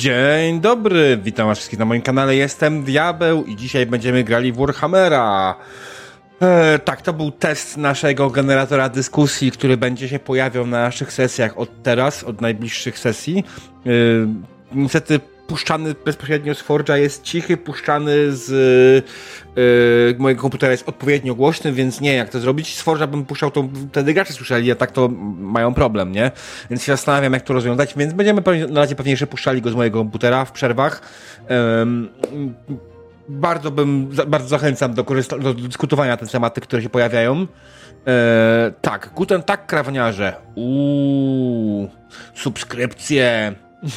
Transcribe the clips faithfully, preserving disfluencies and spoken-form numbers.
Dzień dobry, witam was wszystkich na moim kanale, jestem Diabeł i dzisiaj będziemy grali w Warhammera. E, tak, to był test naszego generatora dyskusji, który będzie się pojawiał na naszych sesjach od teraz, od najbliższych sesji. E, niestety puszczany bezpośrednio z Forge'a jest cichy, puszczany z e, mojego komputera jest odpowiednio głośny, więc nie jak to zrobić. Z Forge'a bym puszczał, to wtedy gracze słyszeli, a tak to mają problem, nie? Więc się zastanawiam, jak to rozwiązać, więc będziemy na razie pewnie jeszcze puszczali go z mojego komputera w przerwach. Um, bardzo bym, bardzo zachęcam do, korzysta- do dyskutowania na te tematy, które się pojawiają. E, tak, Guten Tag, krawniarze. Uuu, subskrypcje.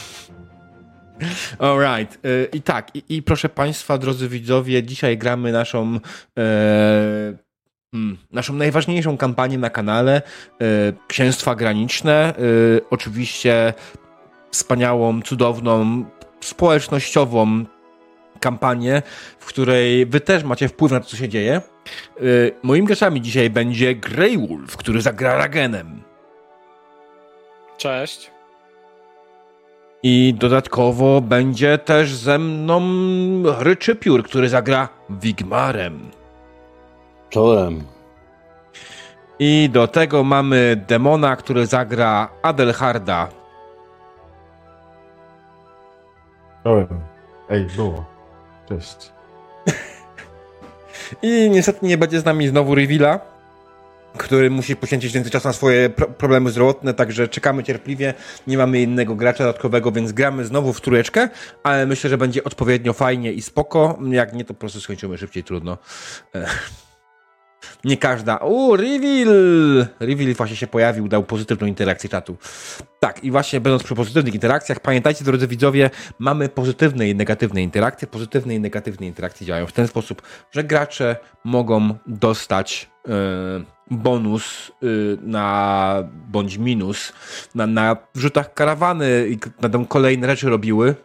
Alright. I tak, i, i proszę Państwa, drodzy widzowie, dzisiaj gramy naszą e, hmm, naszą najważniejszą kampanię na kanale, e, Księstwa Graniczne. E, oczywiście wspaniałą, cudowną, społecznościową kampanię, w której wy też macie wpływ na to, co się dzieje. E, moimi graczami dzisiaj będzie Grey Wolf, który zagra Ragenem. Cześć. I dodatkowo będzie też ze mną Ryczypiór, który zagra Wigmarem. Czołem. I do tego mamy Demona, który zagra Adelharda. Czołem. Ej, było. Cześć. I niestety nie będzie z nami znowu Reveala, który musi poświęcić więcej czasu na swoje pro- problemy zdrowotne, także czekamy cierpliwie, nie mamy innego gracza dodatkowego, więc gramy znowu w trójeczkę, ale myślę, że będzie odpowiednio fajnie i spoko, jak nie, to po prostu skończymy szybciej, trudno. Nie każda. O, Reveal! Reveal właśnie się pojawił, dał pozytywną interakcję czatu. Tak, i właśnie będąc przy pozytywnych interakcjach, pamiętajcie, drodzy widzowie, mamy pozytywne i negatywne interakcje. Pozytywne i negatywne interakcje działają w ten sposób, że gracze mogą dostać yy, bonus yy, na, bądź minus na, na wrzutach karawany i będą kolejne rzeczy robiły.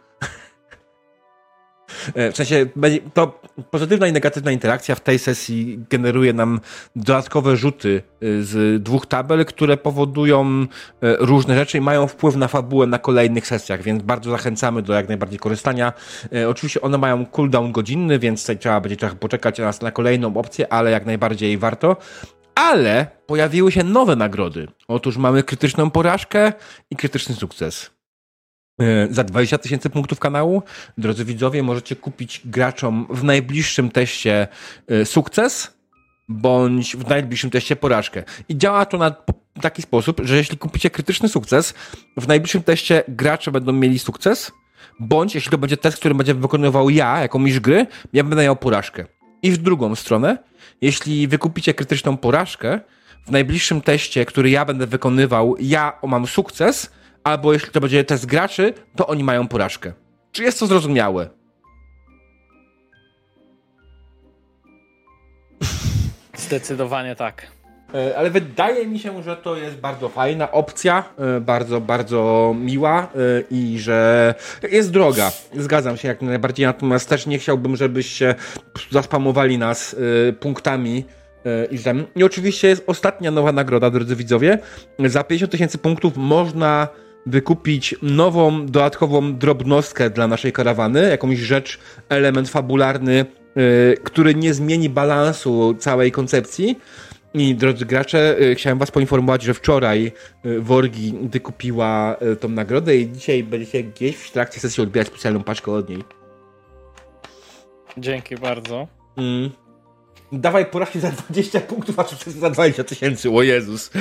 W sensie, to pozytywna i negatywna interakcja w tej sesji generuje nam dodatkowe rzuty z dwóch tabel, które powodują różne rzeczy i mają wpływ na fabułę na kolejnych sesjach, więc bardzo zachęcamy do jak najbardziej korzystania. Oczywiście one mają cooldown godzinny, więc tutaj trzeba będzie trochę poczekać na, na kolejną opcję, ale jak najbardziej warto. Ale pojawiły się nowe nagrody. Otóż mamy krytyczną porażkę i krytyczny sukces. Za dwadzieścia tysięcy punktów kanału, drodzy widzowie, możecie kupić graczom w najbliższym teście sukces, bądź w najbliższym teście porażkę. I działa to na taki sposób, że jeśli kupicie krytyczny sukces, w najbliższym teście gracze będą mieli sukces, bądź jeśli to będzie test, który będzie wykonywał ja, jako mistrz gry, ja będę miał porażkę. I w drugą stronę, jeśli wykupicie krytyczną porażkę, w najbliższym teście, który ja będę wykonywał, ja mam sukces, albo jeśli to będzie test graczy, to oni mają porażkę. Czy jest to zrozumiałe? Zdecydowanie tak. Ale wydaje mi się, że to jest bardzo fajna opcja, bardzo, bardzo miła i że jest droga. Zgadzam się jak najbardziej, natomiast też nie chciałbym, żebyście zaspamowali nas punktami. I, że... I oczywiście jest ostatnia nowa nagroda, drodzy widzowie. Za pięćdziesiąt tysięcy punktów można wykupić nową, dodatkową drobnostkę dla naszej karawany, jakąś rzecz, element fabularny, yy, który nie zmieni balansu całej koncepcji. I drodzy gracze, yy, chciałem was poinformować, że wczoraj yy, Worgi wykupiła yy, tą nagrodę i dzisiaj będziecie gdzieś w trakcie sesji odbierać specjalną paczkę od niej. Dzięki bardzo. Mm. Dawaj porażki za dwadzieścia punktów, a sukces za dwadzieścia tysięcy, o Jezus.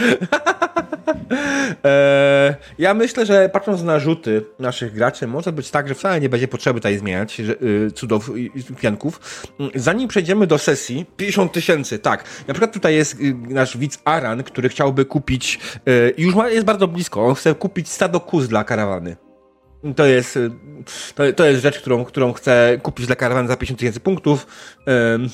eee, ja myślę, że patrząc na rzuty naszych graczy, może być tak, że wcale nie będzie potrzeby tutaj zmieniać że, y, cudów i y, pianków. Zanim przejdziemy do sesji, pięćdziesiąt tysięcy, tak. Na przykład tutaj jest y, nasz widz Aran, który chciałby kupić, y, już ma, jest bardzo blisko, on chce kupić stado kóz dla karawany. To jest, to, to jest rzecz, którą, którą chce kupić dla karawany za pięćdziesiąt tysięcy punktów. Y,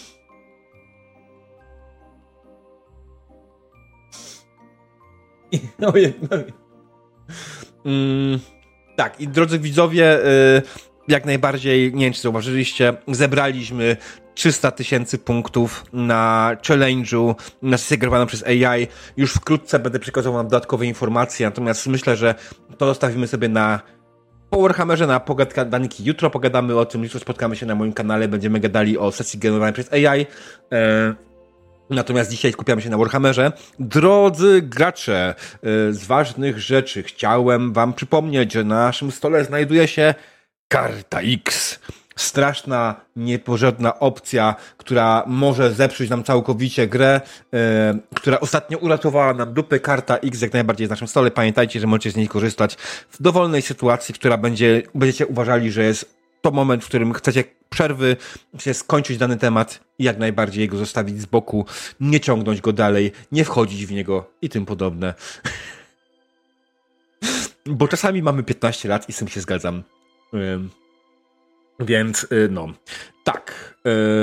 No, no. Mm, tak, i drodzy widzowie, y, jak najbardziej, nie wiem czy zauważyliście, zebraliśmy trzysta tysięcy punktów na challenge'u, na sesję grywaną przez A I. Już wkrótce będę przekazywał wam dodatkowe informacje, natomiast myślę, że to zostawimy sobie na po Warhammerze na pogadanki jutro pogadamy o tym, jutro spotkamy się na moim kanale, będziemy gadali o sesji generowanej przez A I. E, natomiast dzisiaj skupiamy się na Warhammerze. Drodzy gracze, e, z ważnych rzeczy chciałem wam przypomnieć, że na naszym stole znajduje się Karta X. Straszna, niepożądna opcja, która może zepsuć nam całkowicie grę, yy, która ostatnio uratowała nam dupy. Karta X jak najbardziej jest na naszym stole. Pamiętajcie, że możecie z niej korzystać w dowolnej sytuacji, która będzie, będziecie uważali, że jest to moment, w którym chcecie przerwy, chcecie skończyć dany temat i jak najbardziej go zostawić z boku, nie ciągnąć go dalej, nie wchodzić w niego i tym podobne. Bo czasami mamy piętnaście lat i z tym się zgadzam. Yy. Więc, no, tak.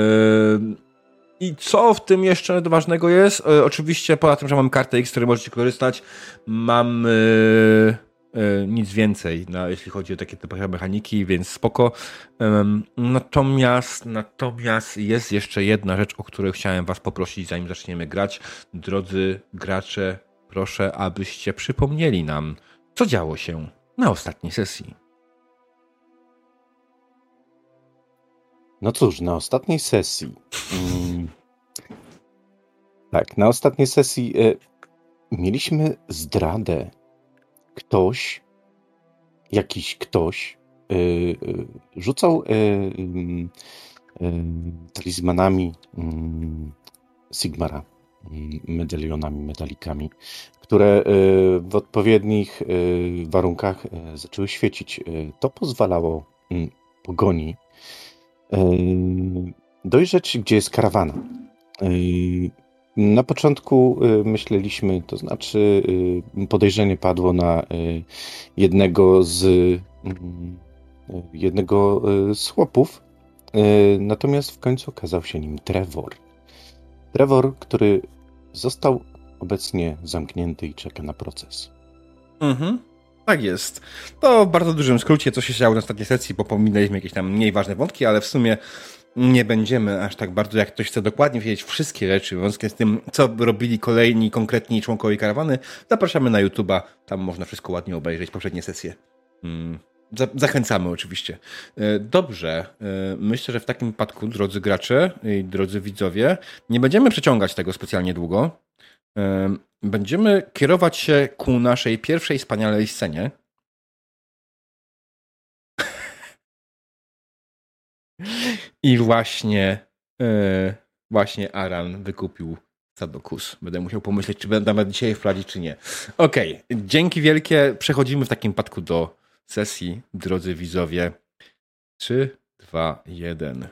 I co w tym jeszcze ważnego jest? Oczywiście, poza tym, że mam kartę X, z której możecie korzystać, mam nic więcej, no, jeśli chodzi o takie typowe mechaniki, więc spoko. Natomiast, natomiast jest jeszcze jedna rzecz, o której chciałem was poprosić, zanim zaczniemy grać. Drodzy gracze, proszę, abyście przypomnieli nam, co działo się na ostatniej sesji. No cóż, na ostatniej sesji. Mm, tak, na ostatniej sesji e, mieliśmy zdradę. Ktoś, jakiś ktoś e, e, rzucał e, e, talizmanami e, Sigmara, e, medalionami, medalikami, które e, w odpowiednich e, warunkach e, zaczęły świecić. E, to pozwalało e, pogoni dojrzeć, gdzie jest karawana. Na początku myśleliśmy, to znaczy podejrzenie padło na jednego z jednego z chłopów, natomiast w końcu okazał się nim Trevor. Trevor, który został obecnie zamknięty i czeka na proces. Mhm. Tak jest. To w bardzo dużym skrócie, co się działo na ostatniej sesji, bo pominęliśmy jakieś tam mniej ważne wątki, ale w sumie nie będziemy aż tak bardzo, jak ktoś chce dokładnie wiedzieć wszystkie rzeczy w związku z tym, co robili kolejni, konkretni członkowie karawany, zapraszamy na YouTube'a, tam można wszystko ładnie obejrzeć, poprzednie sesje. Zachęcamy oczywiście. Dobrze, myślę, że w takim wypadku, drodzy gracze i drodzy widzowie, nie będziemy przeciągać tego specjalnie długo. Będziemy kierować się ku naszej pierwszej wspaniałej scenie. I właśnie yy, właśnie Aran wykupił Sadokus. Będę musiał pomyśleć, czy będę nawet dzisiaj wprowadzić, czy nie. Okej, okay. Dzięki wielkie. Przechodzimy w takim wypadku do sesji, drodzy widzowie. trzy, dwa, jeden.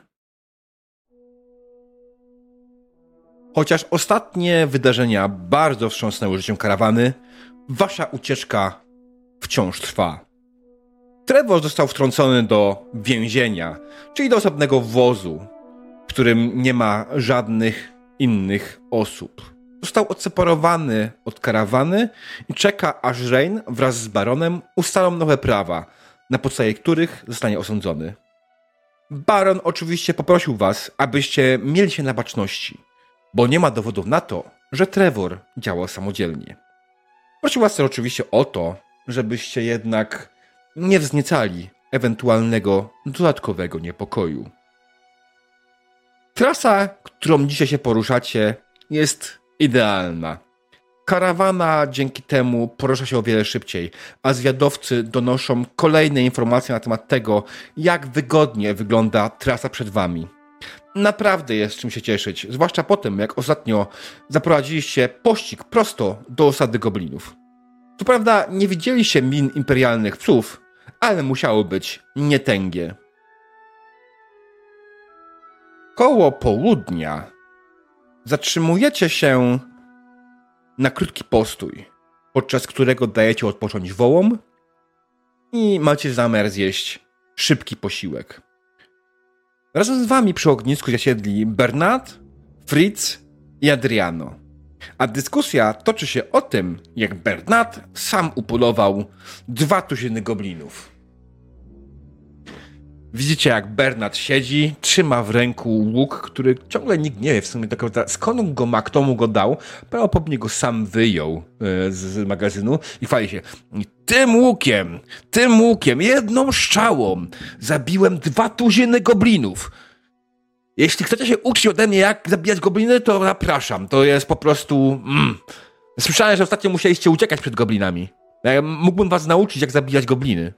Chociaż ostatnie wydarzenia bardzo wstrząsnęły życiem karawany, wasza ucieczka wciąż trwa. Trevor został wtrącony do więzienia, czyli do osobnego wozu, w którym nie ma żadnych innych osób. Został odseparowany od karawany i czeka, aż Rain wraz z baronem ustalą nowe prawa, na podstawie których zostanie osądzony. Baron oczywiście poprosił was, abyście mieli się na baczności, bo nie ma dowodów na to, że Trevor działał samodzielnie. Prosił was oczywiście o to, żebyście jednak nie wzniecali ewentualnego dodatkowego niepokoju. Trasa, którą dzisiaj się poruszacie, jest idealna. Karawana dzięki temu porusza się o wiele szybciej, a zwiadowcy donoszą kolejne informacje na temat tego, jak wygodnie wygląda trasa przed wami. Naprawdę jest czym się cieszyć, zwłaszcza po tym, jak ostatnio zaprowadziliście pościg prosto do osady goblinów. Co prawda nie widzieliście min imperialnych psów, ale musiało być nietęgie. Koło południa zatrzymujecie się na krótki postój, podczas którego dajecie odpocząć wołom i macie zamiar zjeść szybki posiłek. Razem z wami przy ognisku zasiedli Bernard, Fritz i Adriano. A dyskusja toczy się o tym, jak Bernard sam upolował dwa tuziny goblinów. Widzicie, jak Bernard siedzi, trzyma w ręku łuk, który ciągle nikt nie wie w sumie tak naprawdę skąd go ma, kto mu go dał. Prawdopodobnie go sam wyjął z magazynu i chwali się. Tym łukiem, tym łukiem, jedną strzałą zabiłem dwa tuziny goblinów. Jeśli chcecie się uczyć ode mnie, jak zabijać gobliny, to zapraszam. To jest po prostu... Mm. Słyszałem, że ostatnio musieliście uciekać przed goblinami. Ja mógłbym was nauczyć, jak zabijać gobliny.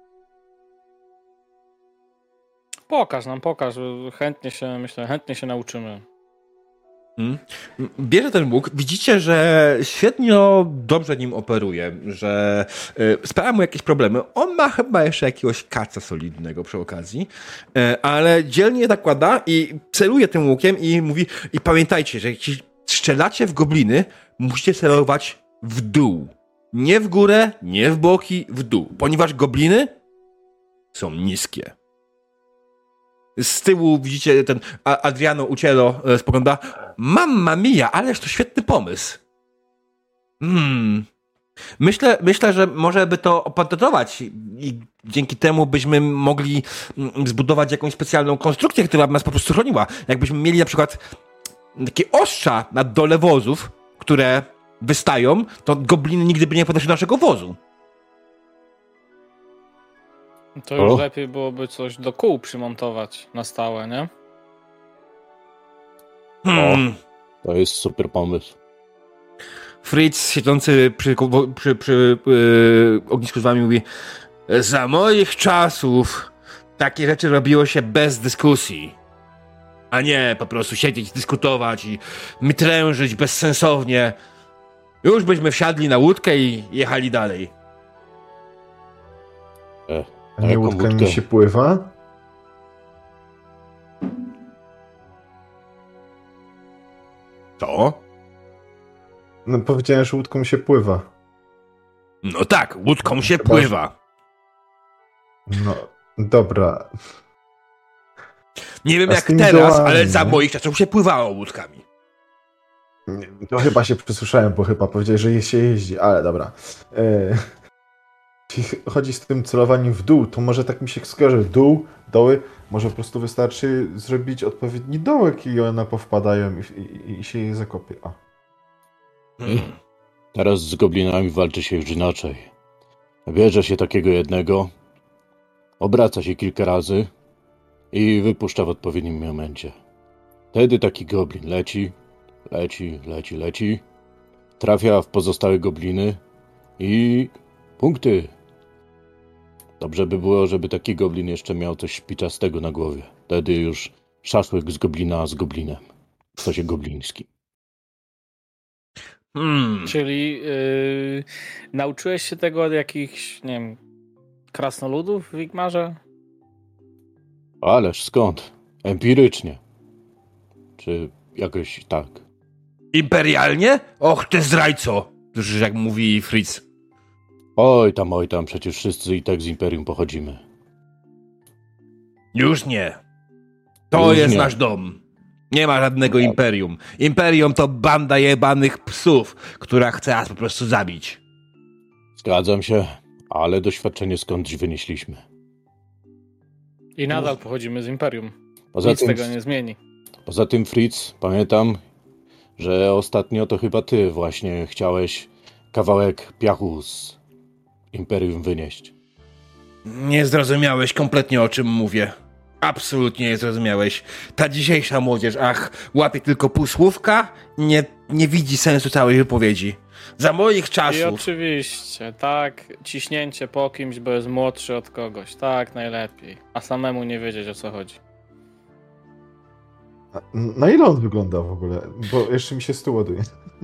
Pokaż nam, pokaż. Chętnie się, myślę, chętnie się nauczymy. Hmm. Bierze ten łuk. Widzicie, że świetnie dobrze nim operuje, że y, sprawia mu jakieś problemy. On ma chyba jeszcze jakiegoś kaca solidnego przy okazji, y, ale dzielnie nakłada i celuje tym łukiem i mówi, i pamiętajcie, że jeśli strzelacie w gobliny, musicie celować w dół. Nie w górę, nie w boki, w dół. Ponieważ gobliny są niskie. Z tyłu widzicie ten Adriano Ucielo spogląda. Mamma mia, ależ to świetny pomysł. Hmm. Myślę, myślę, że może by to opatentować i dzięki temu byśmy mogli zbudować jakąś specjalną konstrukcję, która by nas po prostu chroniła. Jakbyśmy mieli na przykład takie ostrza na dole wozów, które wystają, to gobliny nigdy by nie podeszły do naszego wozu. To już O. lepiej byłoby coś do kół przymontować na stałe, nie? Hmm. To jest super pomysł. Fritz, siedzący przy, przy, przy yy, ognisku z wami, mówi: za moich czasów takie rzeczy robiło się bez dyskusji. A nie po prostu siedzieć, dyskutować i mitrężyć bezsensownie. Już byśmy wsiadli na łódkę i jechali dalej. E, A nie jaką łódkami łódkę? się pływa? Co? No powiedziałem, że łódką się pływa. No tak, łódką się Chyba, pływa. No, dobra. Nie wiem A z jak tymi teraz, dołami, ale za nie? moich czasów się pływało łódkami. Nie, to chyba się przesłyszałem, bo chyba powiedziałeś, że się jeździ, ale dobra. E, jeśli chodzi z tym celowaniem w dół, to może tak mi się skojarzy. Dół, doły, może po prostu wystarczy zrobić odpowiedni dołek i one powpadają i, i, i się je zakopie. A. Hmm. Teraz z goblinami walczy się już inaczej. Bierze się takiego jednego, obraca się kilka razy i wypuszcza w odpowiednim momencie. Wtedy taki goblin leci, leci, leci, leci, trafia w pozostałe gobliny i punkty. Dobrze by było, żeby taki goblin jeszcze miał coś szpiczastego na głowie. Wtedy już szaszłyk z goblina z goblinem. W sosie goblińskim. Hmm. Czyli yy, nauczyłeś się tego od jakichś, nie wiem, krasnoludów w Wigmarze? Ależ skąd? Empirycznie. Czy jakoś tak? Imperialnie? Och, ty zdrajco! Jak mówi Fritz. Oj tam, oj tam, przecież wszyscy i tak z Imperium pochodzimy. Już nie. To Już jest nie. nasz dom. Nie ma żadnego imperium. Imperium to banda jebanych psów, która chce nas po prostu zabić. Zgadzam się, ale doświadczenie skądś wynieśliśmy. I nadal pochodzimy z Imperium. Poza Nic tym, tego nie zmieni. poza tym, Fritz, pamiętam, że ostatnio to chyba ty właśnie chciałeś kawałek piachu z Imperium wynieść. Nie zrozumiałeś kompletnie, o czym mówię. Absolutnie nie zrozumiałeś. Ta dzisiejsza młodzież, ach, łapie tylko półsłówka, nie, nie widzi sensu całej wypowiedzi. Za moich I czasów... oczywiście, tak, ciśnięcie po kimś, bo jest młodszy od kogoś. Tak, najlepiej. A samemu nie wiedzieć, o co chodzi. A na ile on wygląda w ogóle? Bo jeszcze mi się stół ładuje.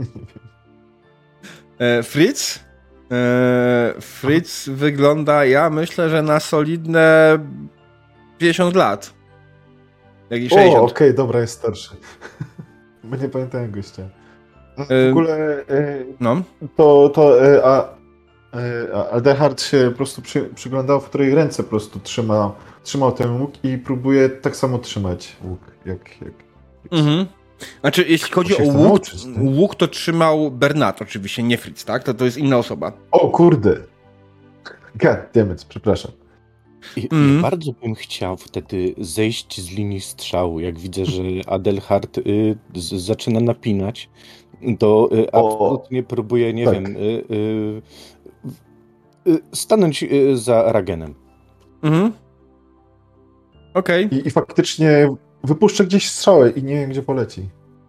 E, Fritz? E, Fritz wygląda, ja myślę, że na solidne pięćdziesiąt lat. Jak i O, sześćdziesiąt. okej, dobra, jest starszy. Bo nie pamiętałem gościa. W Ym, ogóle e, No. to, to e, a, e, a Adelhard się po prostu przy, przyglądał, w której ręce po prostu trzymał, trzymał ten łuk i próbuje tak samo trzymać łuk, jak... jak... Mhm. Znaczy, jeśli chodzi Muszę o się łuk, nauczyć, tak? łuk to trzymał Bernat oczywiście, nie Fritz, tak? To, to jest inna osoba. O kurde! God damn it, przepraszam. I, Mm. Ja bardzo bym chciał wtedy zejść z linii strzału, jak widzę, że Adelhard y, z, zaczyna napinać, to y, O, absolutnie próbuję, nie tak. wiem, y, y, y, stanąć y, za Ragenem. Mhm. Okej. Okay. I, I faktycznie wypuszczę gdzieś strzałę i nie wiem, gdzie poleci.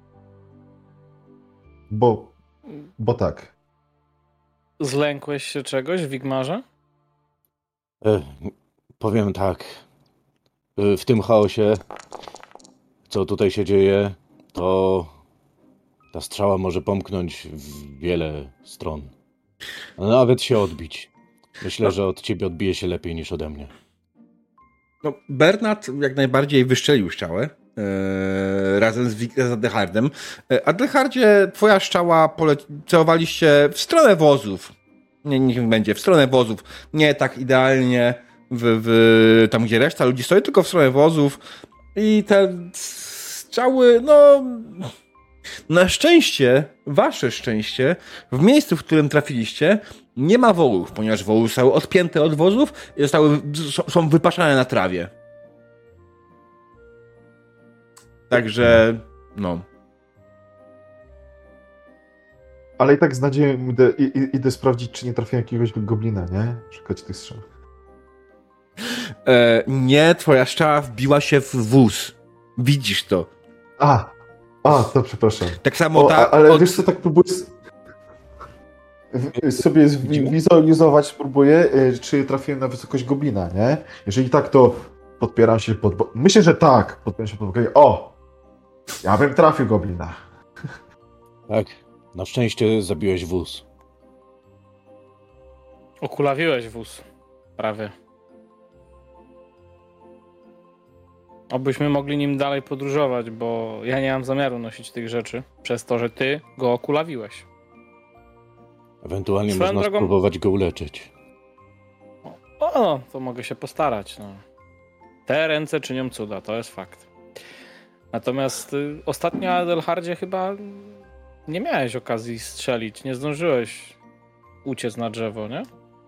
Bo, bo tak. Zlękłeś się czegoś w Wigmarze? E, powiem tak. E, w tym chaosie, co tutaj się dzieje, to ta strzała może pomknąć w wiele stron. A nawet się odbić. Myślę, że od ciebie odbije się lepiej niż ode mnie. No, Bernard jak najbardziej wyszczelił strzałę e, razem z, Wik- z Adelhardem. E, Adelhardzie, twoja strzała poleci- celowaliście w stronę wozów. Nie, niech będzie, w stronę wozów. Nie tak idealnie w, w, tam, gdzie reszta ludzi stoi, tylko w stronę wozów. I te strzały, no... Na szczęście, wasze szczęście, w miejscu, w którym trafiliście, nie ma wołów, ponieważ woły zostały odpięte od wozów i zostały, są wypaszane na trawie. Także, no. Ale i tak z nadzieją idę, i, idę sprawdzić, czy nie trafię jakiegoś goblina, nie? Szukać tych strzał. E, nie, twoja strzała wbiła się w wóz. Widzisz to. A, a, to przepraszam. Tak samo o, ta... Ale od... wiesz co, tak próbuję s- sobie zwizualizować, próbuję, czy trafiłem na wysokość goblina, nie? Jeżeli tak, to podpieram się pod... Bo... Myślę, że tak. Podpieram się pod bokiem. O! Ja bym trafił goblina. Tak, na szczęście zabiłeś wóz. Okulawiłeś wóz. Prawie. Obyśmy mogli nim dalej podróżować, bo ja nie mam zamiaru nosić tych rzeczy, przez to, że ty go okulawiłeś. Ewentualnie Swoją można drogą- spróbować go uleczyć. O, o, to mogę się postarać. No. Te ręce czynią cuda, to jest fakt. Natomiast y, ostatnio, Adelhardzie, chyba nie miałeś okazji strzelić, nie zdążyłeś uciec na drzewo, nie?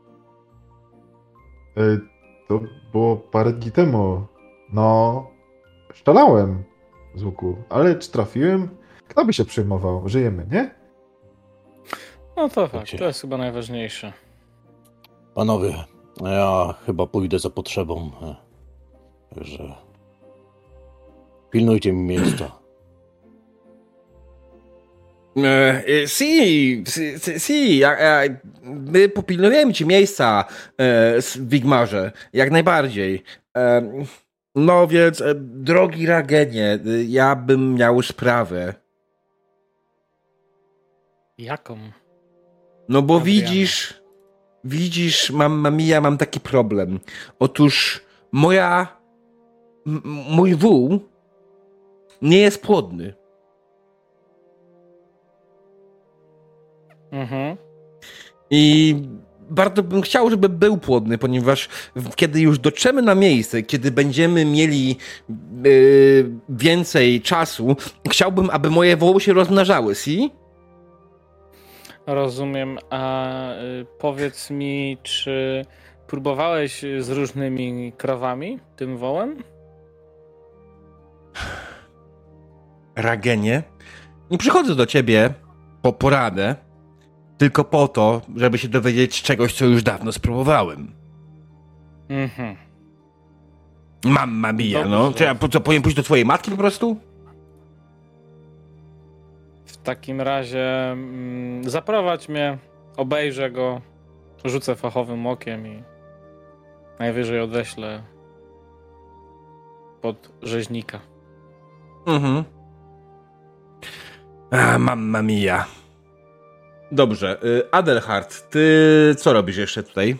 Y, To było parę dni temu. No, strzelałem z łuku, ale czy trafiłem? Kto by się przejmował? Żyjemy, nie? No to fakt, Wiecie. to jest chyba najważniejsze. Panowie, ja chyba pójdę za potrzebą. e, Także pilnujcie mi miejsca. E, e, si, si, si, si ja, ja, my popilnujemy ci miejsca e, w Wigmarze, jak najbardziej. E, no więc, e, drogi Ragenie, e, ja bym miał sprawę. Jaką? No bo Adriana. widzisz, widzisz, mam, mamija, mam taki problem. Otóż moja, m- mój wół nie jest płodny. Mhm. I bardzo bym chciał, żeby był płodny, ponieważ w- kiedy już dotrzemy na miejsce, kiedy będziemy mieli yy, więcej czasu, chciałbym, aby moje woły się rozmnażały, si? Rozumiem, a y, powiedz mi, czy próbowałeś z różnymi krowami, tym wołem? Ragenie, nie przychodzę do ciebie po poradę, tylko po to, żeby się dowiedzieć czegoś, co już dawno spróbowałem. Mhm. Mamma mia, no. Dobrze. Czy ja po co, powinien pójść do twojej matki po prostu? W takim razie mm, zaprowadź mnie, obejrzę go, rzucę fachowym okiem i najwyżej odeślę pod rzeźnika. Mhm. A, mamma mia. Dobrze, y, Adelhard, ty co robisz jeszcze tutaj?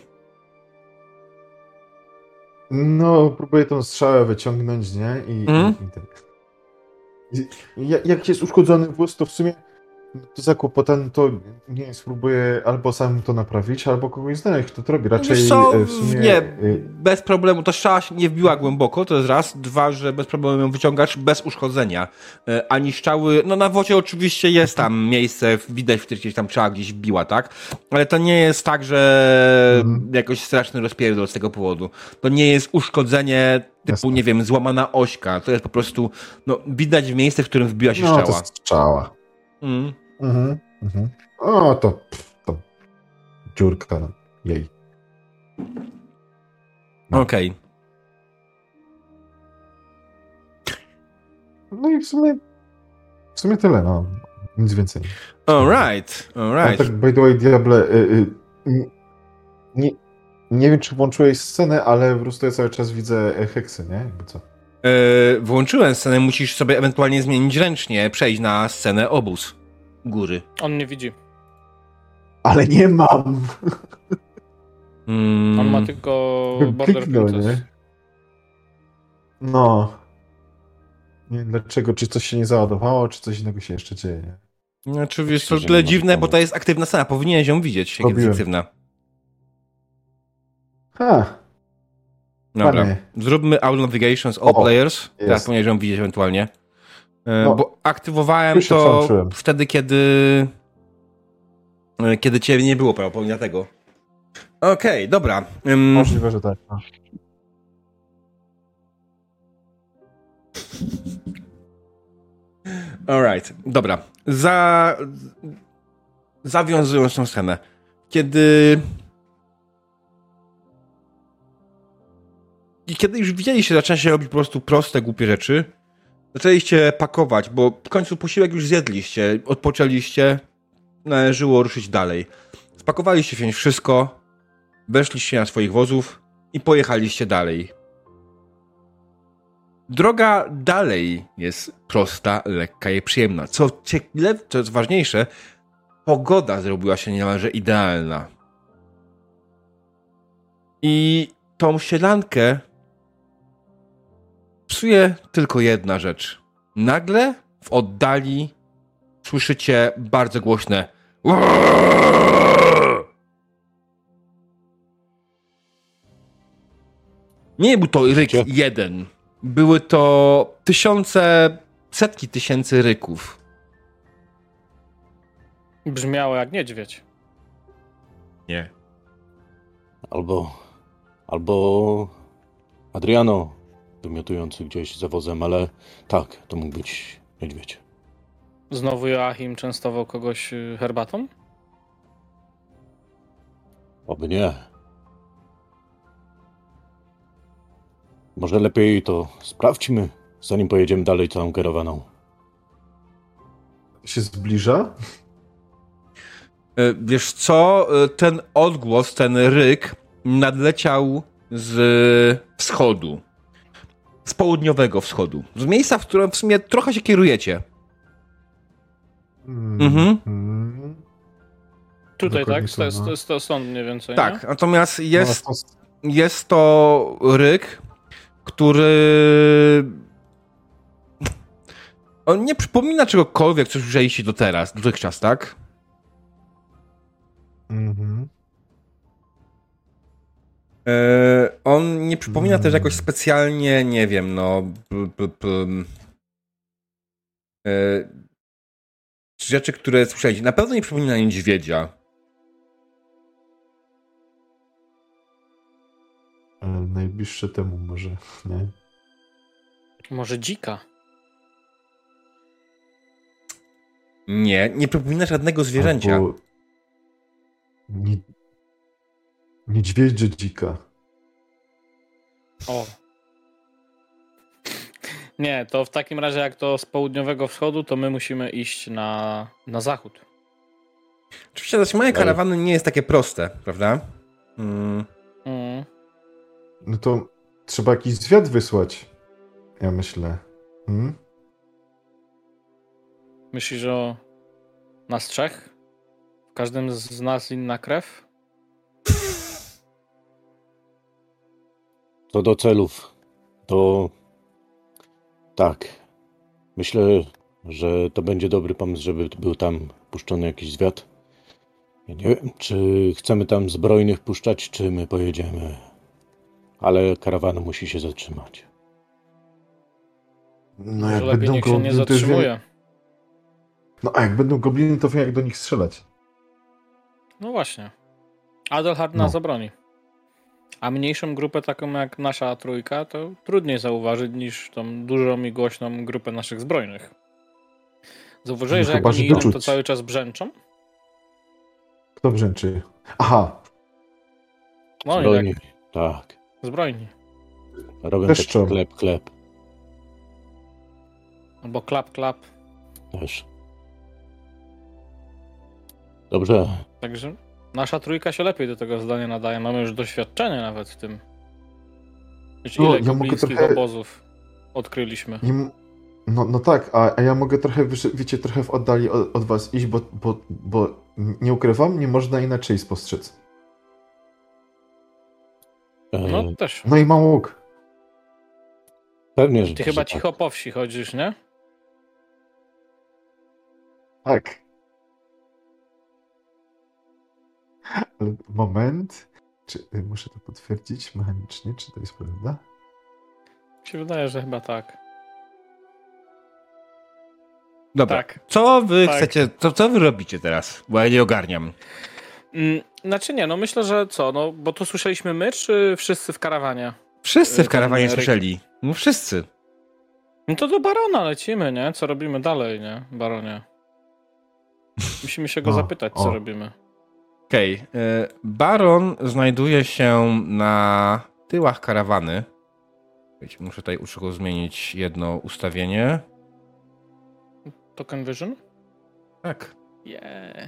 No, próbuję tą strzałę wyciągnąć, nie? I, Mhm. i, i tak. I, jak- jak jest uszkodzony włos, to w sumie to zakłopotany, to nie wiem, spróbuję albo sam to naprawić, albo kogoś znaleźć, kto to robi. Raczej Wiesz co, e, w sumie... nie, e, bez problemu, to strzała się nie wbiła głęboko, to jest raz. Dwa, że bez problemu ją wyciągasz bez uszkodzenia. E, ani strzały, no na wocie oczywiście jest tam miejsce, widać, w którym gdzieś tam strzała gdzieś wbiła, tak? Ale to nie jest tak, że Mhm. jakoś straszny rozpierdol z tego powodu. To nie jest uszkodzenie typu, Jasne. nie wiem, złamana ośka. To jest po prostu, no widać w miejsce, w którym wbiła się No, to strzała. jest strzała. Mm. Mhm, mhm. O, to, pff, to dziurka, no. Jej. No. Okej. Okay. No i w sumie w sumie tyle, no. Nic więcej. Alright, alright. Tak, by the way, Diable, y, y, nie, nie wiem, czy włączyłeś scenę, ale po prostu ja cały czas widzę heksy, nie? Jakby co? Yy, włączyłem scenę, musisz sobie ewentualnie zmienić ręcznie, przejść na scenę obóz góry. On nie widzi. Ale nie mam! Mm. On ma tylko Border Kliknął, Princess. nie? No. Nie wiem dlaczego, czy coś się nie załadowało, czy coś innego się jeszcze dzieje, nie? Znaczy, wiesz, to Myślę, że tyle nie ma dziwne, bo pomysłu. to jest aktywna scena, powinieneś ją widzieć, jak jest Robiłem. aktywna. Ha! Dobra, Panie. zróbmy Auto Navigation z All O, Players, teraz jest. powinieneś ją widzieć ewentualnie. E, No, bo aktywowałem już się to włączyłem. wtedy, kiedy e, kiedy ciebie nie było, prawdopodobnie dlatego. Okej, okay, dobra. Ym, Możliwe, że tak. No. Alright, dobra. Za... Zawiązując tą scenę. Kiedy... I kiedy już widzieliście, zaczęliście robić po prostu proste, głupie rzeczy, zaczęliście pakować, bo w końcu posiłek już zjedliście, odpoczęliście, należyło ruszyć dalej. Spakowaliście wziąć wszystko, weszliście na swoich wozów i pojechaliście dalej. Droga dalej jest prosta, lekka i przyjemna. Co ciekawe, co jest ważniejsze, pogoda zrobiła się niemalże idealna. I tą sielankę psuje tylko jedna rzecz. Nagle w oddali słyszycie bardzo głośne Nie był to ryk Gdzie? jeden. Były to tysiące, setki tysięcy ryków. Brzmiało jak niedźwiedź. Nie. Albo... Albo... Adriano, wymiotujący gdzieś za wozem, ale tak, to mógł być niedźwiedź. Znowu Joachim częstował kogoś y, herbatą? Oby nie. Może lepiej to sprawdźmy, zanim pojedziemy dalej całą karawaną. Się zbliża? E, Wiesz co? E, Ten odgłos, ten ryk nadleciał z wschodu. Z południowego wschodu. Z miejsca, w którym w sumie trochę się kierujecie. Mm, Mhm. mm. Tutaj, Dokładnie tak? to, To jest, no. to jest to stąd mniej więcej, Tak, nie? natomiast jest, No, to- jest to ryk, który... On nie przypomina czegokolwiek, co słyszeliście do teraz, dotychczas, tak? Mhm. E, on nie przypomina Mm. też jakoś specjalnie, nie wiem, no... P, p, p, e, rzeczy, które słyszeliście. Na pewno nie przypomina niedźwiedzia. Ale najbliższe temu może, nie? Może dzika? Nie, nie przypomina żadnego zwierzęcia. Albo Nie... Niedźwiedzie dzika. O. Nie, to w takim razie jak to z południowego wschodu, to my musimy iść na, na zachód. Oczywiście zatrzymanie karawany nie jest takie proste, prawda? Mm. Mm. No to trzeba jakiś zwiat wysłać. Ja myślę. Hmm? Myślisz o nas trzech? W każdym z nas inna krew? Co do celów, to tak. Myślę, że to będzie dobry pomysł, żeby był tam puszczony jakiś zwiat. Ja nie wiem, czy chcemy tam zbrojnych puszczać, czy my pojedziemy. Ale karawana musi się zatrzymać. No Może jak lepiej będą niech się nie gobliny, to już wiem... zatrzymuje. No a jak będą gobliny, to wiem jak do nich strzelać. No właśnie. Adelhard No. nas obroni. A mniejszą grupę taką jak nasza trójka to trudniej zauważyć niż tą dużą i głośną grupę naszych zbrojnych. Zauważyłeś, No że jak chyba, że oni idą, to wyczuć. cały czas brzęczą? Kto brzęczy? Aha, No Zbrojni, i tak. tak. Zbrojni. Robią Też taki czor. chleb, chleb. Albo klap, klap. Też. Dobrze. Także nasza trójka się lepiej do tego zadania nadaje. Mamy już doświadczenie nawet w tym. Wiesz, No, ile ja mogę goblińskich trochę- obozów odkryliśmy. Nie m- No, no tak, a, a ja mogę trochę, wyż- wiecie, trochę w oddali od, od was iść, bo, bo, bo nie ukrywam, nie można inaczej spostrzec. E, No też. No i mam łuk. Pewnie, że Ty że chyba tak. cicho po wsi chodzisz, nie? Tak. Ale moment. Czy y, muszę to potwierdzić mechanicznie, czy to jest prawda? Mi się wydaje, że chyba tak. Dobra, Tak. co wy Tak. chcecie, co, co wy robicie teraz? Bo ja nie ogarniam. Mm, Znaczy nie, no myślę, że co, no bo to słyszeliśmy my, czy wszyscy w karawanie? Wszyscy w Ten karawanie Ryk- słyszeli. No wszyscy. No to do Barona lecimy, nie? Co robimy dalej, nie? Baronie. Musimy się go O, zapytać, co o. robimy. Okej. Okay. Baron znajduje się na tyłach karawany. Wiecie, muszę tutaj uszło zmienić jedno ustawienie. Token Vision? Tak. Yeah.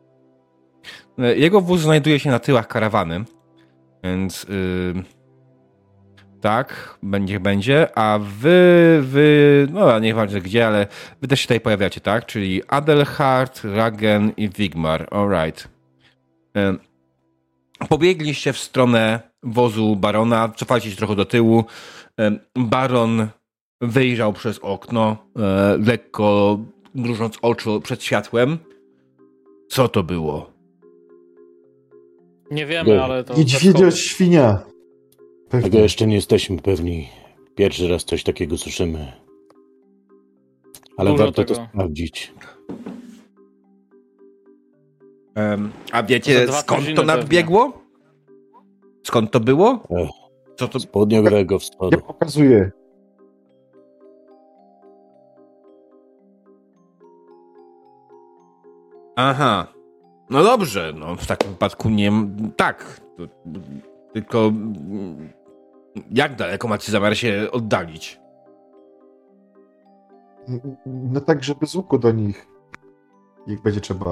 Jego wóz znajduje się na tyłach karawany, więc yy, tak, będzie, będzie, a wy, wy, no nie wiem gdzie, ale wy też się tutaj pojawiacie, tak? Czyli Adelhard, Ragen i Wigmar, alright. Yy, pobiegliście w stronę wozu Barona, cofaliście się trochę do tyłu. Yy, Baron wyjrzał przez okno, yy, lekko mrużąc oczu przed światłem. Co to było? Nie wiemy, Był. ale to... Niedźwiedzia świnia. Tego Pewnie. jeszcze nie jesteśmy pewni. Pierwszy raz coś takiego słyszymy. Ale Dużo warto tego. to sprawdzić. Um, a Za wiecie, dwa skąd tuziny to pewnie. nadbiegło? Skąd to było? Ech. Co to... Z południowego Ja wschodu. pokazuję. Aha. No dobrze, no w takim wypadku nie... Tak. To, tylko... mm, Jak daleko macie zamiar się oddalić? N- No tak, żeby z łuku do nich. Jak będzie trzeba.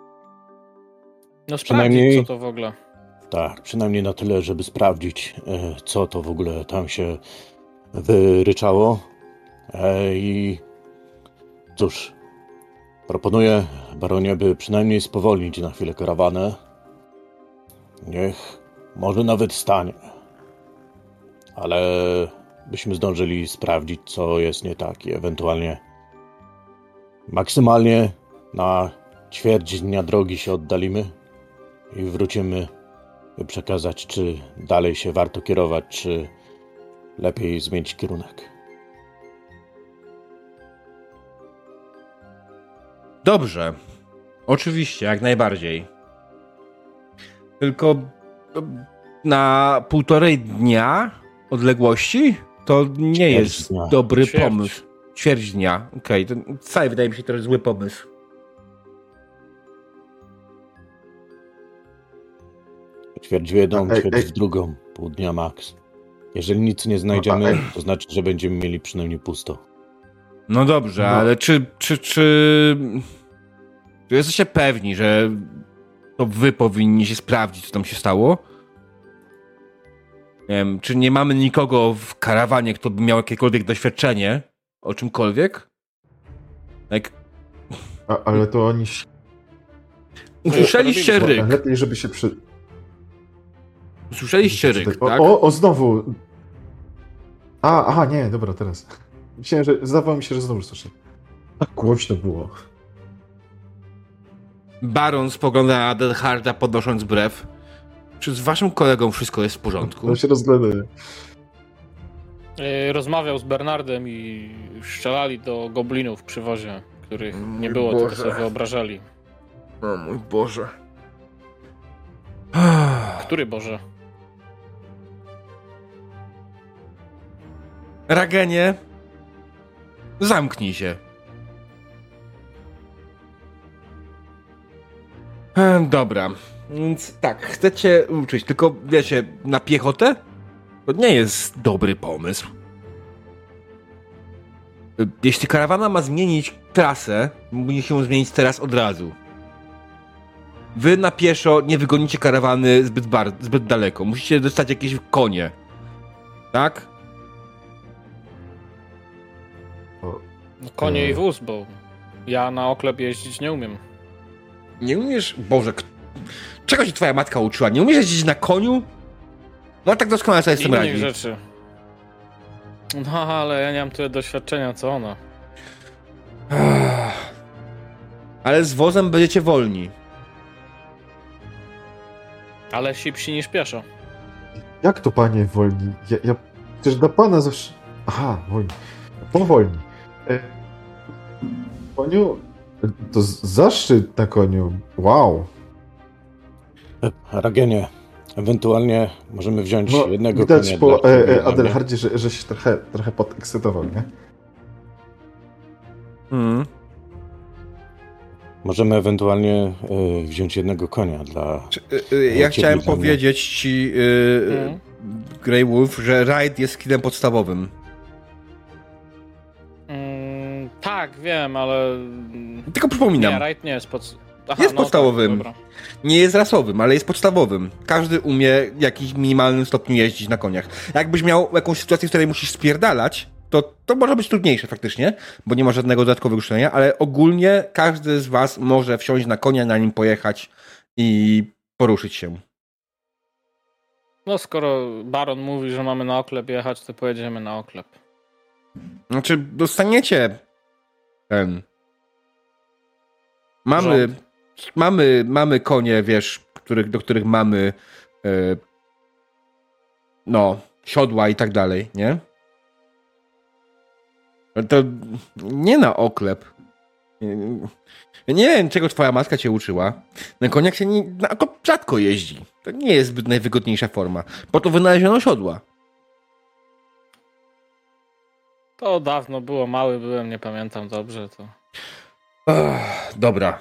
No Przynajmniej- sprawdzić, co to w ogóle. Tak, przynajmniej na tyle, żeby sprawdzić, e, co to w ogóle tam się wyryczało. E, I cóż, proponuję, baronie, by przynajmniej spowolnić na chwilę karawanę. Niech może nawet stanie. Ale byśmy zdążyli sprawdzić, co jest nie tak i ewentualnie maksymalnie na ćwierć dnia drogi się oddalimy i wrócimy, by przekazać, czy dalej się warto kierować, czy lepiej zmienić kierunek. Dobrze. Oczywiście, jak najbardziej. Tylko na półtorej dnia odległości to nie Ćwierć jest dnia. dobry Ćwierć. pomysł. Ćwierć dnia. Okej, okay. To wcale wydaje mi się to zły pomysł. Ćwierć w jedną, Ej, ćwierć ej. w drugą, pół dnia max. Jeżeli nic nie znajdziemy, ej. to znaczy, że będziemy mieli przynajmniej pusto. No dobrze, No. ale czy, czy, czy... Czy jesteście pewni, że to wy powinni sprawdzić, co tam się stało? Nie wiem, czy nie mamy nikogo w karawanie, kto by miał jakiekolwiek doświadczenie o czymkolwiek? Jak A, ale to oni... się- usłyszeliście robimy? ryk, Lepiej, żeby się przy... usłyszeliście ryk, o, tak? o, o, znowu. A, aha, nie, dobra, teraz. Myślałem, że zdawało mi się, że znowu słyszę. Tak głośno było. Baron spogląda na Adelharda, podnosząc brew. Czy z waszym kolegą wszystko jest w porządku? No się rozglądaję. Yy, Rozmawiał z Bernardem i strzelali do goblinów przy wozie, których Mój nie było, tylko Boże. sobie wyobrażali. O mój Boże. Który Boże? Ragenie, zamknij się. Ehm, Dobra. Więc tak, chcecie uczyć, tylko wiecie, na piechotę? To nie jest dobry pomysł. Jeśli karawana ma zmienić trasę, musi ją zmienić teraz od razu. Wy na pieszo nie wygonicie karawany zbyt, bar- zbyt daleko. Musicie dostać jakieś konie. Tak? No, konie i wóz, bo ja na oklep jeździć nie umiem. Nie umiesz? Boże, k- czego się twoja matka uczyła? Nie umiesz jeździć na koniu? No tak doskonale sobie z tym radzi. Innych rzeczy. No ale ja nie mam tyle doświadczenia, co ona. Ale z wozem będziecie wolni. Ale szybsi niż pieszo. Jak to, panie, wolni? Ja, ja przecież dla pana zawsze... Aha, wolni. Powolni. E, koniu, to z- zaszczyt na koniu. Wow. Ragenie, ewentualnie możemy wziąć No, jednego widać konia po dla ciebie, e, e, dla mnie. Adelhardzie, że, że się trochę, trochę podekscytował, nie? Mm. Możemy ewentualnie y, wziąć jednego konia dla... Czy, y, y, ja Ciebie chciałem za mnie. powiedzieć ci, y, Mhm. Grey Wolf, że raid jest skillem podstawowym. Mm, tak, wiem, ale... Tylko przypominam. Nie, raid nie jest pod... Aha, Jest no podstawowym. Tak, dobra. Nie jest rasowym, ale jest podstawowym. Każdy umie w jakimś minimalnym stopniu jeździć na koniach. Jakbyś miał jakąś sytuację, w której musisz spierdalać, to to może być trudniejsze faktycznie, bo nie ma żadnego dodatkowego uszczelnienia, ale ogólnie każdy z was może wsiąść na konia, na nim pojechać i poruszyć się. No skoro Baron mówi, że mamy na oklep jechać, to pojedziemy na oklep. Znaczy, dostaniecie ten... Mamy, Rząd. mamy, mamy konie, wiesz, których, do których mamy e, no, siodła i tak dalej, nie? To nie na oklep. Ja nie wiem, czego twoja matka cię uczyła. Na koniach się nie, na oklep rzadko jeździ. To nie jest zbyt najwygodniejsza forma. Po to wynaleziono siodła. To dawno było, mały byłem, nie pamiętam dobrze, to... Ech, dobra.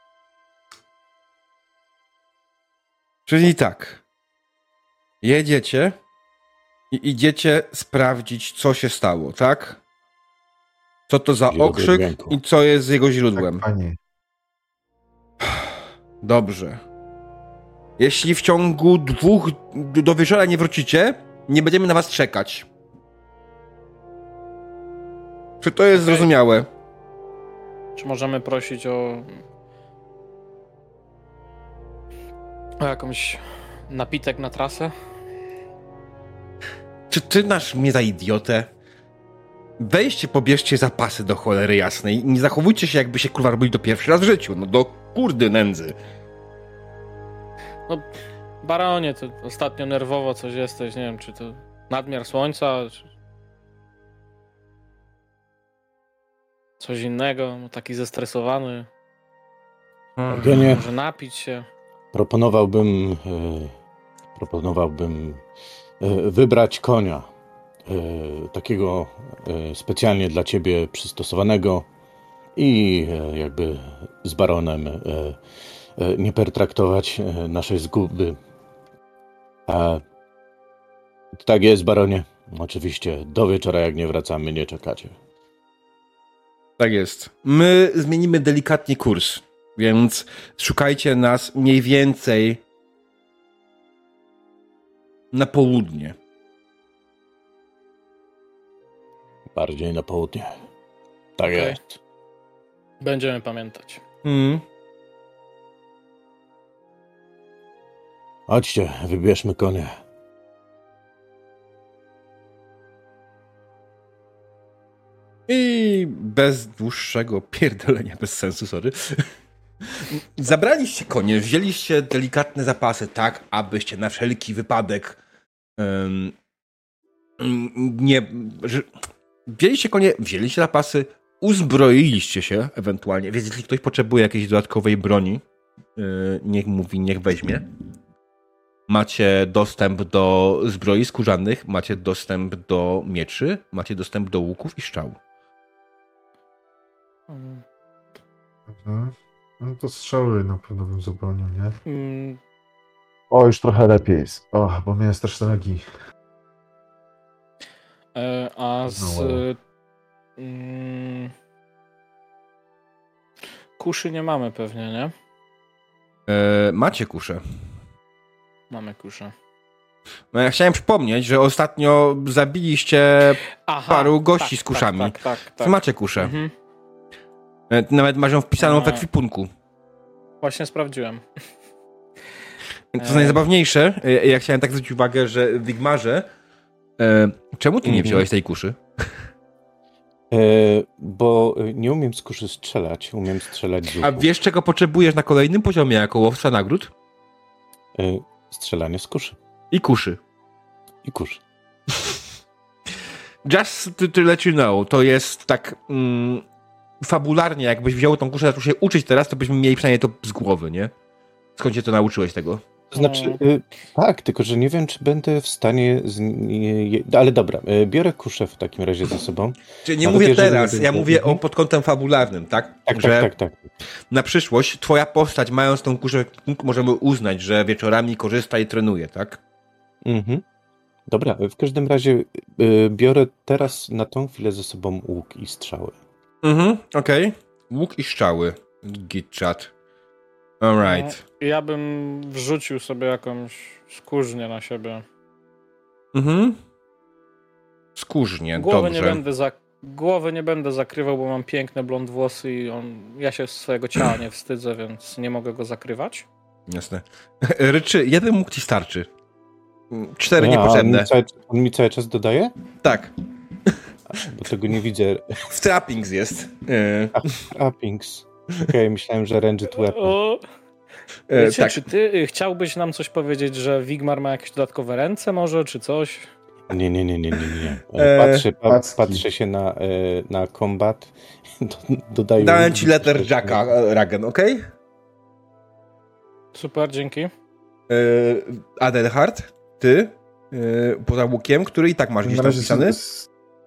Czyli tak. Jedziecie i idziecie sprawdzić, co się stało, tak? Co to za Źródło okrzyk dźwięku. i co jest jego źródłem. Tak, panie. Dobrze. Jeśli w ciągu dwóch do wieczora nie wrócicie, nie będziemy na was czekać. Czy to jest Okej. zrozumiałe? Czy możemy prosić o... o jakąś napitek na trasę? Czy ty masz mnie za idiotę? Weźcie, pobierzcie zapasy do cholery jasnej i nie zachowujcie się, jakby się kurwa robili do pierwszy raz w życiu. No do kurdy nędzy. No, Baronie, to ostatnio nerwowo coś jesteś, nie wiem, czy to nadmiar słońca, czy coś innego, no, taki zestresowany, Ragenie, może napić się. proponowałbym... E, proponowałbym e, wybrać konia. E, takiego e, specjalnie dla ciebie przystosowanego i e, jakby z baronem e, e, nie pertraktować e, naszej zguby. A tak jest, baronie. Oczywiście do wieczora, jak nie wracamy, nie czekacie. Tak jest. My zmienimy delikatnie kurs, więc szukajcie nas mniej więcej na południe. Bardziej na południe. Tak Okej. jest. Będziemy pamiętać. Mm. Chodźcie, wybierzmy konie. I bez dłuższego pierdolenia, bez sensu, sorry. Zabraliście konie, wzięliście delikatne zapasy, tak, abyście na wszelki wypadek um, nie... Że, wzięliście konie, wzięliście zapasy, uzbroiliście się ewentualnie, więc jeśli ktoś potrzebuje jakiejś dodatkowej broni, yy, niech mówi, niech weźmie. Macie dostęp do zbroi skórzanych, macie dostęp do mieczy, macie dostęp do łuków i strzał. Mm, Mhm. No to strzały na pewno bym zupełnie, nie? mm, O, już trochę lepiej jest. O, bo miałem straszne nogi. E, a z... No. Mm, kuszy nie mamy pewnie, nie? E, macie kuszę. Mamy kuszę. No ja chciałem przypomnieć, że ostatnio zabiliście Aha, paru gości tak, z kuszami. Tak, tak, tak, tak. Macie kuszę. Mhm. E, Nawet masz ją wpisaną w No. ekwipunku. Właśnie sprawdziłem. Co e... najzabawniejsze, e, ja chciałem tak zwrócić uwagę, że w Wigmarze e, czemu ty nie Mhm. wziąłeś tej kuszy? E, bo nie umiem z kuszy strzelać, umiem strzelać z łuku. A wiesz, czego potrzebujesz na kolejnym poziomie jako łowca nagród? E, strzelanie z kuszy. I kuszy. I kuszy. Just to, to let you know, to jest tak mm, fabularnie, jakbyś wziął tą kuszę, zaczął się uczyć teraz, to byśmy mieli przynajmniej to z głowy, nie? Skąd się to nauczyłeś tego? To znaczy, y, tak, tylko że nie wiem, czy będę w stanie. Z, nie, ale dobra, y, biorę kuszę w takim razie ze sobą. Czyli nie Nawet mówię jeżeli teraz, nie ja będzie- mówię Mhm. o pod kątem fabularnym, tak? Tak, że tak, tak, tak. na przyszłość twoja postać, mając tą kuszę, możemy uznać, że wieczorami korzysta i trenuje, tak? Mhm. Dobra, w każdym razie y, biorę teraz na tą chwilę ze sobą łuk i strzały. Mhm, okej. Okay. Łuk i strzały. Git chat. Alright. No, ja bym wrzucił sobie jakąś skórznię na siebie. Mhm. Skórznie, Głowy dobrze. nie będę za... Głowy nie będę zakrywał, bo mam piękne blond włosy i on... ja się swojego ciała nie wstydzę, więc nie mogę go zakrywać. Jasne. Ryczy, jeden łuk ci starczy. Cztery A, niepotrzebne. On mi, cały, on mi cały czas dodaje? Tak. Bo tego nie widzę. W trappings jest. E, Trappings. Okej, okay, myślałem, że ranged weapon. O, e, wiecie, tak. czy ty chciałbyś nam coś powiedzieć, że Wigmar ma jakieś dodatkowe ręce może, czy coś? Nie, nie, nie, nie, nie, nie. E, Patrzę, pa, packi. patrzę się na, e, na combat. Do, dodaję Dałem ci letter Jacka, e, Ragen, okej? Okay? Super, dzięki. E, Adelhard, ty, e, poza łukiem, który i tak masz gdzieś Na tam razie wpisany. s-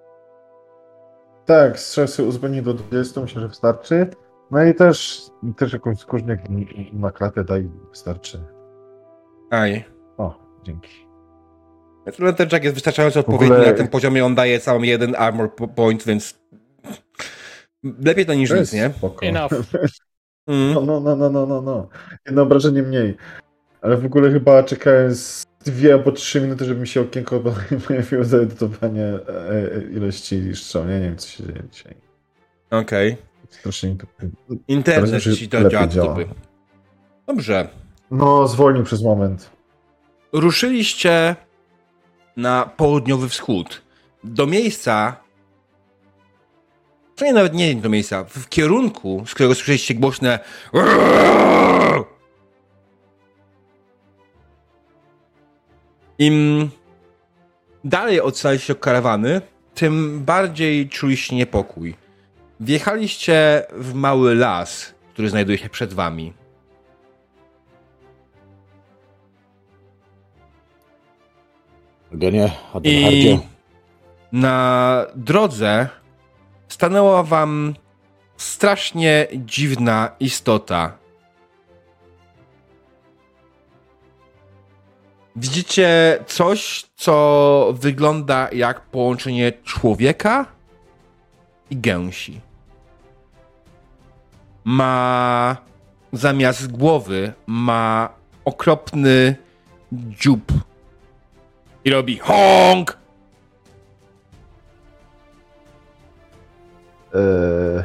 Tak, strzał sobie uzupełnię do dwudziestu, myślę, że wystarczy. No i też, też jakąś skórznię na klatę daj, wystarczy. Aj. O, dzięki. Letter Jack jest wystarczająco ogóle- odpowiedni na tym poziomie, on daje sam jeden armor po- point, więc lepiej to niż To nic, jest nie? spoko. Enough. Mm. No, no, no, no, no, no, no. Jedno obrażenie mniej. Ale w ogóle chyba czekałem z dwie albo trzy minuty, żeby mi się okienko pojawiło za edytowanie e, e, ilości strzał. Nie, nie wiem, co się dzieje dzisiaj. Okej. Strasznie mi to... Internet Teraz już ci to lepiej działa. działa. Doby. Dobrze. No, zwolnił przez moment. Ruszyliście na południowy wschód. Do miejsca, to nie nawet nie do miejsca, w kierunku, z którego słyszeliście głośne im dalej odsaliście od karawany, tym bardziej czuliście niepokój. Wjechaliście w mały las, który znajduje się przed wami. Genie, I Adelhardzie. na drodze stanęła wam strasznie dziwna istota. Widzicie coś, co wygląda jak połączenie człowieka i gęsi. Ma zamiast głowy ma okropny dziób. I robi honk! Eee...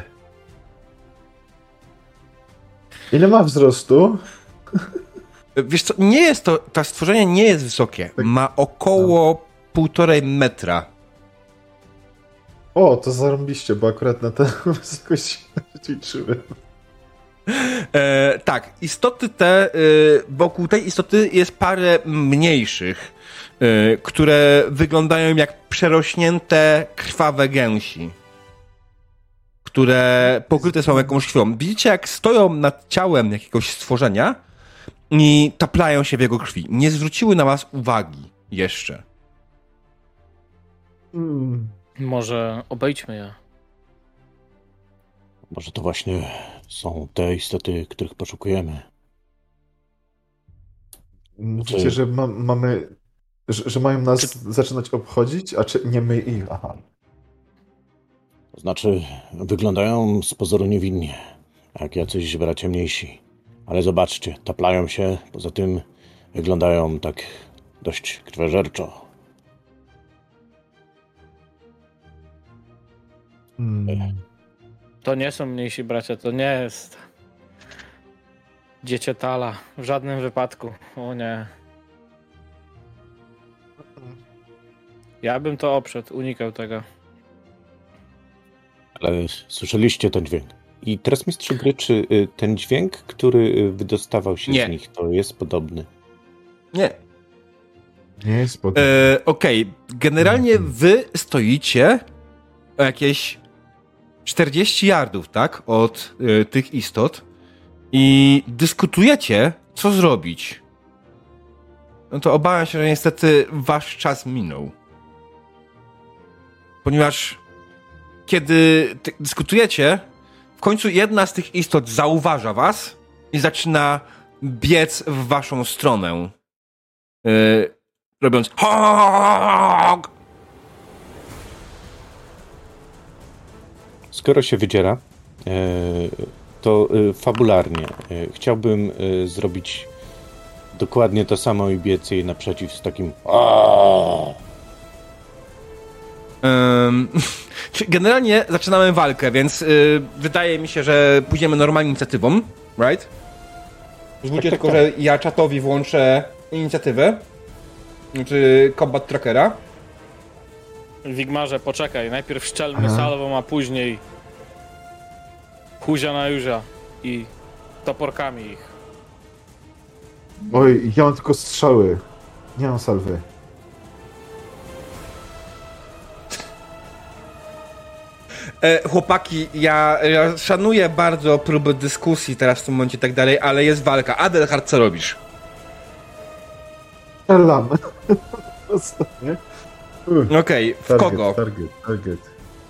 Ile ma wzrostu? Wiesz co, nie jest to, to stworzenie nie jest wysokie. Ma około półtorej metra. O, to zarąbiście, bo akurat na tę wysokość ćwiczyłem. E, tak, istoty te, e, wokół tej istoty jest parę mniejszych, e, które wyglądają jak przerośnięte, krwawe gęsi, które pokryte są jakąś krwią. Widzicie, jak stoją nad ciałem jakiegoś stworzenia i taplają się w jego krwi. Nie zwróciły na was uwagi jeszcze. Mm. Może obejdźmy je. Może to właśnie są te istoty, których poszukujemy. Mówicie, Czy- że ma, mamy... Że, że mają nas zaczynać obchodzić, a czy nie my ich? Aha. To znaczy, wyglądają z pozoru niewinnie, jak jacyś bracia mniejsi. Ale zobaczcie, taplają się, poza tym wyglądają tak dość krwiożerczo. Hmm. To nie są mniejsi bracia, to nie jest dziecię Tala. W żadnym wypadku. O nie. Ja bym to oprzedł, unikał tego. Ale słyszeliście ten dźwięk. I teraz mistrzu gry, czy y, ten dźwięk, który y, wydostawał się Nie. z nich, to jest podobny? Nie. Nie jest podobne. E, Okej, generalnie wy stoicie o jakieś czterdzieści yardów, tak? Od e, tych istot i dyskutujecie, co zrobić. No to obawiam się, że niestety wasz czas minął. Ponieważ kiedy ty- dyskutujecie, w końcu jedna z tych istot zauważa was i zaczyna biec w waszą stronę. E, robiąc hog! Skoro się wydziera, e, to e, fabularnie e, chciałbym e, zrobić dokładnie to samo i biec jej naprzeciw z takim aaaa. Um, generalnie zaczynamy walkę, więc y, wydaje mi się, że pójdziemy normalną inicjatywą, right? Pozwólcie Tak, tak, tylko, że ja czatowi włączę inicjatywę, czy combat trackera. Wigmarze, poczekaj. Najpierw szczelmy Aha. salwą, a później huzia na juzia i toporkami ich. Oj, ja mam tylko strzały. Nie mam salwy. E, chłopaki, ja, ja szanuję bardzo próby dyskusji teraz w tym momencie i tak dalej, ale jest walka. Adelhard, co robisz? Strzelam. Ostatnie. Uch, Okej, w target, kogo? Target, target.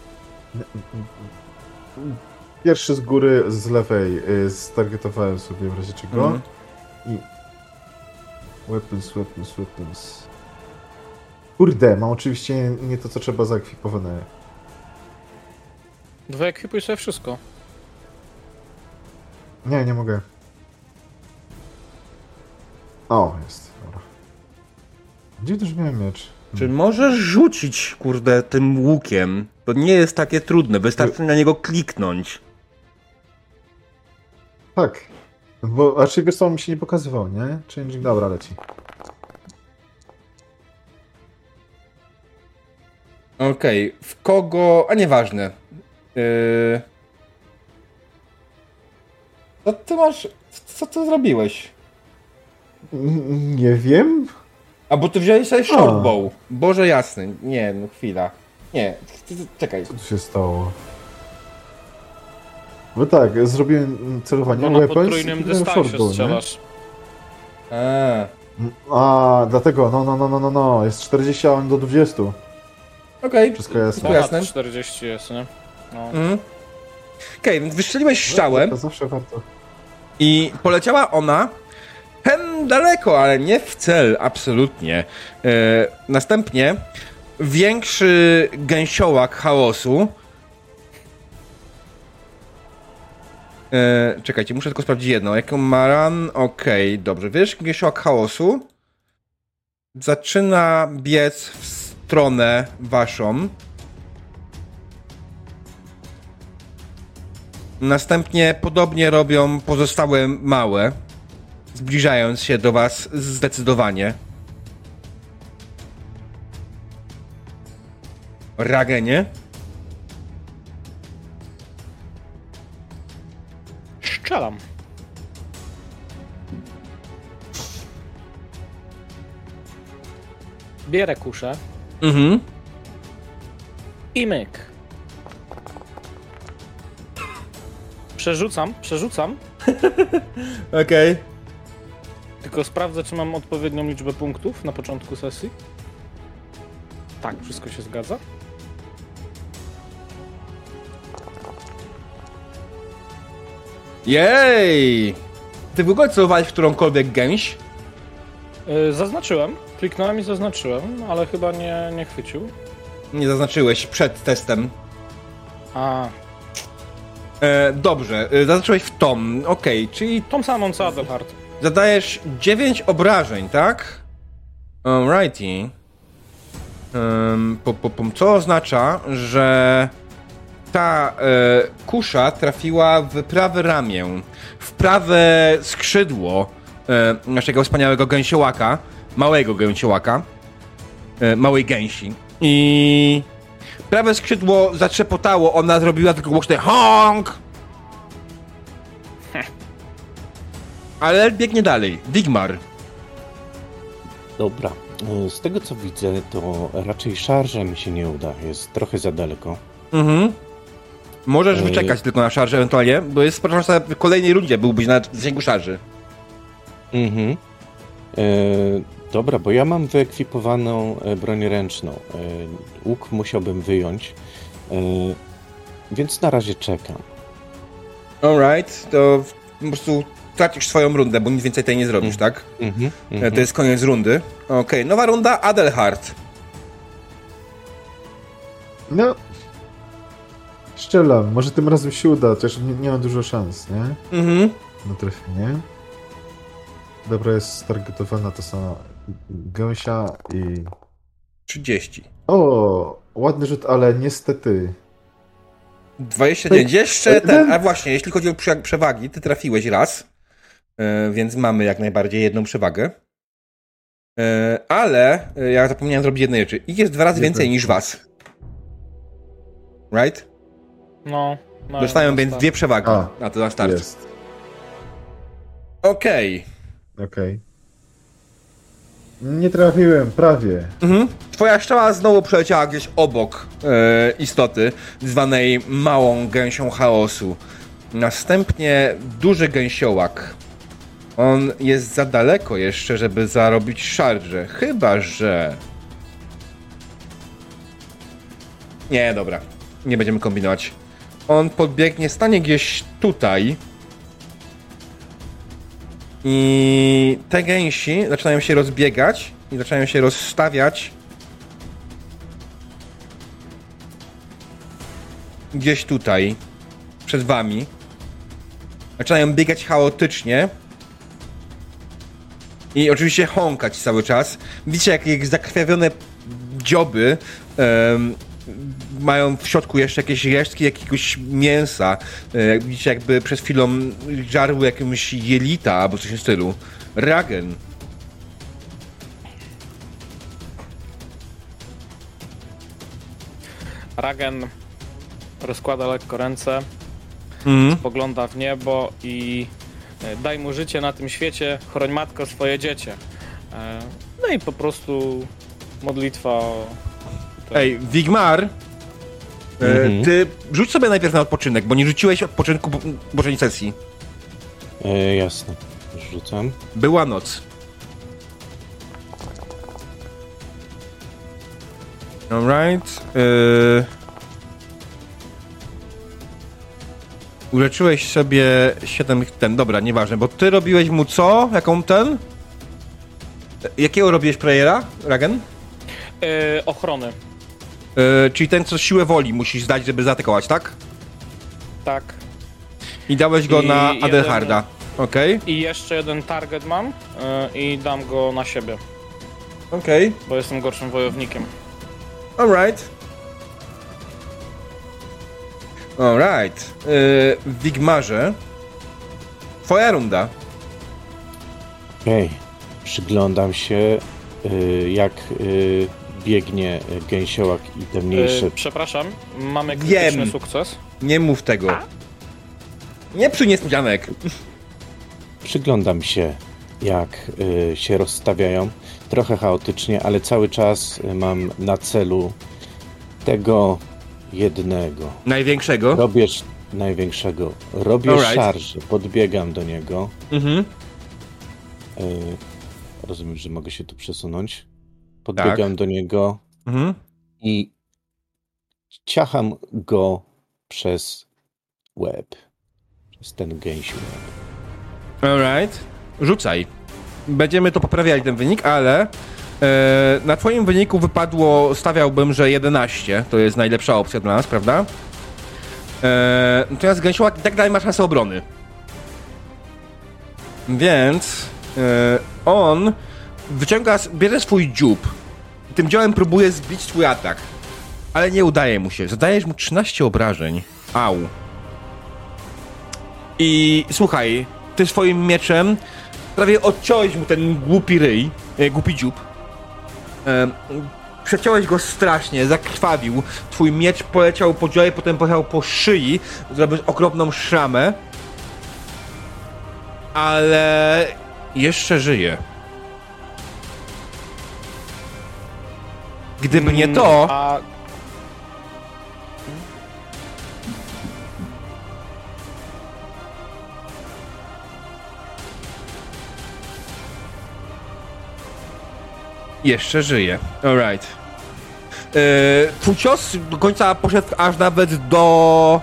Pierwszy z góry, z lewej y, stargetowałem sobie w razie czego. Mhm. I... Weapons, weapons, weapons. Kurde, mam oczywiście nie, nie to, co trzeba zaekwipowane. Wyekwipuj sobie wszystko. Nie, nie mogę. O, jest. Dobra. Gdzie też miałem miecz? Czy możesz rzucić, kurde, tym łukiem? To nie jest takie trudne, wystarczy na niego kliknąć. Tak. Bo, znaczy wiesz co, on mi się nie pokazywał, nie? Changing, dobra, leci. Okej, okay. W kogo... A nieważne. Yy... Co ty masz... Co ty zrobiłeś? N- Nie wiem. A bo ty wziąłeś sobie shortbow. Boże jasny. Nie, no chwila. Nie, ty- ty- czekaj. Co tu się stało? No tak, zrobiłem celowanie, No na weapons potrójnym i potem dystansie shortbow, nie? strzelasz. A, A, dlatego, no, no, no, no, no, no, jest czterdzieści, a on do dwudziestu. okej. Wszystko jasne. Wszystko jasne. Ponad czterdzieści jest, nie? No. Mhm. Okej, więc wystrzeliłeś strzałem To zawsze warto. i poleciała ona hen daleko, ale nie w cel, absolutnie. E, następnie większy gęsiołak chaosu. E, czekajcie, muszę tylko sprawdzić jedno. Jaką ma run? Okej, dobrze. Wiesz, gęsiołak chaosu zaczyna biec w stronę waszą. Następnie podobnie robią pozostałe małe, zbliżając się do was zdecydowanie. Ragenie. Strzelam. Bierę kuszę Mhm. i myk. Przerzucam, przerzucam. Okej. Tylko sprawdzę, czy mam odpowiednią liczbę punktów na początku sesji. Tak, wszystko się zgadza. Jej! Ty w ogóle celowałeś w którąkolwiek gęś? Yy, zaznaczyłem, kliknąłem i zaznaczyłem, ale chyba nie, nie chwycił. Nie zaznaczyłeś przed testem. A, E, dobrze, e, zaznaczyłeś w tom. Okej, okay, czyli tą samą co Adelhard. zadajesz dziewięć obrażeń, tak? Alrighty. Um, po, po, po, co oznacza, że ta e, kusza trafiła w prawe ramię, w prawe skrzydło e, naszego wspaniałego gęsiołaka, małego gęsiołaka, e, małej gęsi. I prawe skrzydło zatrzepotało, ona zrobiła tylko głośny honk! Ale biegnie dalej. Wigmar. Dobra. Z tego co widzę, to raczej szarża mi się nie uda. Jest trochę za daleko. Mhm. Możesz Ej. wyczekać tylko na szarżę ewentualnie, bo jest spora szansa, w kolejnej rundzie byłbyś na zasięgu szarży. Mhm. E, dobra, bo ja mam wyekwipowaną e, broń ręczną. E, łuk musiałbym wyjąć, e, więc na razie czekam. Alright, to po prostu tracisz swoją rundę, bo nic więcej tutaj nie zrobisz, Mhm. tak? Mhm, E, mhm. To jest koniec rundy. Okej, okay. Nowa runda, Adelhard. No. Strzelam. Może tym razem się uda, chociaż nie, nie mam dużo szans, nie? Mhm. Na trafienie. Dobra, jest stargetowana ta sama gęsia i... trzydzieści. O, ładny rzut, ale niestety... dwadzieścia dziewięć. Jeszcze ten, a właśnie, jeśli chodzi o prze- przewagi, ty trafiłeś raz, e, więc mamy jak najbardziej jedną przewagę. E, ale e, ja zapomniałem zrobić jednej rzeczy. Ich jest dwa razy Nie więcej tak. niż was. Right? No. no Dostają no, więc tak. dwie przewagi A, na to na start. Jest. Okej. Okej. Nie trafiłem, prawie. Mhm. Twoja strzała znowu przeleciała gdzieś obok e, istoty, zwanej małą gęsią chaosu. Następnie duży gęsiołak. On jest za daleko jeszcze, żeby zarobić szarżę. Chyba że... Nie, dobra. Nie będziemy kombinować. On podbiegnie, stanie gdzieś tutaj. I te gęsi zaczynają się rozbiegać i zaczynają się rozstawiać gdzieś tutaj, przed wami. Zaczynają biegać chaotycznie i oczywiście chąkać cały czas. Widzicie, jak ich zakrwawione dzioby um, mają w środku jeszcze jakieś resztki jakiegoś mięsa. E, widzicie, jakby przez chwilę żarły jakimś jelita albo coś w tym stylu. Ragen. Ragen rozkłada lekko ręce, Mhm. spogląda w niebo i e, daj mu życie na tym świecie, chroń matko swoje dziecię. E, No i po prostu modlitwa o... Ej, Wigmar, e, Mhm. ty rzuć sobie najpierw na odpoczynek, bo nie rzuciłeś odpoczynku po poprzedniej sesji. E, jasne. Rzucam. Była noc. Alright. Yy... Uleczyłeś sobie siedem ten, dobra, nieważne, bo ty robiłeś mu co? Jaką ten? Jakiego robiłeś playera, Ragen? E, ochrony. Yy, czyli ten, co siłę woli musisz zdać, żeby zaatakować, tak? Tak. I dałeś go I na jeden- Adelharda. Okej, I jeszcze jeden target mam e, i dam go na siebie, okej. bo jestem gorszym wojownikiem. Alright. Alright. Yy, w Wigmarze. Twoja runda. Okej. Przyglądam się, y, jak y, biegnie gęsiołak i te mniejsze. E, przepraszam, mamy krytyczny Wiem. sukces. Nie mów tego. Nie psuj niespodzianek. Przyglądam się, jak y, się rozstawiają. Trochę chaotycznie, ale cały czas y, mam na celu tego jednego. Największego. Robię sz- największego. Robię Alright. szarży. Podbiegam do niego. Mhm. Y, rozumiem, że mogę się tu przesunąć. Podbiegam do niego Mhm. i ciacham go przez łeb. Przez ten gęsi łeb. Alright. Rzucaj. będziemy to poprawiali, ten wynik, ale e, na twoim wyniku wypadło, stawiałbym, że jedenaście to jest najlepsza opcja dla nas, prawda? E, natomiast Gęsiołak i tak dalej ma szansę obrony. Więc e, on wyciąga, bierze swój dziób i tym działem próbuje zbić twój atak. Ale nie udaje mu się. Zadajesz mu trzynaście obrażeń. Au. I słuchaj, ty swoim mieczem prawie odciąłeś mu ten głupi ryj, e, głupi dziób. E, przeciąłeś go strasznie, zakrwawił. Twój miecz poleciał po dziole, potem poleciał po szyi, zrobisz okropną szramę. Ale jeszcze żyje. Gdyby nie to... A... Jeszcze żyje. Alright. Yy, twój cios do końca poszedł aż nawet do...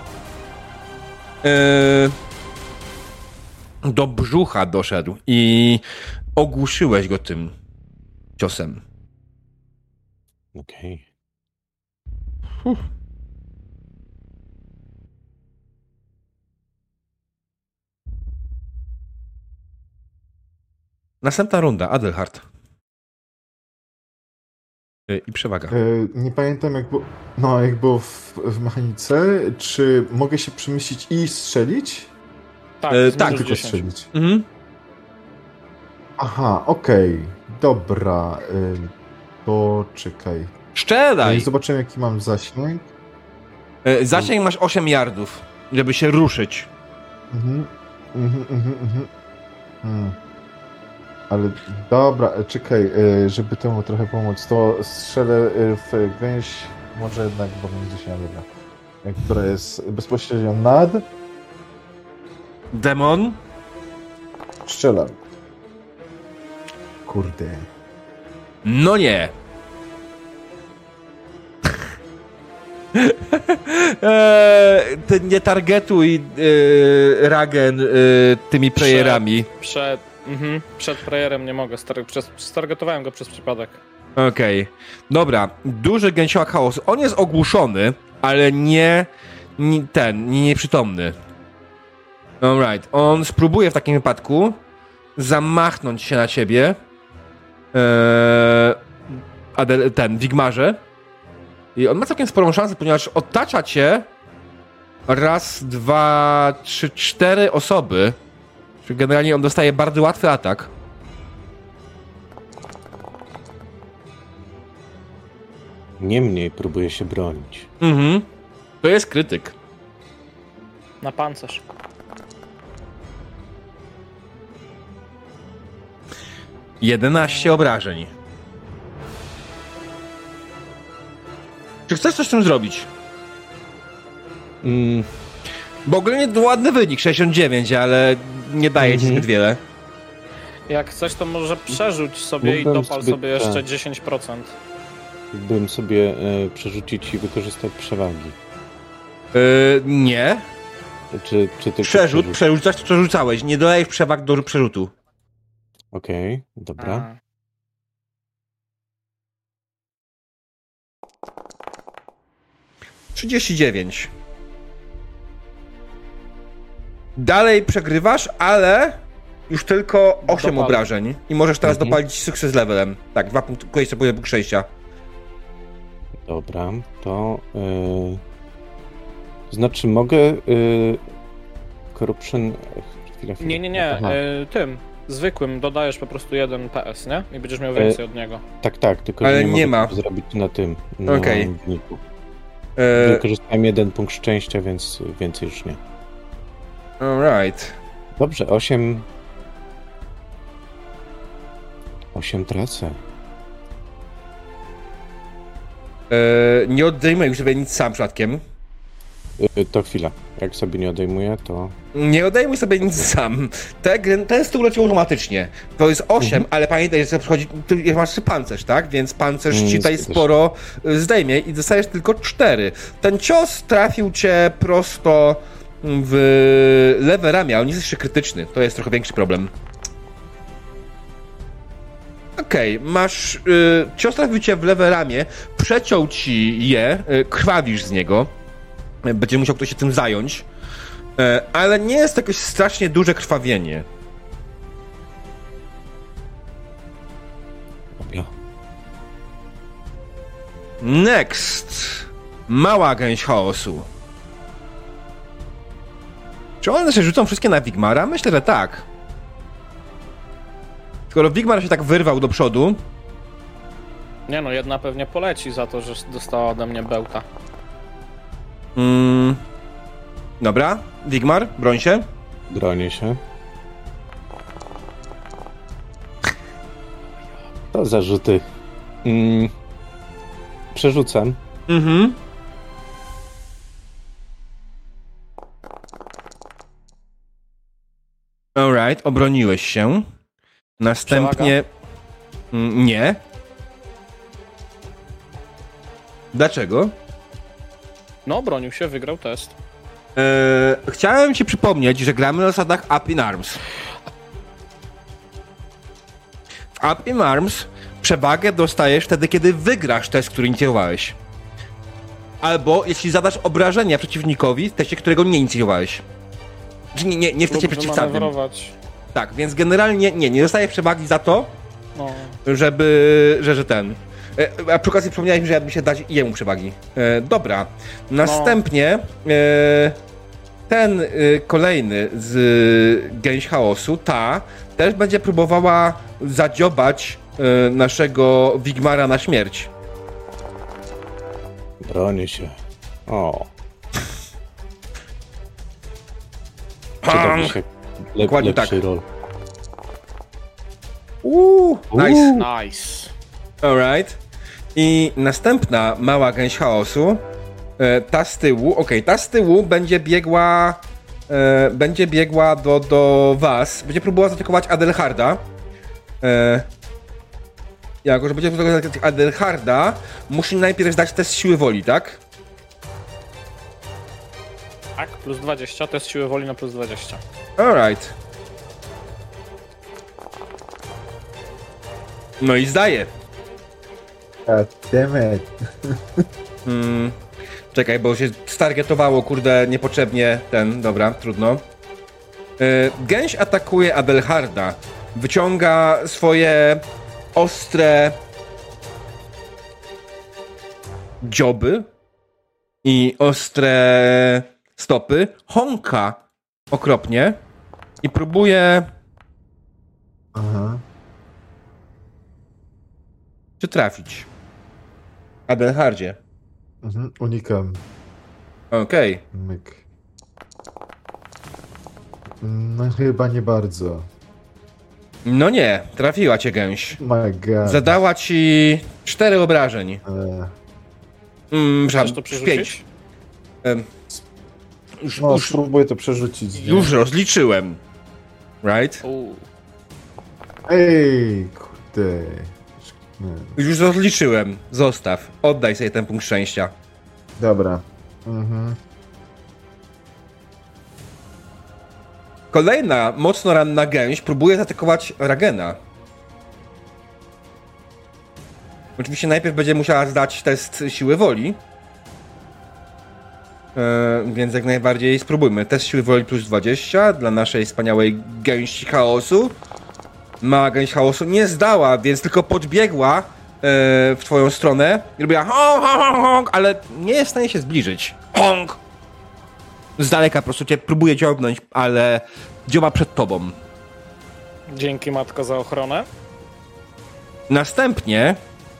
Yy, do brzucha doszedł i ogłuszyłeś go tym ciosem. Okej. Okay. Następna runda, Adelhard. I przewaga. E, nie pamiętam jak było, no, jak było w, w mechanice. Czy mogę się przemieścić i strzelić? Tak, E, tak tak, Tylko dziesięć. strzelić. Mhm. Aha, okej. Dobra. Y, to czekaj. Strzelaj! Zobaczymy jaki mam zasięg. E, Zasięg masz osiem yardów, żeby się ruszyć. Mhm, mhm, mhm, mhm. Hmm. Ale dobra, e, czekaj, e, żeby temu trochę pomóc, to strzelę e, w gęś, może jednak, bo będzie się dobra. e, która jest bezpośrednio nad. Demon? Strzelam. Kurde. No nie. eee, ty nie targetuj e, Ragen e, tymi prayerami. Przed, mhm, przed prayerem nie mogę, star- przez, stargetowałem go przez przypadek. Okej. Okay. Dobra, duży gęsiołak chaosu. On jest ogłuszony, ale nie, nie ten, nie nieprzytomny. Alright. On spróbuje w takim wypadku zamachnąć się na ciebie. Eee, Adel, ten, Wigmarze. I on ma całkiem sporą szansę, ponieważ otacza cię raz, dwa, trzy, cztery osoby. Czyli generalnie on dostaje bardzo łatwy atak. Niemniej próbuje się bronić. Mhm. To jest krytyk. Na pancerz. jedenaście obrażeń. Czy chcesz coś z tym zrobić? Mm. Bo ogólnie to ładny wynik, sześćdziesiąt dziewięć, ale nie daje ci Mhm. zbyt wiele. Jak coś, to może przerzuć sobie Mógłbym i dopal sobie- sobie jeszcze tak. dziesięć procent. Mógłbym sobie e, przerzucić i wykorzystać przewagi. Yy, nie. Czy, czy tylko Przerzut, przerzuć? przerzucasz, to przerzucałeś. Nie dodajesz przewag do przerzutu. Okej, dobra. A. trzydzieści dziewięć. Dalej przegrywasz, ale już tylko osiem Dopal. obrażeń. I możesz teraz Mhm. dopalić sukces levelem. Tak, dwa punkty, kolejce punkt przejścia. Dobra, to... E, znaczy mogę... E, corruption... Chwila, chwila. Nie, nie, nie, Aha. y, tym, zwykłym dodajesz po prostu jeden P S, nie? I będziesz miał więcej od niego. Tak, tak, tylko Ale że nie, nie mogę ma. tego zrobić na tym, na Okej. wyniku. Eee, Wykorzystałem jeden punkt szczęścia, więc więcej już nie. alright. Dobrze, osiem... osiem tracę. Eee, nie odejmuj sobie nic sam przypadkiem. E, to chwila. Jak sobie nie odejmuję, to... Nie odejmuj sobie nic sam. Ten, ten stół leci automatycznie. To jest osiem, Mhm. ale pamiętaj, że przychodzi, ty masz pancerz, tak? Więc pancerz ci Mm, tutaj zgadza się. sporo y, zdejmie i dostajesz tylko cztery. Ten cios trafił cię prosto w lewe ramię, ale nie jest jeszcze krytyczny. To jest trochę większy problem. Okej, okay, masz... Y, cios trafił cię w lewe ramię, przeciął ci je, y, krwawisz z niego. Y, będzie musiał ktoś się tym zająć. Y, ale nie jest to jakieś strasznie duże krwawienie. Ja. Next. Mała gęś chaosu. Czy one się rzucą wszystkie na Wigmara? Myślę, że tak. Skoro Wigmar się tak wyrwał do przodu... Nie no, jedna pewnie poleci za to, że dostała ode mnie bełta. Mm. Dobra, Wigmar, broń się. Bronię się. To zarzuty. Mm. Przerzucam. Mhm. Alright, obroniłeś się. Następnie... Mm, nie. Dlaczego? No, bronił się, wygrał test. Eee, chciałem ci przypomnieć, że gramy na zasadach Up in Arms. W Up in Arms przewagę dostajesz wtedy, kiedy wygrasz test, który inicjowałeś. Albo jeśli zadasz obrażenia przeciwnikowi w teście, którego nie inicjowałeś. Nie, nie, nie w teście przeciwstawnym. Tak, więc generalnie nie, nie dostajesz przewagi za to, no. żeby, że, że ten... A przy okazji przypomniałeś mi, że jakby się dać jemu przewagi. E, dobra. Następnie no. e, ten e, kolejny z Gęś Chaosu, ta, też będzie próbowała zadziobać e, naszego Wigmara na śmierć. Bronię się. O. Pang! Się lep, lepszy tak. Rol. Uuu, nice. Nice. Alright. I następna mała gęś chaosu, e, ta z tyłu, okej, okay, ta z tyłu będzie biegła, e, będzie biegła do, do was, będzie próbowała zaatakować Adelharda. E, jako, że będzie próbowała zaatakować Adelharda, musi najpierw zdać test siły woli, tak? Tak, plus dwadzieścia, test siły woli na plus dwadzieścia. Alright. No i zdaje. God damn it. Hmm, czekaj, bo się stargetowało, kurde, niepotrzebnie ten, dobra, trudno. Yy, gęś atakuje Adelharda. Wyciąga swoje ostre dzioby i ostre stopy, honka okropnie i próbuje... Aha. Czy trafić? Adelhardzie. Mhm, unikam. Okej. Okay. Myk. No chyba nie bardzo. No nie, trafiła cię gęś. My God. Zadała ci cztery obrażeń. E... Mm, Chcesz to przerzucić? pięć. Um, już, no, już, spróbuję to przerzucić. Nie? Już rozliczyłem. Right? U. Ej, kurde. Nie. Już rozliczyłem. Zostaw. Oddaj sobie ten punkt szczęścia. Dobra. Mhm. Kolejna mocno ranna gęś próbuje zaatakować Ragena. Oczywiście najpierw będzie musiała zdać test siły woli. Yy, więc jak najbardziej spróbujmy. Test siły woli plus dwadzieścia dla naszej wspaniałej gęsi chaosu. Mała gęś chaosu nie zdała, więc tylko podbiegła yy, w twoją stronę i robiła honk, honk, honk, ale nie jest w stanie się zbliżyć. Honk! Z daleka po prostu cię próbuje dziobnąć, ale dzioba przed tobą. Dzięki, matko, za ochronę. Następnie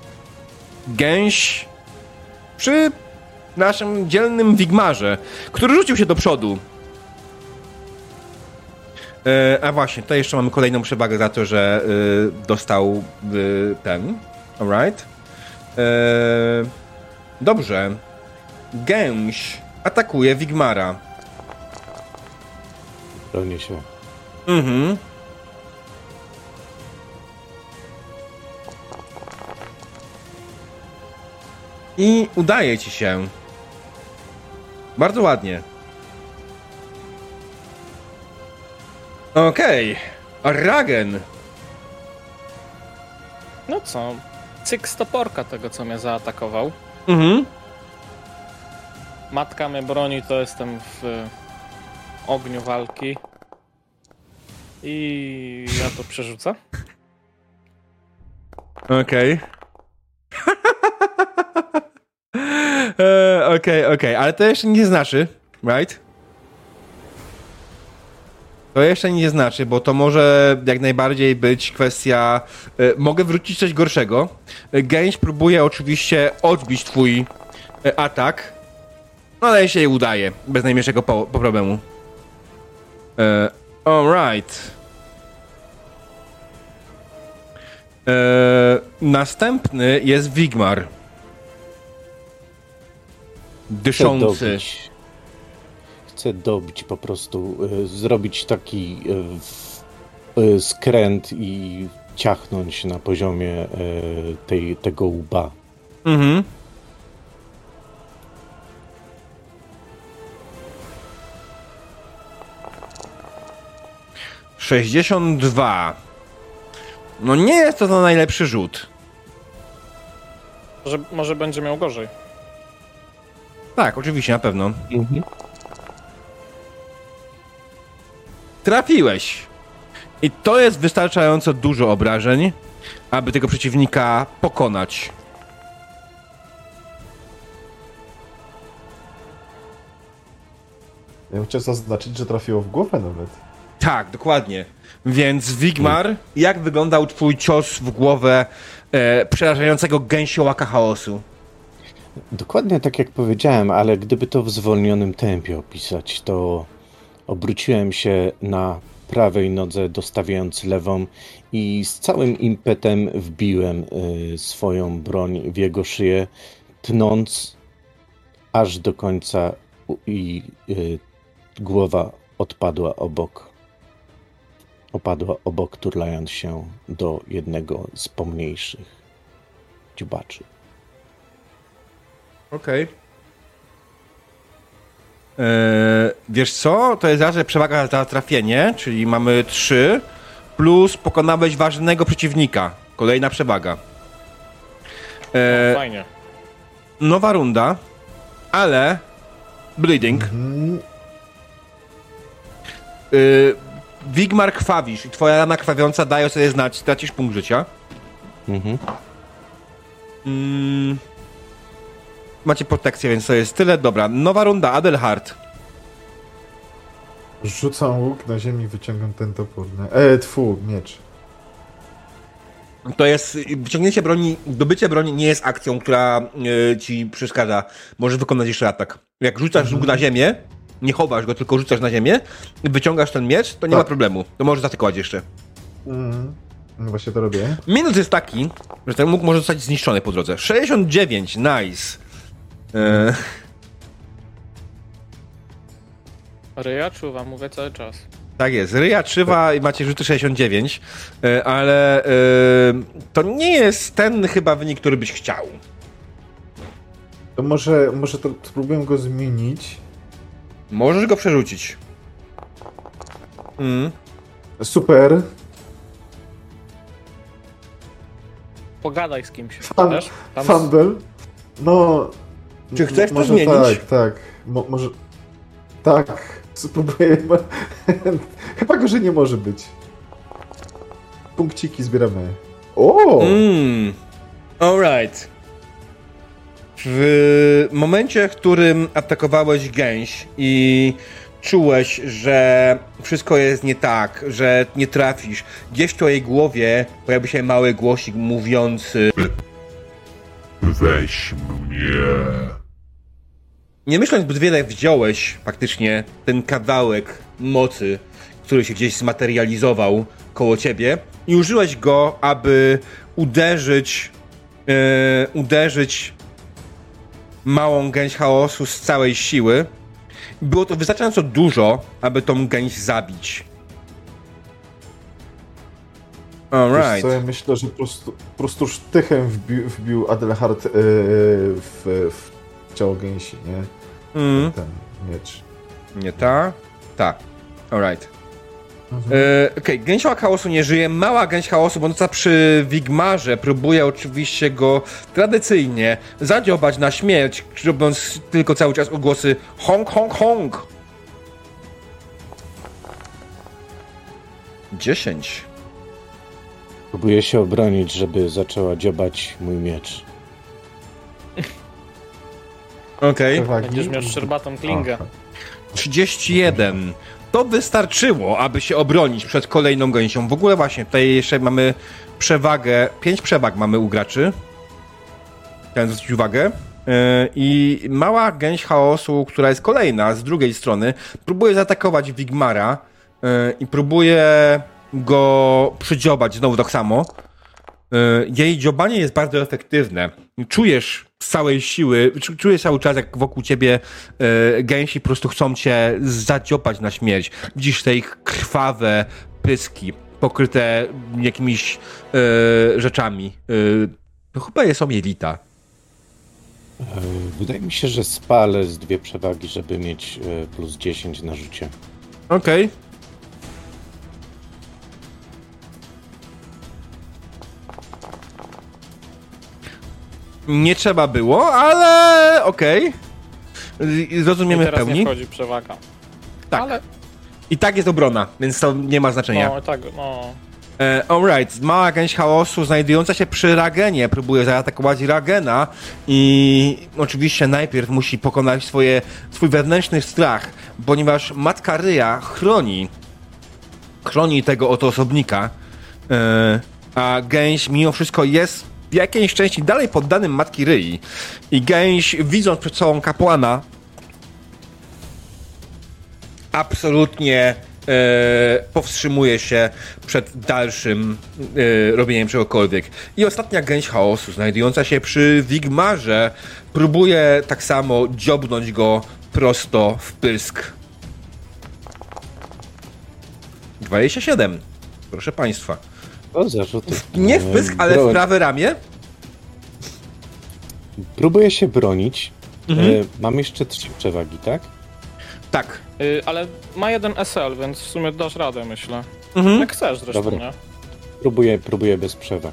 gęś przy naszym dzielnym Wigmarze, który rzucił się do przodu. E, a właśnie, tutaj jeszcze mamy kolejną przewagę za to, że y, dostał y, ten. Alright. E, dobrze. Gęś atakuje Wigmara. Bronię się. Mhm. I udaje ci się. Bardzo ładnie. Okej. Okay. Ragen. No co? Cyk z toporka tego, co mnie zaatakował. Mhm. Matka mnie broni, to jestem w ogniu walki. I ja to przerzucę. Okej. E, Okej, okej, ale to jeszcze nie znaczy, right? To jeszcze nie znaczy, bo to może jak najbardziej być kwestia... E, mogę wrócić coś gorszego. E, Gęś próbuje oczywiście odbić twój e, atak, no ale się jej udaje, bez najmniejszego po, po problemu. E, Alright. E, następny jest Wigmar. Dyszący. Chcę dobić, chcę dobić po prostu, y, zrobić taki y, y, skręt i ciachnąć na poziomie y, tej, tego łba. Mhm. sześćdziesiąt dwa. No nie jest to, to najlepszy rzut. Może, może będzie miał gorzej. Tak, oczywiście, na pewno. Mhm. Trafiłeś. I to jest wystarczająco dużo obrażeń, aby tego przeciwnika pokonać. Ja bym chciał zaznaczyć, że trafiło w głowę nawet. Tak, dokładnie. Więc Wigmar, jak wyglądał twój cios w głowę e, przerażającego gęsiołaka chaosu? Dokładnie tak jak powiedziałem, ale gdyby to w zwolnionym tempie opisać, to obróciłem się na prawej nodze, dostawiając lewą i z całym impetem wbiłem y, swoją broń w jego szyję, tnąc aż do końca i y, głowa odpadła obok. Opadła obok, turlając się do jednego z pomniejszych dziubaczy. Okej. Okay. Eee, wiesz co? To jest raczej przewaga za trafienie, czyli mamy trzy, plus pokonałeś ważnego przeciwnika. Kolejna przewaga. Eee, No, fajnie. Nowa runda, ale bleeding. Mhm. Eee, Wigmar krwawisz i twoja rana krwawiąca daje sobie znać, tracisz punkt życia. Mhm. Mm. Macie protekcję, więc to jest tyle. Dobra, nowa runda, Adelhard. Rzucam łuk na ziemi, wyciągam ten topór. Nie? E, tfu, miecz. To jest, wyciągnięcie broni, dobycie broni nie jest akcją, która y, ci przeszkadza. Możesz wykonać jeszcze atak. Jak rzucasz Mhm. łuk na ziemię, nie chowasz go, tylko rzucasz na ziemię i wyciągasz ten miecz, to nie Tak. ma problemu. To możesz zaatakować jeszcze. Mhm. No właśnie to robię. Minus jest taki, że ten łuk może zostać zniszczony po drodze. sześćdziesiąt dziewięć, nice. Y, Ryja czuwa, mówię cały czas. Tak jest, ryja trzywa i macie rzuty sześćdziesiąt dziewięć, y, ale y, to nie jest ten chyba wynik, który byś chciał. To może, może to spróbuję go zmienić. Możesz go przerzucić. Mm. Super. Pogadaj z kimś. Fan, Wiesz? Tam z- Fandel. No. Czy chcesz to może zmienić? Tak, tak. Mo, może. Tak. Spróbuję. Chyba gorzej nie może być. Punkciki zbieramy. O! Mm. Alright. W momencie, w którym atakowałeś gęś i czułeś, że wszystko jest nie tak, że nie trafisz, gdzieś w twojej głowie pojawi się mały głosik mówiący: Weź mnie. nie myśląc zbyt wiele, wziąłeś faktycznie ten kawałek mocy, który się gdzieś zmaterializował koło ciebie i użyłeś go, aby uderzyć yy, uderzyć małą gęś chaosu z całej siły. Było to wystarczająco dużo, aby tą gęś zabić. Wiesz Alright. co, ja myślę, że po prostu, po prostu sztychem wbił, wbił Adelhard yy, w, w ciało gęsi, nie? Mm. Ten miecz. Nie ta? Ta. Alright. Mhm. E, Okej, okay. Gęś chaosu nie żyje. Mała gęś chaosu, będąca przy Wigmarze, próbuje oczywiście go tradycyjnie zadziobać na śmierć, robiąc tylko cały czas ogłosy honk, honk, honk. dziesięć. Próbuję się obronić, żeby zaczęła dziobać mój miecz. Okej. Przewagi? Będziesz miał szczerbatą klingę. Aha. trzydzieści jeden. To wystarczyło, aby się obronić przed kolejną gęsią. W ogóle właśnie, tutaj jeszcze mamy przewagę, pięć przewag mamy u graczy. Chciałem zwrócić uwagę. Yy, I mała gęś chaosu, która jest kolejna z drugiej strony, próbuje zaatakować Wigmara yy, i próbuje go przydziobać znowu tak samo. Yy, jej dziobanie jest bardzo efektywne. Czujesz z całej siły, czujesz cały czas, jak wokół ciebie yy, gęsi po prostu chcą cię zadziobać na śmierć. Widzisz te ich krwawe pyski, pokryte jakimiś yy, rzeczami. Yy, to chyba są jelita. Wydaje mi się, że spalę z dwie przewagi, żeby mieć plus dziesięć na rzucie. Okej. Okay. Nie trzeba było, ale okej. Okay. Zrozumiemy w pełni. I teraz nie wchodzi przewaga. Tak. Ale... I tak jest obrona, więc to nie ma znaczenia. No, tak, no... E, alright, mała gęś chaosu znajdująca się przy Ragenie próbuje zaatakować Ragena i oczywiście najpierw musi pokonać swoje, swój wewnętrzny strach, ponieważ Matka Ryja chroni chroni tego oto osobnika, e, a gęś mimo wszystko jest w jakiejś części dalej poddanym Matki Ryi i gęś, widząc przed sobą kapłana, absolutnie E, powstrzymuje się przed dalszym e, robieniem czegokolwiek. I ostatnia gęś chaosu, znajdująca się przy Wigmarze, próbuje tak samo dziobnąć go prosto w pysk. dwadzieścia siedem. Proszę państwa. O, zarzuty. Nie w pysk, ale w prawe ramię. Próbuję się bronić. Mhm. E, mam jeszcze trzy przewagi, tak? Tak. Yy, ale ma jeden S L, więc w sumie dasz radę, myślę. Mhm. Jak chcesz zresztą, Dobra. nie? Próbuję, próbuję bez przewag.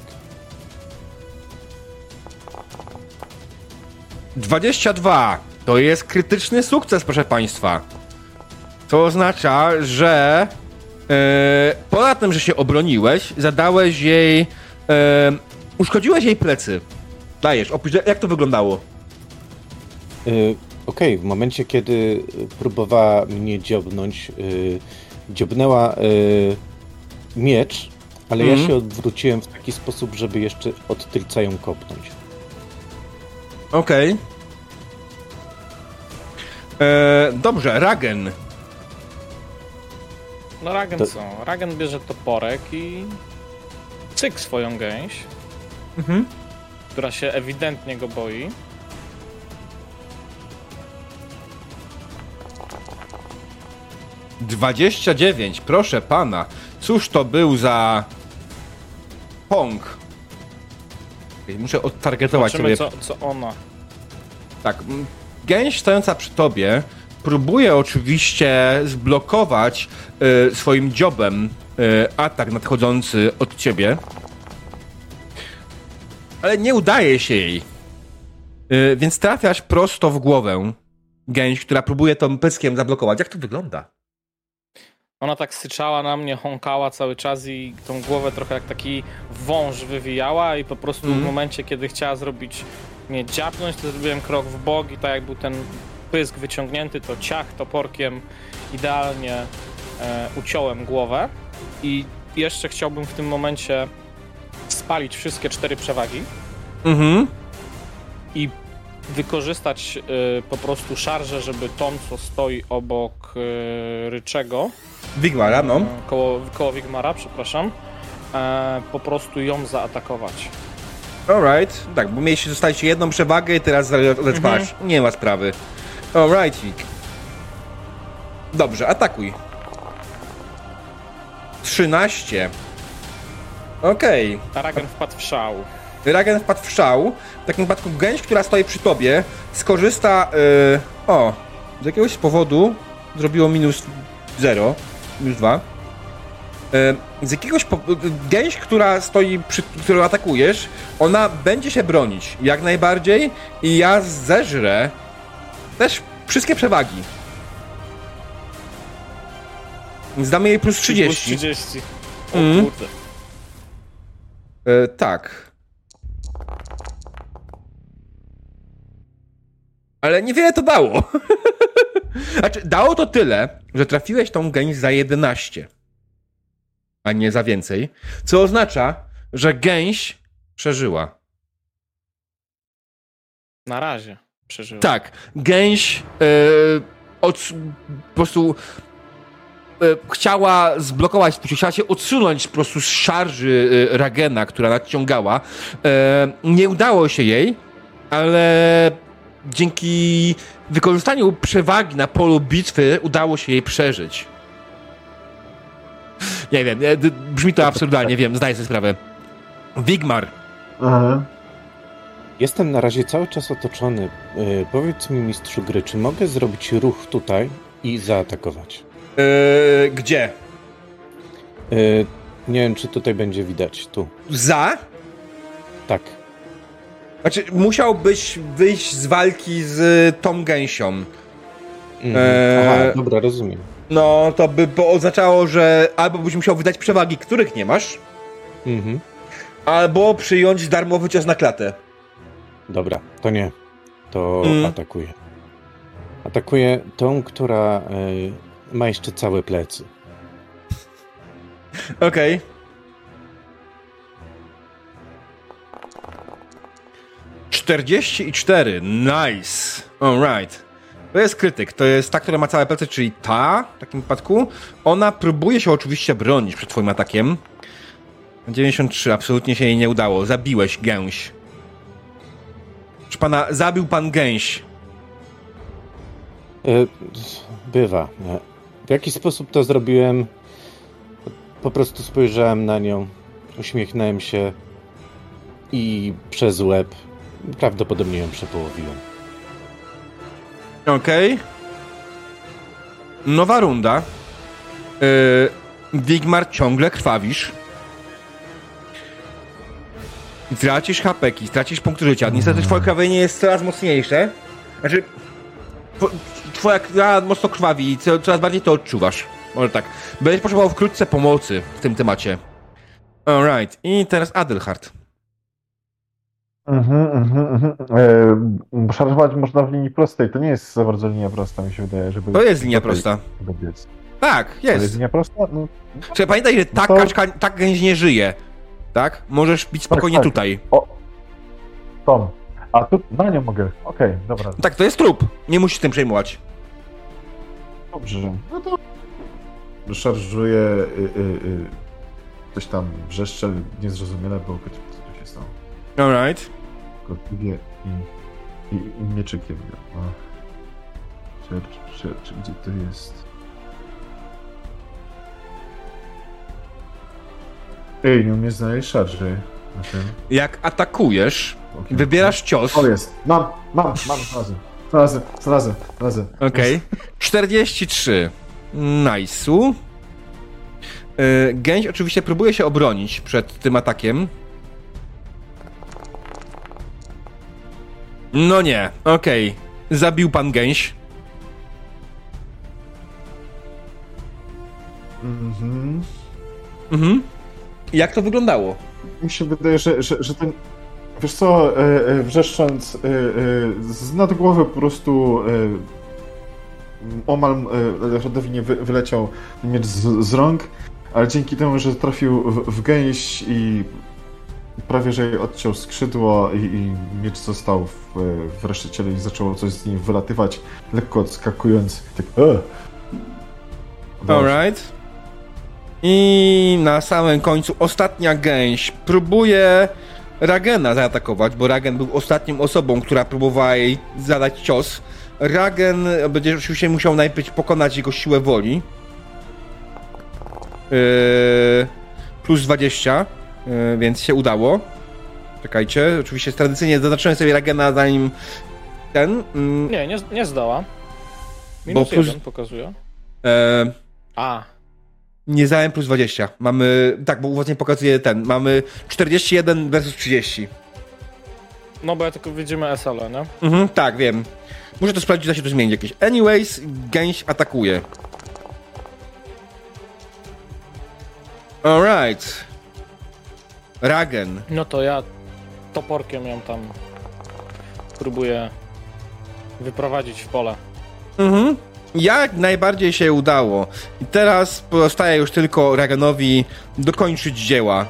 dwadzieścia dwa. To jest krytyczny sukces, proszę państwa. To oznacza, że e, poza tym, że się obroniłeś, zadałeś jej... E, uszkodziłeś jej plecy. Dajesz, opisz, jak to wyglądało? E, Okej, okay. W momencie, kiedy próbowała mnie dziobnąć, yy, dziobnęła yy, miecz, ale mm. ja się odwróciłem w taki sposób, żeby jeszcze od tylca ją kopnąć. Okej. Okay. Dobrze, Ragen. No Ragen to... co? Ragen bierze toporek i cyk swoją gęś, mhm. która się ewidentnie go boi. dwadzieścia dziewięć, proszę pana. Cóż to był za pong? Muszę odtargetować Zobaczymy, sobie. co, co ona. Tak, gęś stojąca przy tobie próbuje oczywiście zblokować y, swoim dziobem y, atak nadchodzący od ciebie, ale nie udaje się jej. Y, więc trafiasz prosto w głowę gęś, która próbuje tą pyskiem zablokować. Jak to wygląda? Ona tak syczała na mnie, hąkała cały czas i tą głowę trochę jak taki wąż wywijała i po prostu mm. w momencie, kiedy chciała zrobić mnie dziapnąć, to zrobiłem krok w bok i tak jak był ten pysk wyciągnięty, to ciach toporkiem idealnie e, uciąłem głowę i jeszcze chciałbym w tym momencie spalić wszystkie cztery przewagi mhm. i wykorzystać y, po prostu szarżę, żeby tą, co stoi obok y, Ryczego, Wigmara, no. Y, koło, koło Wigmara, przepraszam, y, po prostu ją zaatakować. Alright, tak, bo mieliście, dostaliście jedną przewagę i teraz odetwasz. Mhm. Nie ma sprawy. Alright. Dobrze, atakuj. trzynaście. Okej. Okay. Ragen wpadł w szał. Ragen wpadł w szał. W takim wypadku gęś, która stoi przy tobie, skorzysta... Yy, o, z jakiegoś powodu zrobiło minus zero. Minus dwa. Z jakiegoś po... gęś, która stoi, przy którą atakujesz, ona będzie się bronić, jak najbardziej, i ja zeżrę też wszystkie przewagi. Więc damy jej plus trzydzieści. Plus trzydzieści. O Mm. kurde. E, tak. Ale niewiele to dało. Znaczy, dało to tyle, że trafiłeś tą gęś za jedenaście, a nie za więcej, co oznacza, że gęś przeżyła. Na razie przeżyłem. Tak, gęś e, od, po prostu e, chciała zblokować, chciała się odsunąć po prostu z szarży e, Ragena, która nadciągała. E, nie udało się jej, ale dzięki wykorzystaniu przewagi na polu bitwy udało się jej przeżyć. Nie wiem, e, d- brzmi to absurdalnie, wiem, zdaję sobie sprawę. Wigmar. Aha. Jestem na razie cały czas otoczony. Yy, powiedz mi, mistrzu gry, czy mogę zrobić ruch tutaj i zaatakować? E, gdzie? Yy, nie wiem, czy tutaj będzie widać. Tu. Za? Tak. Znaczy, musiałbyś wyjść z walki z tą gęsią. Mhm. Eee, Aha, dobra, rozumiem. No, to by po- oznaczało, że albo byś musiał wydać przewagi, których nie masz, Mhm. albo przyjąć darmowy cios na klatę. Dobra, to nie. To Mm. atakuję. Atakuję tą, która yy, ma jeszcze całe plecy. Okej. czterdzieści cztery, nice. Alright. To jest krytyk, to jest ta, która ma całe plecy, czyli ta, w takim wypadku. Ona próbuje się oczywiście bronić przed twoim atakiem. dziewięćdziesiąt trzy, absolutnie się jej nie udało. Zabiłeś gęś. Proszę pana, zabił pan gęś. Yy, bywa. Nie. W jaki sposób to zrobiłem? Po prostu spojrzałem na nią, uśmiechnąłem się i przez łeb prawdopodobnie ją przepołowiłem. Okej. Okay. Nowa runda. Yy, Wigmar, ciągle krwawisz. Tracisz hapeki, tracisz punkty życia. Niestety twoje krwawienie jest coraz mocniejsze. Znaczy, two- twoja krwa mocno krwawi i co- coraz bardziej to odczuwasz. Może tak. Będziesz potrzebował wkrótce pomocy w tym temacie. Alright. I teraz Adelhard. Mhm, mhm, mhm. E, szarżować można w linii prostej. To nie jest za bardzo linia prosta, mi się wydaje, żeby... To jest linia tutaj prosta. biec. Tak, To jest jest. linia prosta? No, Czekaj, pamiętaj, że ta To- kaczka, ta gęś nie żyje. Tak? Możesz bić spokojnie tak. tutaj. o, Tom. A tu na nią mogę. Okej, dobra. Tak, to jest trup. Nie musisz tym przejmować. Dobrze. No to... Szarżuję... Y, y, y, coś tam wrzeszczę, niezrozumiale, bo chociaż co się stało. Alright. Kotliwie i, i, i mieczykiem. No. Czy, czy, czy, czy gdzie to jest? Ej, nie umiem znaleźć szarży na tym. Jak atakujesz, Okej. wybierasz cios. O, jest. Mam, mam, mam, znalazłem. Znalazłem, znalazłem, znalazłem. Okej. czterdzieści trzy. Nice'u. Yy, Gęś oczywiście próbuje się obronić przed tym atakiem. No nie, okej. Zabił pan gęś. Mhm. Mhm. Jak to wyglądało? Mi się wydaje, że, że, że ten... Wiesz co, e, e, wrzeszcząc, e, e, z nad głowy po prostu e, omal e, Rodowi nie wy, wyleciał miecz z, z rąk, ale dzięki temu, że trafił w, w gęś i prawie że jej odciął skrzydło i, i miecz został w, w reszcie ciele i zaczęło coś z nim wylatywać, lekko odskakując. Tak, e. Alright. I na samym końcu ostatnia gęś próbuje Ragena zaatakować, bo Ragen był ostatnią osobą, która próbowała jej zadać cios. Ragen będzie oczywiście musiał najpierw pokonać jego siłę woli. Yy, plus dwadzieścia, yy, więc się udało. Czekajcie, oczywiście tradycyjnie zaznaczyłem sobie Ragena zanim ten... Yy, Nie, nie, nie zdała. Minus Bo plus- jeden pokazuje. yy, A. Nie zdałem plus dwadzieścia. Mamy, tak, bo uważnie pokazuje ten, mamy czterdzieści jeden versus trzydzieści. No bo ja tylko widzimy S L, nie? Mhm, tak, wiem. Muszę to sprawdzić, da się to zmienić jakieś. Anyways, gęś atakuje. Alright. Ragen. No to ja toporkiem ją tam próbuję wyprowadzić w pole. Mhm. Jak najbardziej się udało. I teraz pozostaje już tylko Raganowi dokończyć dzieła.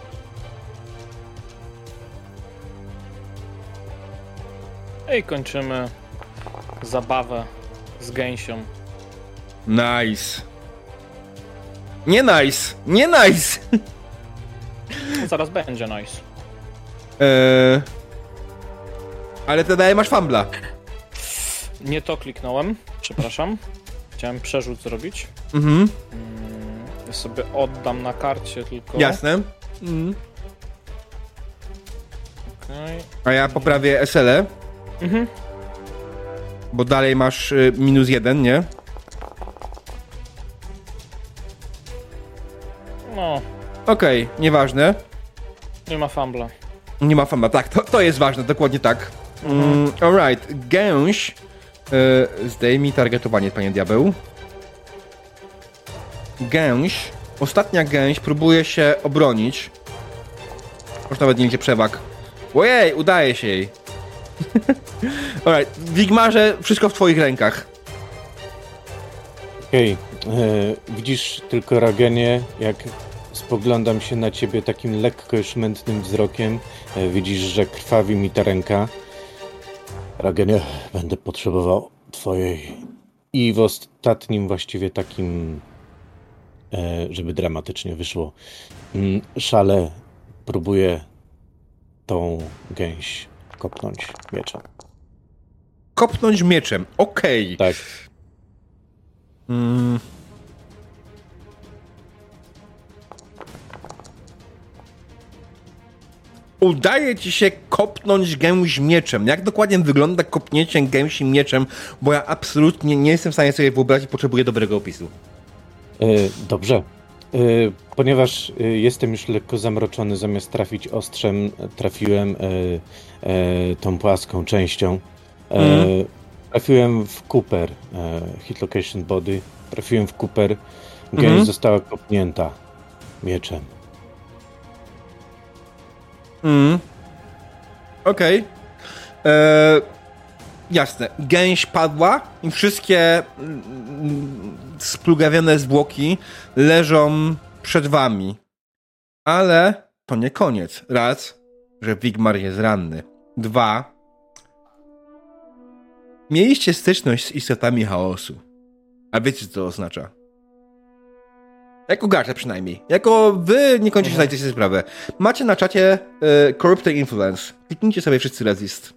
I kończymy zabawę z gęsią. Nice. Nie nice. Nie nice. No, zaraz będzie nice. Eee... Ale ty dalej masz fumbla. Nie to kliknąłem, przepraszam. Chciałem przerzut zrobić. Mhm. Ja sobie oddam na karcie tylko. Jasne. Mhm. Okay. A ja poprawię S L E. Mhm. Bo dalej masz y, minus jeden, nie? No, Okej, okay, nieważne. nie ma fumbla. Nie ma fama, tak, to, to jest ważne, dokładnie tak. Mhm. Mm, alright, gęś. Yy, zdejmij targetowanie, panie diabeł. Gęś. Ostatnia gęś próbuje się obronić. Może nawet nie liczy przewag. Ojej, udaje się jej. Alright, Wigmarze, wszystko w twoich rękach. Okej, okay. Widzisz tylko Ragenie, jak spoglądam się na ciebie takim lekko już mętnym wzrokiem. E, widzisz, że krwawi mi ta ręka. Ragenie, będę potrzebował twojej. I w ostatnim właściwie takim, e, żeby dramatycznie wyszło, m, szale próbuję tą gęś kopnąć mieczem. Kopnąć mieczem, okej. Okay. Tak. Mm. Udaje ci się kopnąć gęś mieczem. Jak dokładnie wygląda kopnięcie gęsi mieczem? Bo ja absolutnie nie jestem w stanie sobie wyobrazić, potrzebuję dobrego opisu. E, dobrze. E, ponieważ e, jestem już lekko zamroczony, zamiast trafić ostrzem, trafiłem e, e, tą płaską częścią. E, mm. Trafiłem w Cooper, e, hit location body. Trafiłem w Cooper. Gęś mm. została kopnięta mieczem. Mm. Okej. Okay. Eee, jasne. Gęś padła i wszystkie mm, splugawione zwłoki leżą przed wami. Ale to nie koniec. Raz, że Wigmar jest ranny. Dwa, mieliście styczność z istotami chaosu. A wiecie, co to oznacza? Jako gracze przynajmniej. Jako wy nie kończycie zdajecie sobie sprawę. Macie na czacie y, Corrupted Influence. Kliknijcie sobie wszyscy resist.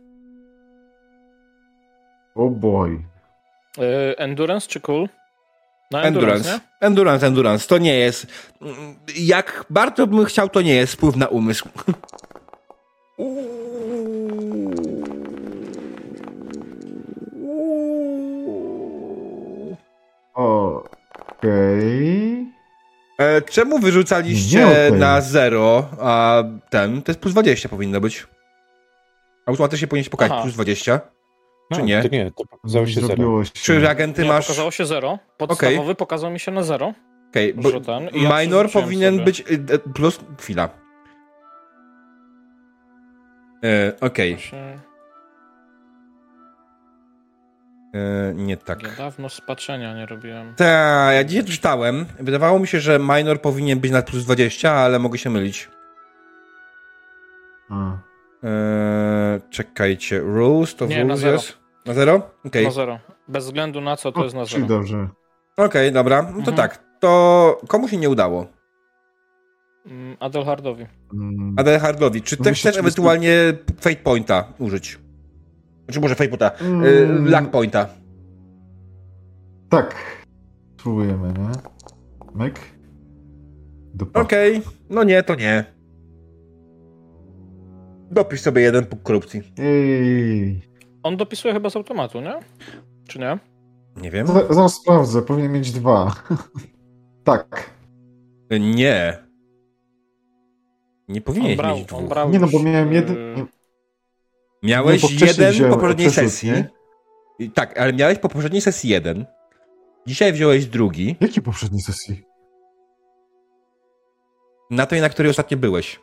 Oh boy. Y, endurance czy cool? No, endurance. Endurance, endurance, endurance. To nie jest... Jak bardzo bym chciał, to nie jest wpływ na umysł. Okej. E, czemu wyrzucaliście okay. na zero, a ten, to jest plus dwadzieścia powinno być. Automatycznie powinien się pokazać plus dwadzieścia. No, czy nie? To nie, to pokazało się zero. Się. Czy reagenty nie, masz... pokazało się zero. Podstawowy okay. pokazał mi się na zero. Okej, okay, bo ten, ja minor powinien sobie. być plus... Chwila. E, Okej. Okay. E, nie tak. Ja dawno spatrzenia nie robiłem. Tak, ja dzisiaj czytałem. Wydawało mi się, że minor powinien być na plus dwadzieścia, ale mogę się mylić. Hmm. E, czekajcie. Rules to nie, rules na zero. Jest? Na zero? Okay. Na zero. Bez względu na co to o, jest na zero. Dobrze. Okej, okay, dobra. No to mhm. tak. To komu się nie udało? Adelhardowi. Mm. Adelhardowi. Czy też chcesz ewentualnie Fate Pointa użyć? Znaczy może Fate Pointa. Mm. Y, Luck Pointa. Tak. Spróbujemy, nie? Myk. Okej. Okay. No nie, to nie. Dopisz sobie jeden punkt korupcji. Ej. On dopisuje chyba z automatu, nie? Czy nie? Nie wiem. Z- zaraz sprawdzę. Powinien mieć dwa. Tak. Nie. Nie powinieneś brał, mieć dwóch. brał Nie no, bo już, miałem jeden... yy, Miałeś Nie, bo wcześniej jeden wziąłem po poprzedniej przerzut, sesji. nie? I- Tak, ale miałeś po poprzedniej sesji jeden. Dzisiaj wziąłeś drugi. Jakiej poprzedniej sesji? Na tej, na której ostatnio byłeś.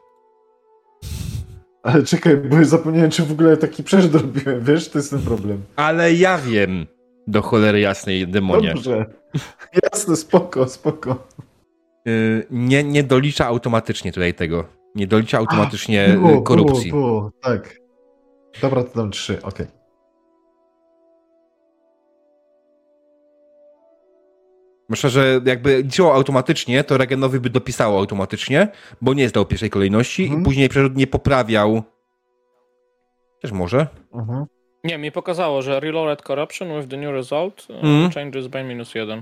Ale czekaj, bo zapomniałem, czy w ogóle taki przerzut robiłem, wiesz? To jest ten problem. Ale ja wiem. Do cholery jasnej, demonie. Dobrze. Jasne, spoko, spoko. Y, nie, nie dolicza automatycznie tutaj tego. Nie dolicza automatycznie A, było, y, korupcji. Było, było, tak. Dobra, to dam trzy, okej. Myślę, że jakby liczyło automatycznie, to Regenowi by dopisało automatycznie, bo nie zdał pierwszej kolejności Mhm. i później przerzut nie poprawiał. Też może. Mhm. Nie, mi pokazało, że reloaded corruption with the new result uh, Mhm. changes by minus jeden.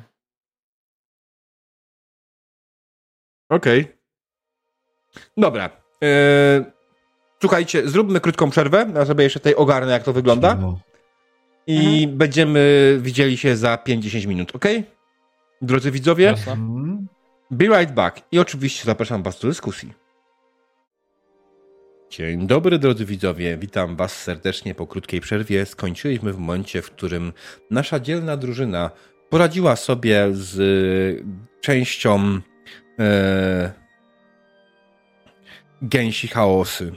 Okej. Okay. Dobra. Yy, słuchajcie, zróbmy krótką przerwę. Ja sobie jeszcze tutaj ogarnę, jak to wygląda. No. I Mhm. będziemy widzieli się za pięć do dziesięciu minut, ok? Drodzy widzowie, Jasne. Mhm. be right back. I oczywiście zapraszam was do dyskusji. Dzień dobry, drodzy widzowie. Witam was serdecznie po krótkiej przerwie. Skończyliśmy w momencie, w którym nasza dzielna drużyna poradziła sobie z częścią e, gęsi chaosy.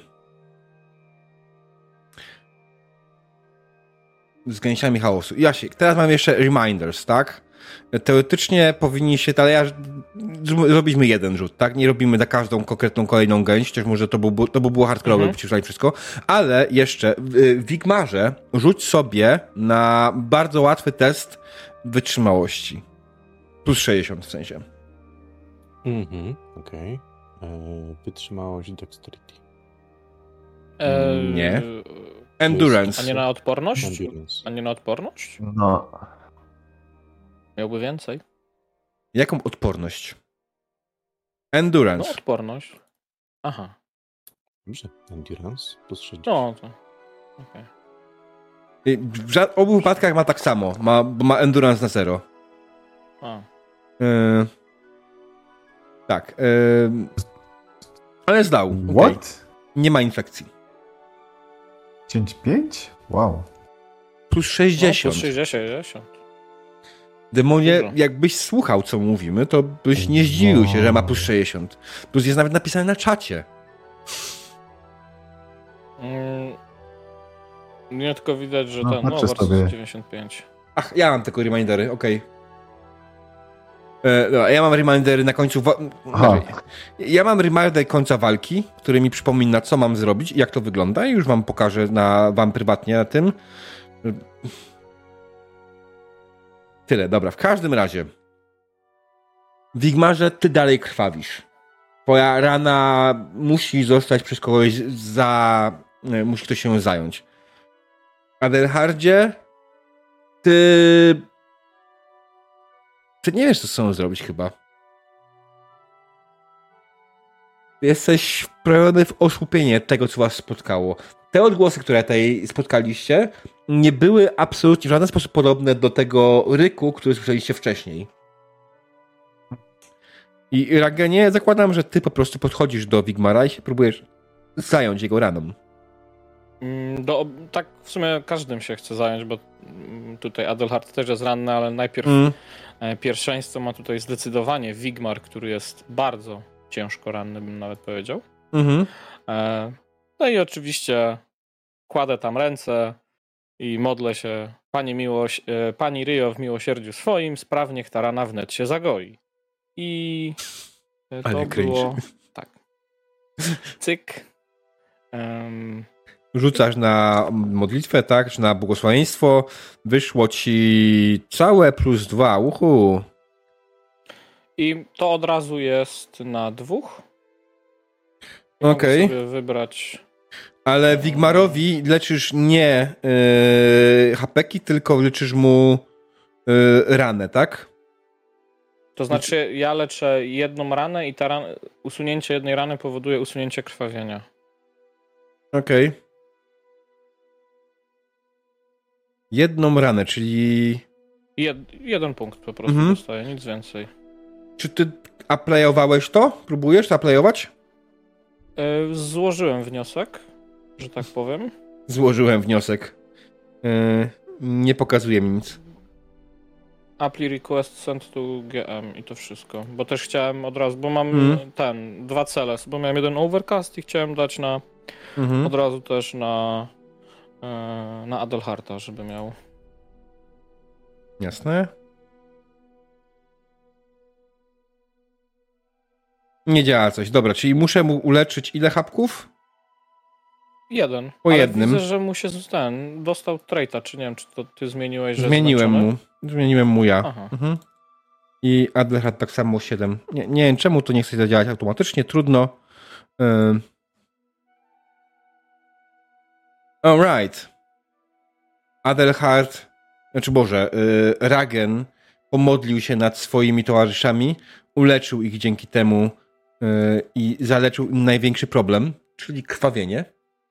Z gęsiami chaosu. Jasiek, teraz mam jeszcze reminders, tak? Teoretycznie powinniście, ale ja, zrobiliśmy jeden rzut, tak? Nie robimy na każdą konkretną kolejną gęś, chociaż może to, był, to by było hardcore'owe, Mhm. by przeczytali wszystko, ale jeszcze w Wigmarze rzuć sobie na bardzo łatwy test wytrzymałości. Plus sześćdziesiąt w sensie. Mhm, okej. Okay. Wytrzymałość dexterity. Eee, Nie. Endurance. A nie na odporność? Endurance. A nie na odporność? No. Miałby więcej? Jaką odporność? No Endurance. odporność. Aha. Dobrze. Endurance plus sześćdziesiąt. No to. Okay. I W ża- obu wypadkach ma tak samo, ma, bo ma endurance na zero. A. Yy, tak. Yy, ale zdał. Okay. What? Nie ma infekcji. pięć pięć? Wow. Plus No, sześćdziesiąt. plus sześćdziesiąt. Demonie, Dużo. jakbyś słuchał, co mówimy, to byś nie zdziwił się, że ma plus sześćdziesiąt. Plus jest nawet napisane na czacie. Mm. Nie tylko widać, że No, ten. No, patrzę versus sobie. dziewięćdziesiąt pięć. Ach, ja mam tylko remindery, okej. Okay. Ja mam remindery na końcu... Wa- Aha. ja mam reminder końca walki, który mi przypomina, co mam zrobić i jak to wygląda i już wam pokażę na, wam prywatnie na tym. Tyle, dobra. W każdym razie w Wigmarze ty dalej krwawisz. Twoja rana musi zostać przez kogoś za... Musi ktoś się zająć. Adelhardzie, ty... Ty nie wiesz, co z sobą zrobić chyba. Jesteś wprawiony w osłupienie tego, co was spotkało. Te odgłosy, które tutaj spotkaliście, nie były absolutnie w żaden sposób podobne do tego ryku, który słyszeliście wcześniej. I Ragenie, zakładam, że ty po prostu podchodzisz do Wigmara i się próbujesz zająć jego raną. Mm, Do, tak w sumie każdym się chce zająć, bo mm, tutaj Adelhard też jest ranny, ale najpierw Mm. e, pierwszeństwo ma tutaj zdecydowanie Wigmar, który jest bardzo ciężko ranny, bym nawet powiedział. Mhm. E, No i oczywiście kładę tam ręce i modlę się, Pani, miłość, e, Pani Ryjo w miłosierdziu swoim, spraw niech ta rana wnet się zagoi. I e, to Ale cringe. było tak. Cyk. Em, Rzucasz na modlitwę, tak? Czy na błogosławieństwo. Wyszło ci całe plus dwa. Uhu. I to od razu jest na dwóch. Mogę Okej. sobie wybrać. Ale Wigmarowi leczysz nie yy, hapeki, tylko leczysz mu yy, ranę, tak? To znaczy, ja leczę jedną ranę i ta ran... usunięcie jednej rany powoduje usunięcie krwawienia. Okej. Okay. Jedną ranę, czyli... Jed... Jeden punkt po prostu Mhm. dostaję, nic więcej. Czy ty aplayowałeś to? Próbujesz to aplayować? Yy, złożyłem wniosek, że tak powiem. Złożyłem wniosek. Yy, nie pokazuje mi nic. Apply request send to G M i to wszystko. Bo też chciałem od razu, bo mam Mm. ten, dwa cele, bo miałem jeden overcast i chciałem dać na Mhm. od razu też na yy, na Adelharta, żeby miał. Jasne. Nie działa coś. Dobra, czyli muszę mu uleczyć ile chapków? Jeden. Po Ale jednym. widzę, że mu się ten dostał traita, czy nie wiem, czy to ty zmieniłeś, że Zmieniłem znaczony? mu. Zmieniłem mu ja. Aha. Mhm. I Adelhard tak samo siedem. Nie, nie wiem, czemu to nie chce zadziałać automatycznie. Trudno. Yy. Alright. Adelhard, znaczy Boże, yy, Ragen pomodlił się nad swoimi towarzyszami, uleczył ich dzięki temu yy, i zaleczył im największy problem, czyli krwawienie.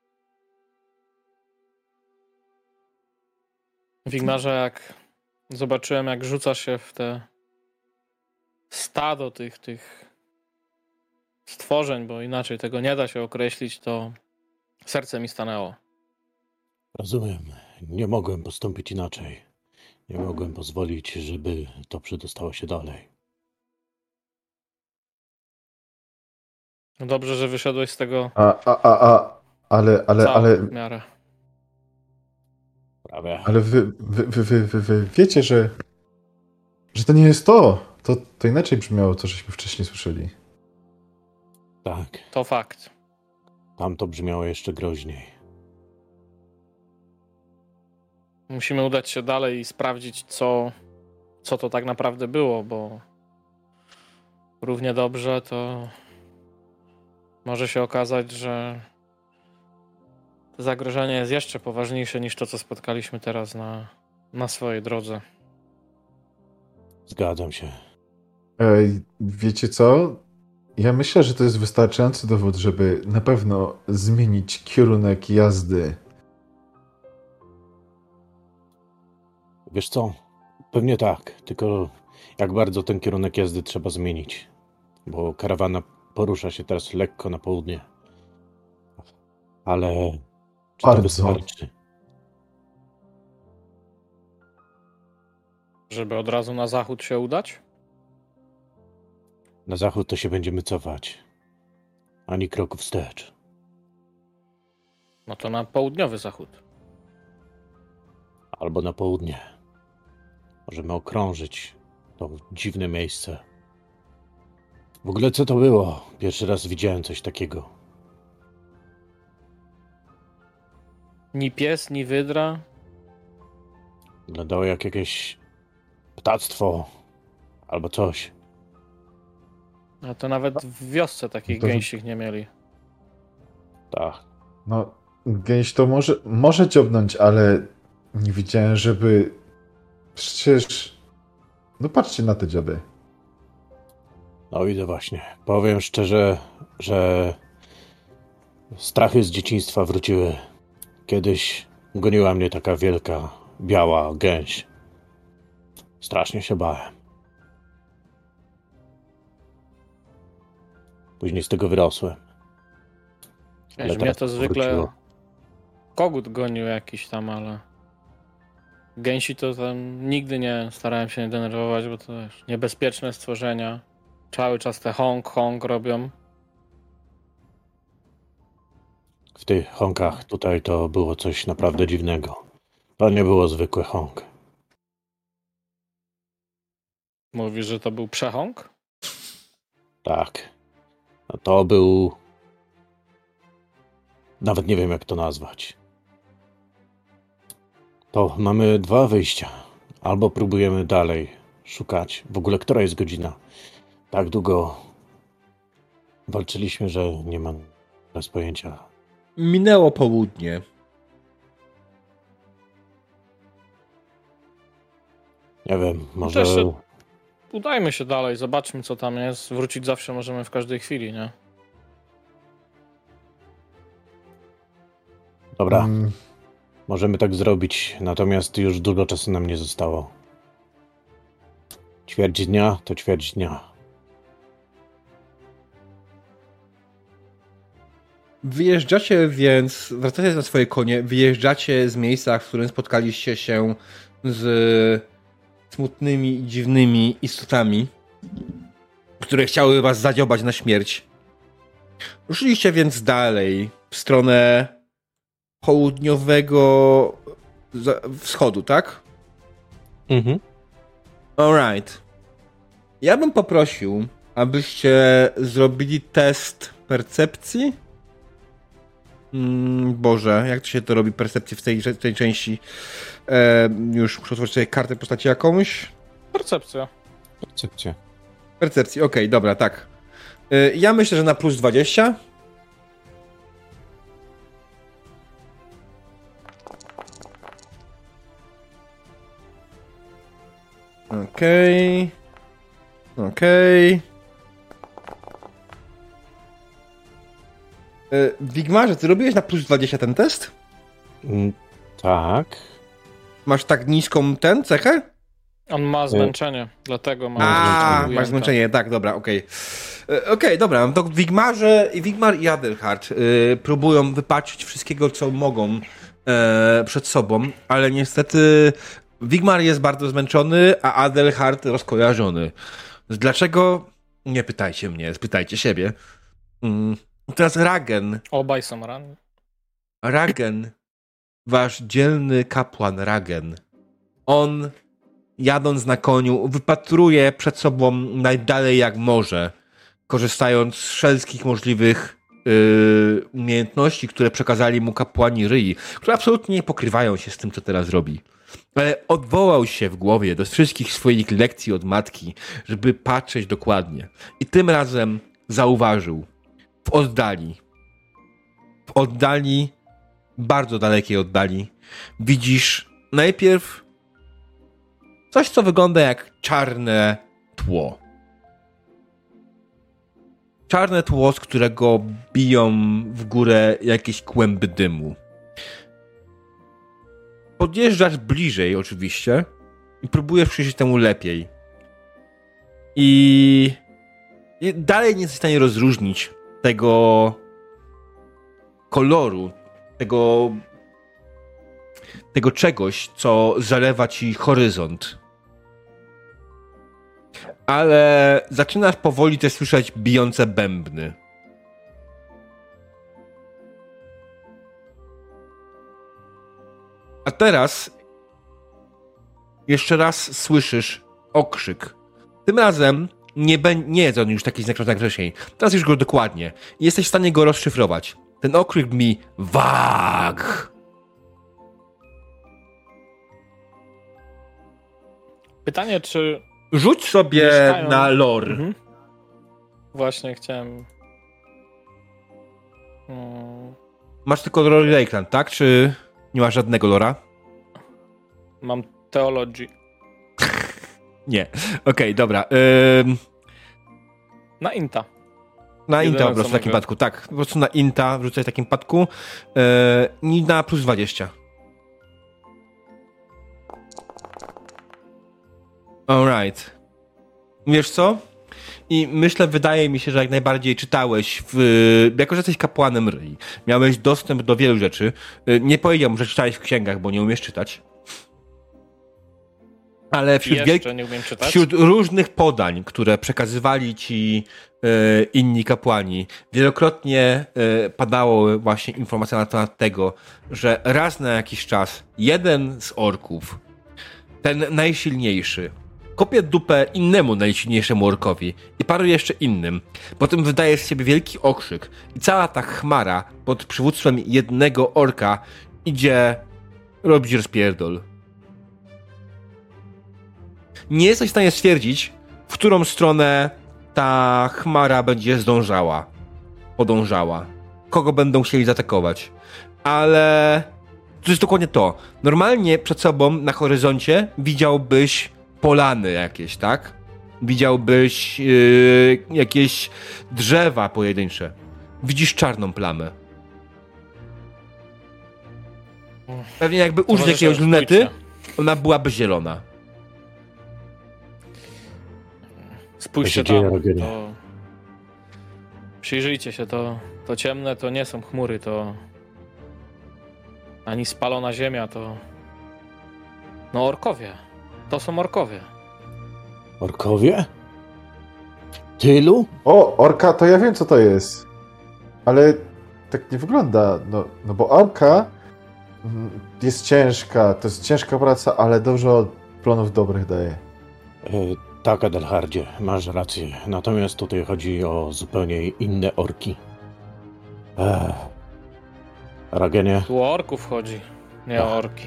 Wigmarze, jak zobaczyłem, jak rzuca się w te stado tych, tych stworzeń, bo inaczej tego nie da się określić, to serce mi stanęło. Rozumiem. Nie mogłem postąpić inaczej. Nie mogłem pozwolić, żeby to przedostało się dalej. No dobrze, że wyszedłeś z tego A, a, a, a, ale, ale, całą ale, w miarę. Prawie. ale wy, wy, wy, wy, wy, wy wiecie, że, że to nie jest to. to. To inaczej brzmiało, co żeśmy wcześniej słyszeli. Tak. To fakt. Tam to brzmiało jeszcze groźniej. Musimy udać się dalej i sprawdzić, co, co to tak naprawdę było, bo równie dobrze to może się okazać, że to zagrożenie jest jeszcze poważniejsze niż to, co spotkaliśmy teraz na, na swojej drodze. Zgadzam się. Ej, wiecie co? Ja myślę, że to jest wystarczający dowód, żeby na pewno zmienić kierunek jazdy. Wiesz co? Pewnie tak, tylko jak bardzo ten kierunek jazdy trzeba zmienić. Bo karawana porusza się teraz lekko na południe. Ale czy to Bardzo. wystarczy? Żeby od razu na zachód się udać? Na zachód to się będziemy cofać. Ani kroku wstecz. No to na południowy zachód. Albo na południe. Możemy okrążyć to dziwne miejsce. W ogóle co to było? Pierwszy raz widziałem coś takiego. Ni pies, ni wydra. Wyglądało jak jakieś ptactwo. Albo coś. A to nawet w wiosce takich To- gęsich nie mieli. Tak. No, gęś to może, może dziobnąć, ale nie widziałem, żeby... Przecież... No patrzcie na te dzioby. No widzę właśnie. Powiem szczerze, że strachy z dzieciństwa wróciły. Kiedyś goniła mnie taka wielka, biała gęś. Strasznie się bałem. Później z tego wyrosłem. Ale Wiesz, mnie teraz to zwykle wróciło. kogut gonił jakiś tam, ale gęsi to tam nigdy nie starałem się nie denerwować, bo to wiesz, niebezpieczne stworzenia. Cały czas te honk, honk robią. W tych honkach tutaj to było coś naprawdę dziwnego. To nie było zwykłe honk. Mówisz, że to był przehonk? Tak. No to był... Nawet nie wiem, jak to nazwać. To mamy dwa wyjścia. Albo próbujemy dalej szukać. W ogóle, która jest godzina? Tak długo walczyliśmy, że nie mam bez pojęcia. Minęło południe. Nie wiem, może... też się- Udajmy się dalej, zobaczmy co tam jest. Wrócić zawsze możemy w każdej chwili, nie? Dobra, Mm, możemy tak zrobić. Natomiast już dużo czasu nam nie zostało. Ćwierć dnia to ćwierć dnia. Wyjeżdżacie więc, wracacie na swoje konie, wyjeżdżacie z miejsca, w którym spotkaliście się z smutnymi i dziwnymi istotami, które chciały was zadziobać na śmierć. Ruszyliście więc dalej w stronę południowego wschodu, tak? Mhm. Alright. Ja bym poprosił, abyście zrobili test percepcji. Mm, Boże, jak to się to robi, percepcji w tej, tej części? E, już muszę otworzyć sobie kartę postaci jakąś. Percepcja. Percepcja. Percepcji, okej, okay, dobra, tak. E, ja myślę, że na plus dwadzieścia. Okej. Okay. Okej. Okay. Wigmarze, ty robiłeś na plus dwadzieścia ten test? Mm, tak. Masz tak niską ten cechę? On ma zmęczenie, dlatego ma A, zmęczenie. masz zmęczenie, tak, dobra, okej. Okay. Okej, okay, dobra, to Wigmarze, Wigmar i Adelhard yy, próbują wypatrzyć wszystkiego, co mogą yy, przed sobą, ale niestety Wigmar jest bardzo zmęczony, a Adelhard rozkojarzony. Dlaczego? Nie pytajcie mnie, spytajcie siebie. Yy. Teraz Ragen. Obaj są ranni. Ragen, wasz dzielny kapłan Ragen. On, jadąc na koniu, wypatruje przed sobą najdalej jak może, korzystając z wszelkich możliwych yy, umiejętności, które przekazali mu kapłani Ryi, które absolutnie nie pokrywają się z tym, co teraz robi. Ale odwołał się w głowie do wszystkich swoich lekcji od matki, żeby patrzeć dokładnie. I tym razem zauważył w oddali, w oddali, bardzo dalekiej oddali, widzisz najpierw coś, co wygląda jak czarne tło. Czarne tło, z którego biją w górę jakieś kłęby dymu. Podjeżdżasz bliżej oczywiście i próbujesz przyjrzeć temu lepiej. I dalej nie jesteś w stanie rozróżnić tego koloru, tego tego czegoś, co zalewa ci horyzont. Ale zaczynasz powoli też słyszeć bijące bębny. A teraz jeszcze raz słyszysz okrzyk. Tym razem nie, be, nie jest on już taki znaczący jak wcześniej. Teraz już go dokładnie. I jesteś w stanie go rozszyfrować. Ten okrzyk brzmi Wag. Pytanie, czy... Rzuć sobie mieszkają... na lore. Mhm. Właśnie chciałem... Hmm. Masz tylko lore Lakeland, tak? Czy nie masz żadnego lora? Mam Theology. Nie. Okej, okay, dobra. Ym... Na Inta. Na Jeden Inta po prostu w takim padku. Tak, po prostu na Inta wrzucaj w takim padku. Yy, I na plus dwadzieścia. Alright. Wiesz co? I myślę, wydaje mi się, że jak najbardziej czytałeś, w, jako że jesteś kapłanem Ryi, miałeś dostęp do wielu rzeczy. Nie powiedziałbym, że czytałeś w księgach, bo nie umiesz czytać. Ale wśród, Jeszcze nie umiem czytać. wśród różnych podań, które przekazywali ci e, inni kapłani, wielokrotnie e, padało właśnie informacja na temat tego, że raz na jakiś czas jeden z orków, ten najsilniejszy, kopie dupę innemu najsilniejszemu orkowi i paru jeszcze innym. Potem wydaje z siebie wielki okrzyk i cała ta chmara pod przywództwem jednego orka idzie robić rozpierdol. Nie jesteś w stanie stwierdzić, w którą stronę ta chmara będzie zdążała, podążała, kogo będą chcieli zaatakować. Ale to jest dokładnie to. Normalnie przed sobą na horyzoncie widziałbyś polany jakieś, tak? Widziałbyś yy, jakieś drzewa pojedyncze. Widzisz czarną plamę. Pewnie jakby użyć jakiegoś lunety, ona byłaby zielona. Spójrzcie tam, to... Przyjrzyjcie się, to, to ciemne to nie są chmury, to ani spalona ziemia, to no orkowie. To są orkowie. Orkowie? Tylu? O, orka, to ja wiem, co to jest. Ale tak nie wygląda. No, no bo orka mm, jest ciężka, to jest ciężka praca, ale dużo plonów dobrych daje. E, tak, Adelhardzie, masz rację. Natomiast tutaj chodzi o zupełnie inne orki. Ech. Ragenie? Tu o orków chodzi, nie o orki.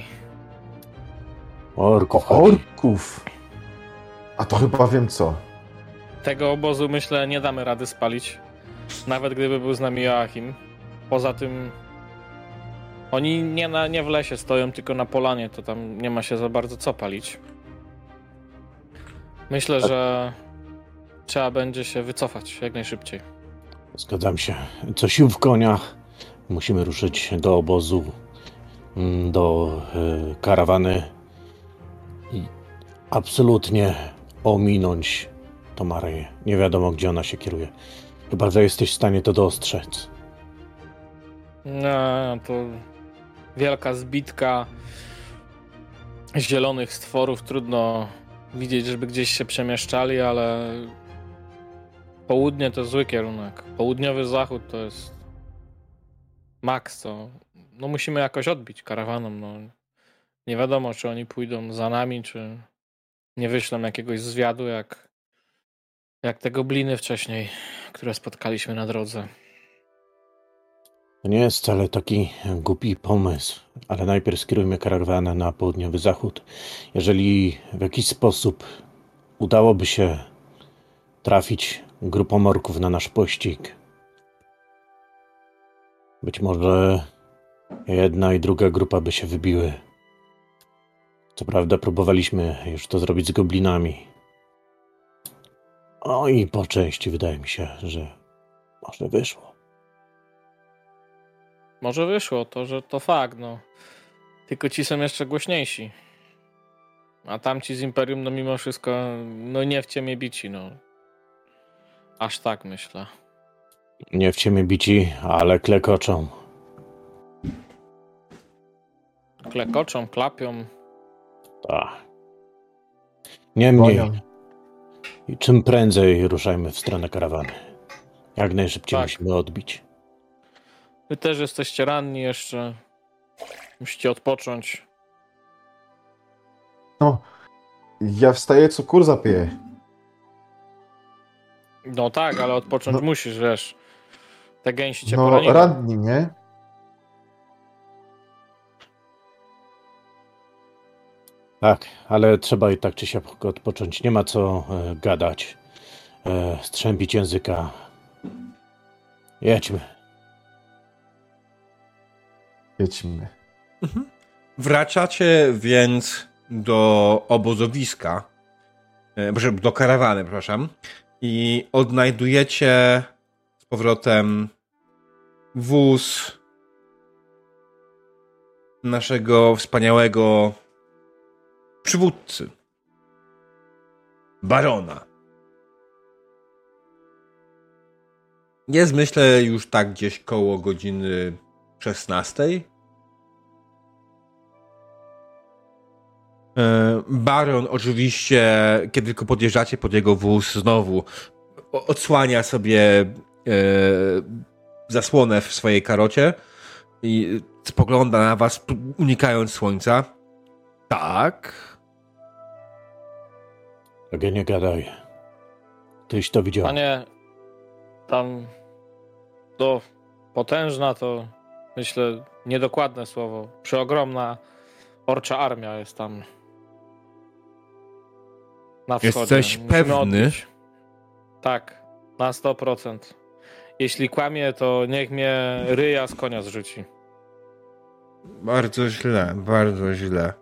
O orków O, chodzi. orków! A to chyba wiem co. Tego obozu, myślę, nie damy rady spalić. Nawet gdyby był z nami Joachim. Poza tym oni nie, na, nie w lesie stoją, tylko na polanie, to tam nie ma się za bardzo co palić. Myślę, że trzeba będzie się wycofać jak najszybciej. Zgadzam się. Co sił w koniach. Musimy ruszyć do obozu, mm, do y, karawany i absolutnie ominąć tą Maryję. Nie wiadomo, gdzie ona się kieruje. Chyba, że jesteś w stanie to dostrzec. No, to wielka zbitka zielonych stworów. Trudno widzieć, żeby gdzieś się przemieszczali, ale południe to zły kierunek. Południowy zachód to jest maks, to no musimy jakoś odbić karawaną. No. Nie wiadomo, czy oni pójdą za nami, czy nie wyślą jakiegoś zwiadu, jak, jak te gobliny wcześniej, które spotkaliśmy na drodze. To nie jest wcale taki głupi pomysł, ale najpierw skierujmy karawanę na południowy zachód. Jeżeli w jakiś sposób udałoby się trafić grupą orków na nasz pościg, być może jedna i druga grupa by się wybiły. Co prawda próbowaliśmy już to zrobić z goblinami. O i po części wydaje mi się, że może wyszło. Może wyszło, to że to fakt, no. Tylko ci są jeszcze głośniejsi. A tamci z Imperium, no mimo wszystko, no nie w ciemię bici, no. Aż tak myślę. Nie w ciemię bici, ale klekoczą. Klekoczą, klapią. Tak. Niemniej, Wonią. i czym prędzej ruszajmy w stronę karawany. Jak najszybciej Tak. musimy odbić. Wy też jesteście ranni jeszcze. Musicie odpocząć. No, ja wstaję, co kur zapieje. No tak, ale odpocząć No. musisz, wiesz. Te gęsi cię No, poroniły. ranni, nie? Tak, ale trzeba i tak czy siak odpocząć. Nie ma co e, gadać, e, strzępić języka. Jedźmy. Jedźmy. Wracacie więc do obozowiska, e, proszę, do karawany, przepraszam, i odnajdujecie z powrotem wóz naszego wspaniałego przywódcy, barona. Jest, myślę, już tak gdzieś koło godziny szesnastej. Baron oczywiście, kiedy tylko podjeżdżacie pod jego wóz, znowu odsłania sobie e, zasłonę w swojej karocie i spogląda na was, unikając słońca. Tak. Takie nie gadaj. Tyś to widział. Panie, tam to potężna to, myślę, niedokładne słowo. Przeogromna orcza armia jest tam na wschodzie. Jesteś Musimy pewny? odbić. Tak, na sto procent. Jeśli kłamie, to niech mnie ryja z konia zrzuci. Bardzo źle, bardzo źle.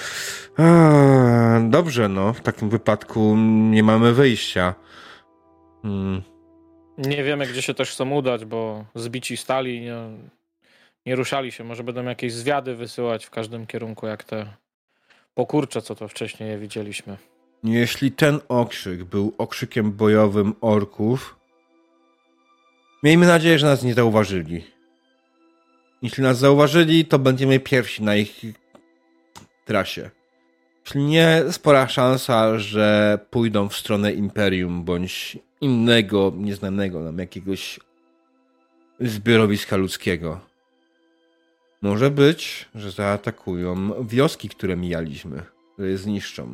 A, dobrze, no. W takim wypadku nie mamy wyjścia. Hmm. Nie wiemy, gdzie się też chcą udać, bo zbici stali, nie, nie ruszali się. Może będą jakieś zwiady wysyłać w każdym kierunku, jak te pokurcze, co to wcześniej je widzieliśmy. Jeśli ten okrzyk był okrzykiem bojowym orków, Miejmy nadzieję, że nas nie zauważyli. Jeśli nas zauważyli, to będziemy pierwsi na ich trasie. Jeśli nie, spora szansa, że pójdą w stronę Imperium bądź innego, nieznanego nam jakiegoś zbiorowiska ludzkiego. Może być, że zaatakują wioski, które mijaliśmy, które je zniszczą.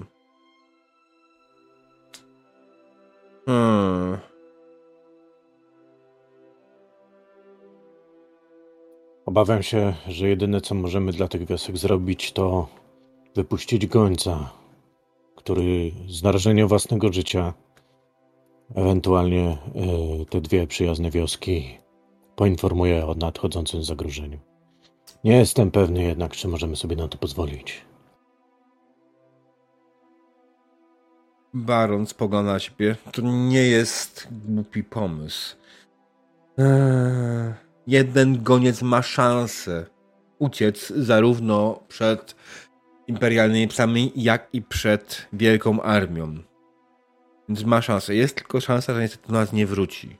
Hmm. Obawiam się, że jedyne co możemy dla tych wiosek zrobić, to wypuścić gońca, który z narażenia własnego życia, ewentualnie y, te dwie przyjazne wioski, poinformuje o nadchodzącym zagrożeniu. Nie jestem pewny jednak, czy możemy sobie na to pozwolić. Baron spogląda na ciebie. To nie jest głupi pomysł. Eee, jeden goniec ma szansę uciec zarówno przed imperialnymi psami, jak i przed wielką armią. Więc ma szansę. Jest tylko szansa, że niestety do nas nie wróci.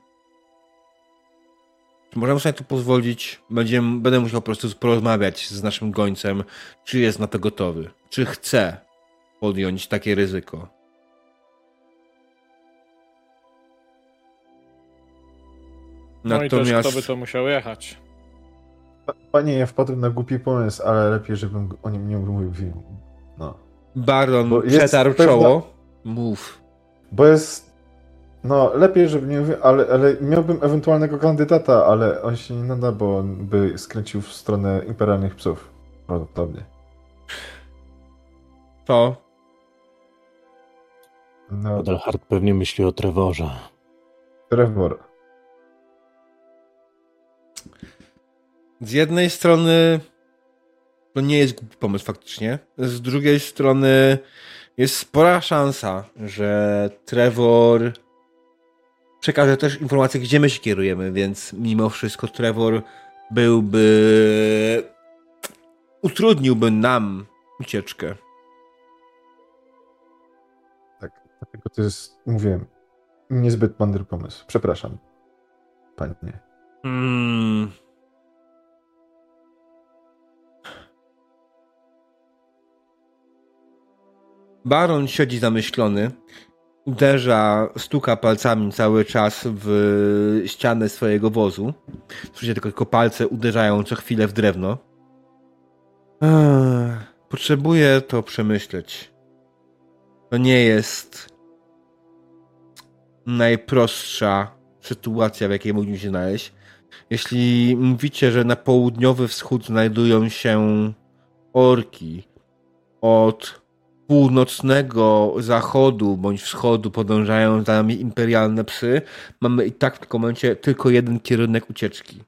Czy możemy sobie to pozwolić? Będziemy, będę musiał po prostu porozmawiać z naszym gońcem, czy jest na to gotowy. Czy chce podjąć takie ryzyko. No Natomiast... i też kto by to musiał jechać. Panie, ja wpadłem na głupi pomysł, ale lepiej, żebym o nim nie mówił. No. Baron Bo jest przetarł pewna- czoło. Mów. Bo jest... No, lepiej, żeby nie mówił, ale, ale miałbym ewentualnego kandydata, ale on się nie nada, bo on by skręcił w stronę imperialnych psów. Prawdopodobnie. To. No, Adelhard pewnie myśli o Trevorze. Trevor. Z jednej strony to nie jest głupi pomysł faktycznie. Z drugiej strony jest spora szansa, że Trevor przekaże też informacje, gdzie my się kierujemy, więc mimo wszystko Trevor byłby... utrudniłby nam ucieczkę. Tak, dlatego to jest, mówiłem, niezbyt mądry pomysł. Przepraszam, panie. Hmm. Baron siedzi zamyślony, uderza, stuka palcami cały czas w ścianę swojego wozu. Słyszycie tylko, tylko palce uderzają co chwilę w drewno. Ech, potrzebuję to przemyśleć. To nie jest najprostsza sytuacja, w jakiej mogliśmy się znaleźć. Jeśli mówicie, że na południowy wschód znajdują się orki, od północnego zachodu bądź wschodu podążają za nami imperialne psy, mamy i tak w tym momencie tylko jeden kierunek ucieczki.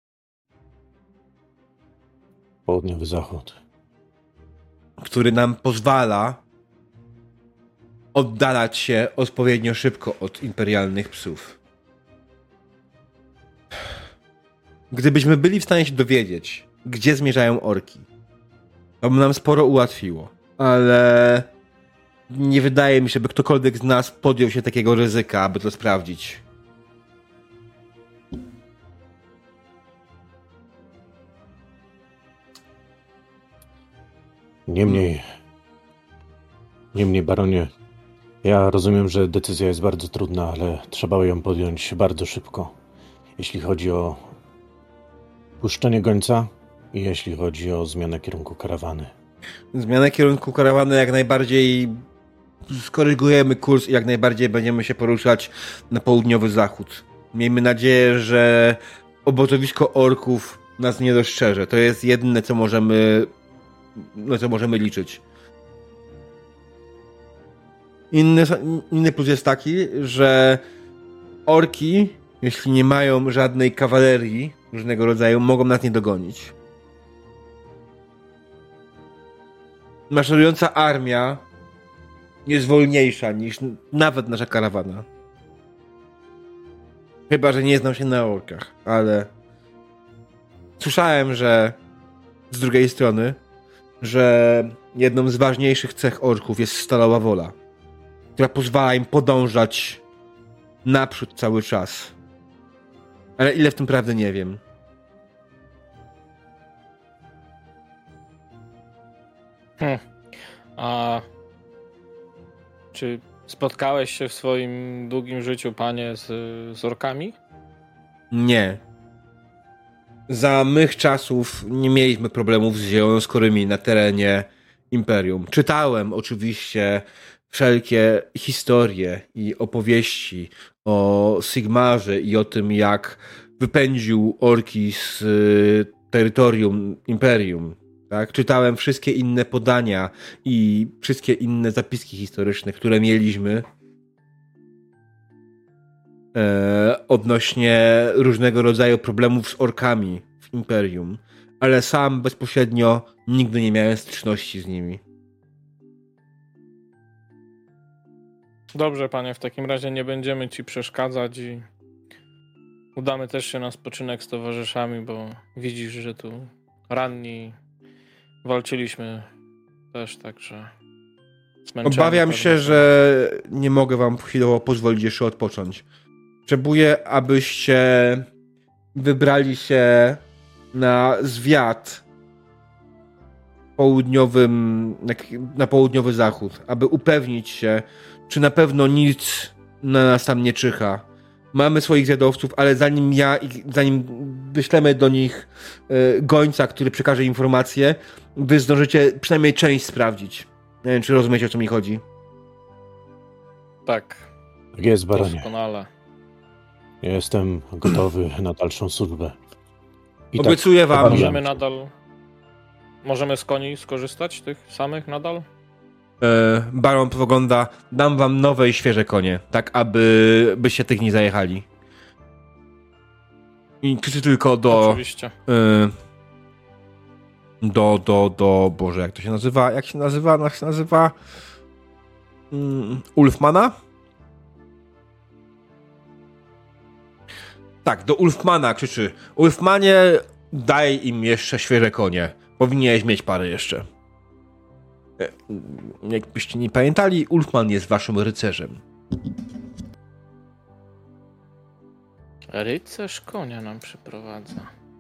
Południowy zachód. Który nam pozwala oddalać się odpowiednio szybko od imperialnych psów. Gdybyśmy byli w stanie się dowiedzieć, gdzie zmierzają orki, to by nam sporo ułatwiło. Ale nie wydaje mi się, by ktokolwiek z nas podjął się takiego ryzyka, aby to sprawdzić. Niemniej, niemniej, baronie, ja rozumiem, że decyzja jest bardzo trudna, ale trzeba ją podjąć bardzo szybko. Jeśli chodzi o puszczenie gońca i jeśli chodzi o zmianę kierunku karawany. Zmianę kierunku karawany jak najbardziej skorygujemy kurs i jak najbardziej będziemy się poruszać na południowy zachód. Miejmy nadzieję, że obozowisko orków nas nie dostrzeże. To jest jedyne, co możemy, na co możemy liczyć. Inny, inny plus jest taki, że orki, jeśli nie mają żadnej kawalerii różnego rodzaju, mogą nas nie dogonić. Maszerująca armia jest wolniejsza niż nawet nasza karawana. Chyba że nie znam się na orkach, ale słyszałem, że z drugiej strony, że jedną z ważniejszych cech orków jest stalowa wola, która pozwala im podążać naprzód cały czas. Ale ile w tym prawdy nie wiem. Hmm. A czy spotkałeś się w swoim długim życiu, panie, z, z orkami? Nie. Za mych czasów nie mieliśmy problemów z zielonoskórymi na terenie Imperium. Czytałem oczywiście wszelkie historie i opowieści o Sigmarze i o tym, jak wypędził orki z terytorium Imperium. Tak? Czytałem wszystkie inne podania i wszystkie inne zapiski historyczne, które mieliśmy e, odnośnie różnego rodzaju problemów z orkami w Imperium, ale sam bezpośrednio nigdy nie miałem styczności z nimi. Dobrze, panie, w takim razie nie będziemy ci przeszkadzać i udamy też się na spoczynek z towarzyszami, bo widzisz, że tu ranni walczyliśmy też, także zmęczeni. Obawiam pewnie się, są. że nie mogę wam chwilowo pozwolić jeszcze odpocząć. Potrzebuję, abyście wybrali się na zwiat południowym, na, na południowy zachód, aby upewnić się, czy na pewno nic na nas tam nie czyha. Mamy swoich zwiadowców, ale zanim ja, zanim wyślemy do nich y, gońca, który przekaże informacje, wy zdążycie przynajmniej część sprawdzić. Nie wiem, czy rozumiecie, o co mi chodzi. Tak, Tak jest, baronie. doskonale. Ja jestem gotowy na dalszą służbę. I Obiecuję tak, wam, Możemy nadal... Możemy z koni skorzystać, tych samych nadal? E, Baron pogląda, dam wam nowe i świeże konie, tak aby byście tych nie zajechali. I krzyczy tylko do... Oczywiście. E, do, do, do... Boże, jak to się nazywa? Jak się nazywa? Jak się nazywa? Um, Ulfmana? Tak, do Ulfmana krzyczy. Ulfmanie, daj im jeszcze świeże konie. Powinieneś mieć parę jeszcze. Jakbyście nie pamiętali, Ulfman jest waszym rycerzem. Rycerz konia nam przyprowadza.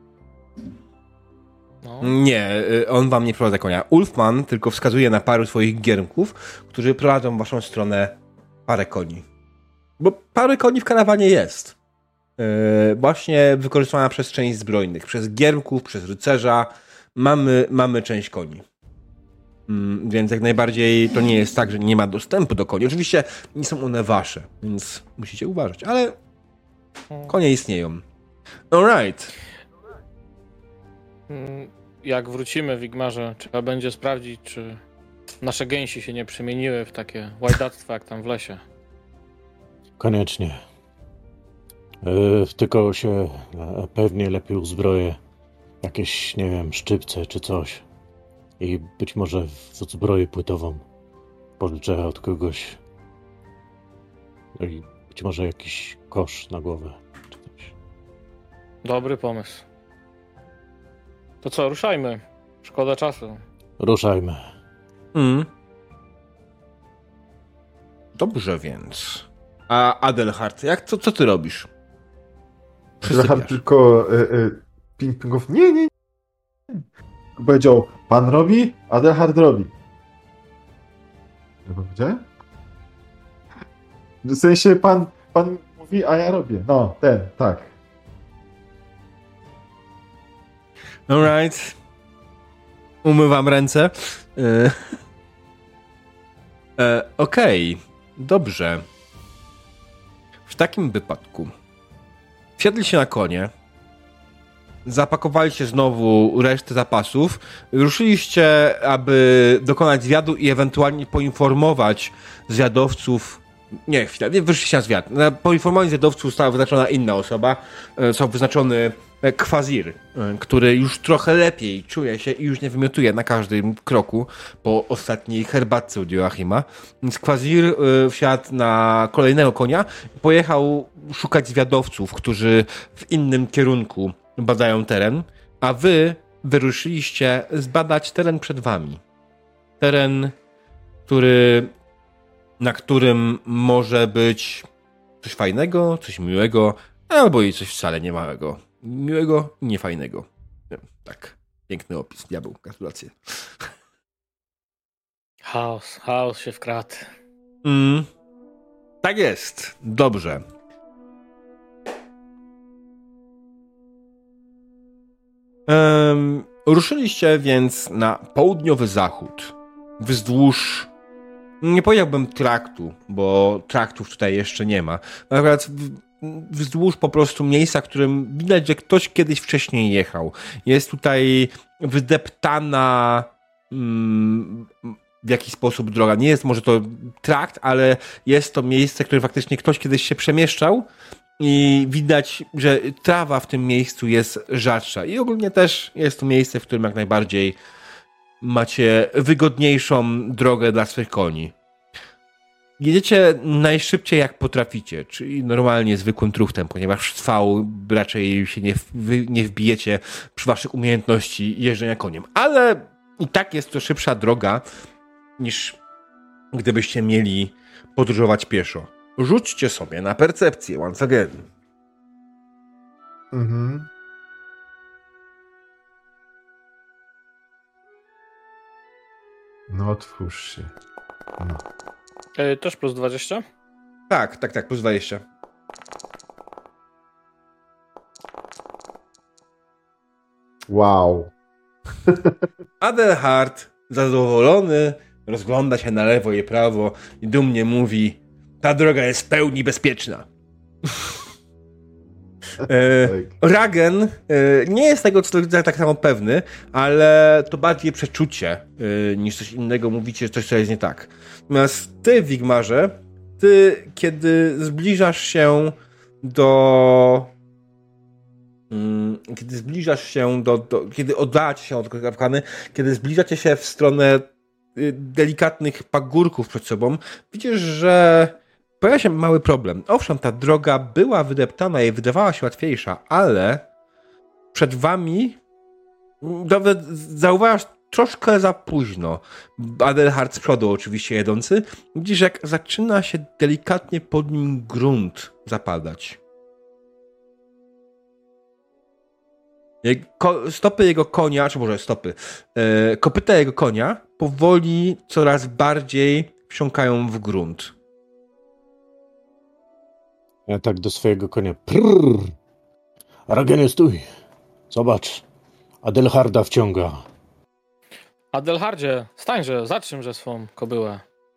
No. Nie, on wam nie prowadzi konia. Ulfman tylko wskazuje na paru swoich giermków, którzy prowadzą w waszą stronę parę koni. Bo parę koni w karawanie jest. Yy, właśnie wykorzystywana przez część zbrojnych. Przez giermków, przez rycerza. Mamy, mamy część koni. Mm, więc jak najbardziej to nie jest tak, że nie ma dostępu do koni. Oczywiście nie są one wasze, więc musicie uważać, ale konie istnieją. Alright. Jak wrócimy w Igmarze, trzeba będzie sprawdzić, czy nasze gęsi się nie przemieniły w takie łajdactwa jak tam w lesie. Koniecznie. Yy, tylko się e, pewnie lepiej uzbroję. Jakieś, nie wiem, szczypce czy coś. I być może w zbroję płytową pożyczę od kogoś. No i być może jakiś kosz na głowę czy coś. Dobry pomysł. To co, ruszajmy. Szkoda czasu. Ruszajmy. Mm. Dobrze więc. A Adelhard, jak, co, co ty robisz? Adelhard tylko y, y, ping-pingów. Nie, nie, nie. Powiedział, pan robi, Adelhard robi. Ja powiedziałem? W sensie pan, pan mówi, a ja robię. No, ten, tak. Alright. Umywam ręce. E, e, Okej, okay. Dobrze. W takim wypadku wsiadli się na konie, zapakowaliście znowu resztę zapasów, ruszyliście, aby dokonać zwiadu i ewentualnie poinformować zwiadowców. Nie, chwila, nie wyszliście na zwiad. Poinformować zwiadowców została wyznaczona inna osoba. Został wyznaczony Kwazir, który już trochę lepiej czuje się i już nie wymiotuje na każdym kroku po ostatniej herbatce u Joachima. Więc Kwazir wsiadł na kolejnego konia i pojechał szukać zwiadowców, którzy w innym kierunku badają teren, a wy wyruszyliście zbadać teren przed wami. Teren, który, na którym może być coś fajnego, coś miłego, albo i coś wcale niemałego. Miłego i niefajnego. Tak, piękny opis, diabeł, gratulacje. Chaos, chaos się wkradł. Mm, tak jest, dobrze. Um, ruszyliście więc na południowy zachód, wzdłuż, nie powiedziałbym traktu, bo traktów tutaj jeszcze nie ma, akurat wzdłuż po prostu miejsca, w którym widać, że ktoś kiedyś wcześniej jechał. Jest tutaj wydeptana mm, w jakiś sposób droga. Nie jest może to trakt, ale jest to miejsce, które faktycznie ktoś kiedyś się przemieszczał i widać, że trawa w tym miejscu jest rzadsza. I ogólnie też jest to miejsce, w którym jak najbardziej macie wygodniejszą drogę dla swych koni. Jedziecie najszybciej jak potraficie, czyli normalnie zwykłym truchtem, ponieważ w V raczej się nie, wy, nie wbijecie przy waszych umiejętności jeżdżenia koniem. Ale i tak jest to szybsza droga niż gdybyście mieli podróżować pieszo. Rzućcie sobie na percepcję once again. Mhm. No otwórz się. No. E, też plus dwadzieścia? Tak, tak, tak, plus dwadzieścia. Wow. Adelhard, zadowolony, rozgląda się na lewo i prawo i dumnie mówi: ta droga jest w pełni bezpieczna. e, Ragen e, nie jest tego co tak samo pewny, ale to bardziej przeczucie e, niż coś innego. Mówicie, że coś co jest nie tak. Natomiast ty, Wigmarze, ty, kiedy zbliżasz się do... Mm, kiedy zbliżasz się do... do kiedy oddalacie się od kapkany, kiedy zbliżacie się w stronę y, delikatnych pagórków przed sobą, widzisz, że pojawia się mały problem. Owszem, ta droga była wydeptana i wydawała się łatwiejsza, ale przed wami nawet zauważasz troszkę za późno. Adelhard z przodu oczywiście jedący. Widzisz, jak zaczyna się delikatnie pod nim grunt zapadać. Jego, stopy jego konia, czy może stopy, e, kopyta jego konia powoli coraz bardziej wsiąkają w grunt. Ja tak do swojego konia. Prrr. Ragenie, stój. Zobacz. Adelharda wciąga. Adelhardzie, stańże, zatrzymże swą kobyłę.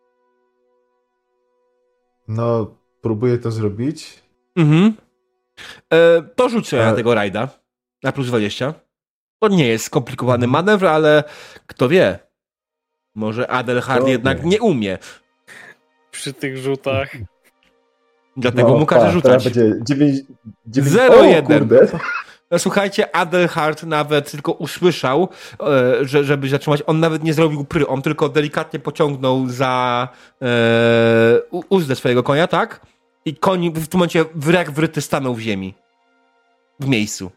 No, próbuję to zrobić. Mhm. E, to rzucę Ale... na tego rajda. Na plus dwadzieścia. To nie jest skomplikowany manewr, ale kto wie. Może Adelhard To jednak nie. nie umie. Przy tych rzutach. Dlatego no, mu każe pa, rzucać. Teraz będzie dziewięć, dziewięć... zero O, jeden. kurde. No, słuchajcie, Adelhard nawet tylko usłyszał, e, że, żeby zatrzymać. On nawet nie zrobił pry. On tylko delikatnie pociągnął za e, uzdę swojego konia, tak? I koń w tym momencie wrak wryty stanął w ziemi. W miejscu.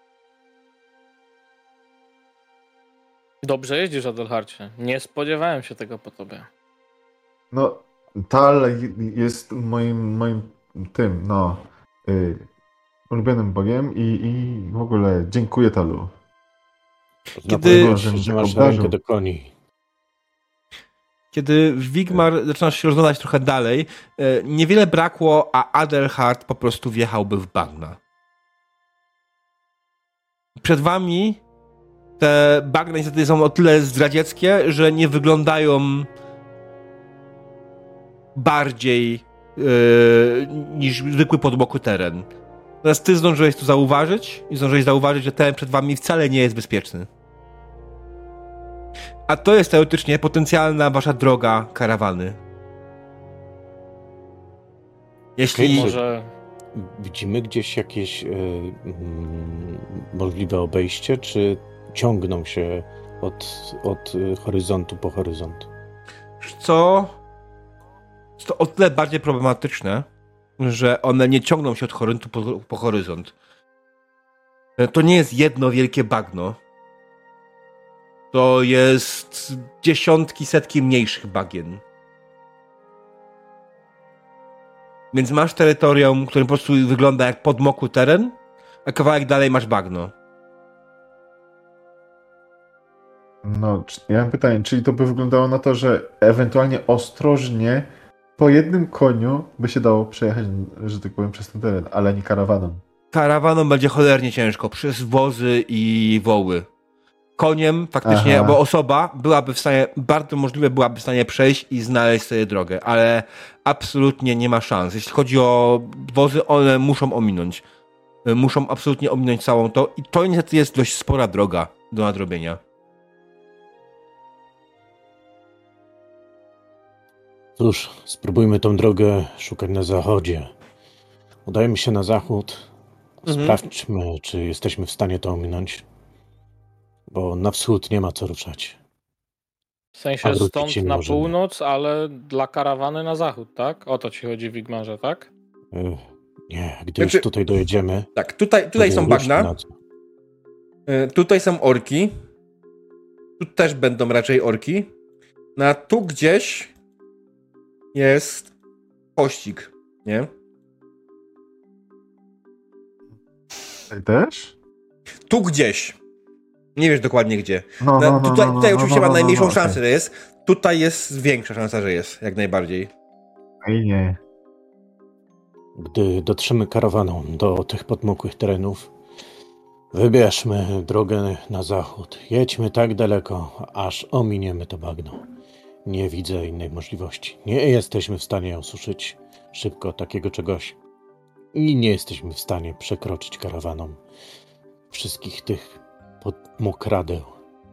Dobrze jeździsz, Adelhardzie. Nie spodziewałem się tego po tobie. No, Tal jest moim, moim tym, no, y, ulubionym bogiem i, i w ogóle dziękuję Talu. Kiedy- Kiedy... że masz rękę do koni. Kiedy Wigmar zaczynasz się rozglądać trochę dalej, e, niewiele brakło, a Adelhard po prostu wjechałby w bagna. Przed wami te bagna niestety są o tyle zdradzieckie, że nie wyglądają bardziej e, niż zwykły podmokły teren. Natomiast ty zdążyłeś to zauważyć i zdążyłeś zauważyć, że teren przed wami wcale nie jest bezpieczny. A to jest teoretycznie potencjalna wasza droga karawany. Jeśli... Okej, Może Widzimy gdzieś jakieś y, mm, możliwe obejście, czy ciągną się od, od y, horyzontu po horyzont? Co? Jest to o tyle bardziej problematyczne, że one nie ciągną się od horyzontu po, po horyzont. To nie jest jedno wielkie bagno. To jest dziesiątki, setki mniejszych bagien. Więc masz terytorium, które po prostu wygląda jak podmokły teren, a kawałek dalej masz bagno. No, ja mam pytanie, czyli to by wyglądało na to, że ewentualnie ostrożnie po jednym koniu by się dało przejechać, że tak powiem, przez ten teren, ale nie karawaną. Karawaną będzie cholernie ciężko, przez wozy i woły. Koniem faktycznie, Aha. bo osoba byłaby w stanie, bardzo możliwe byłaby w stanie przejść i znaleźć sobie drogę, ale absolutnie nie ma szans. Jeśli chodzi o wozy, one muszą ominąć. Muszą absolutnie ominąć całą to i to niestety jest dość spora droga do nadrobienia. Cóż, spróbujmy tą drogę szukać na zachodzie. Udajmy się na zachód. Mhm. Sprawdźmy, czy jesteśmy w stanie to ominąć. Bo na wschód nie ma co ruszać. W sensie A wrócić stąd się na możemy. północ, ale dla karawany na zachód, tak? O to ci chodzi, Wigmarze, tak? Ech, nie, gdy Znaczy- już tutaj dojedziemy... Tak, tutaj, tutaj to są ruszmy bagna, na co. y, tutaj są orki, tu też będą raczej orki, no a tu gdzieś jest pościg, nie? Tutaj też? Tu gdzieś. Nie wiesz dokładnie gdzie. No, No, no, no, tutaj no, tutaj no, oczywiście no, ma no, najmniejszą no, szansę, okej. że jest. Tutaj jest większa szansa, że jest, jak najbardziej. Ej, nie. Gdy dotrzemy karawaną do tych podmokłych terenów, wybierzmy drogę na zachód. Jedźmy tak daleko, aż ominiemy to bagno. Nie widzę innej możliwości. Nie jesteśmy w stanie osuszyć szybko takiego czegoś i nie jesteśmy w stanie przekroczyć karawaną wszystkich tych podmokradeł.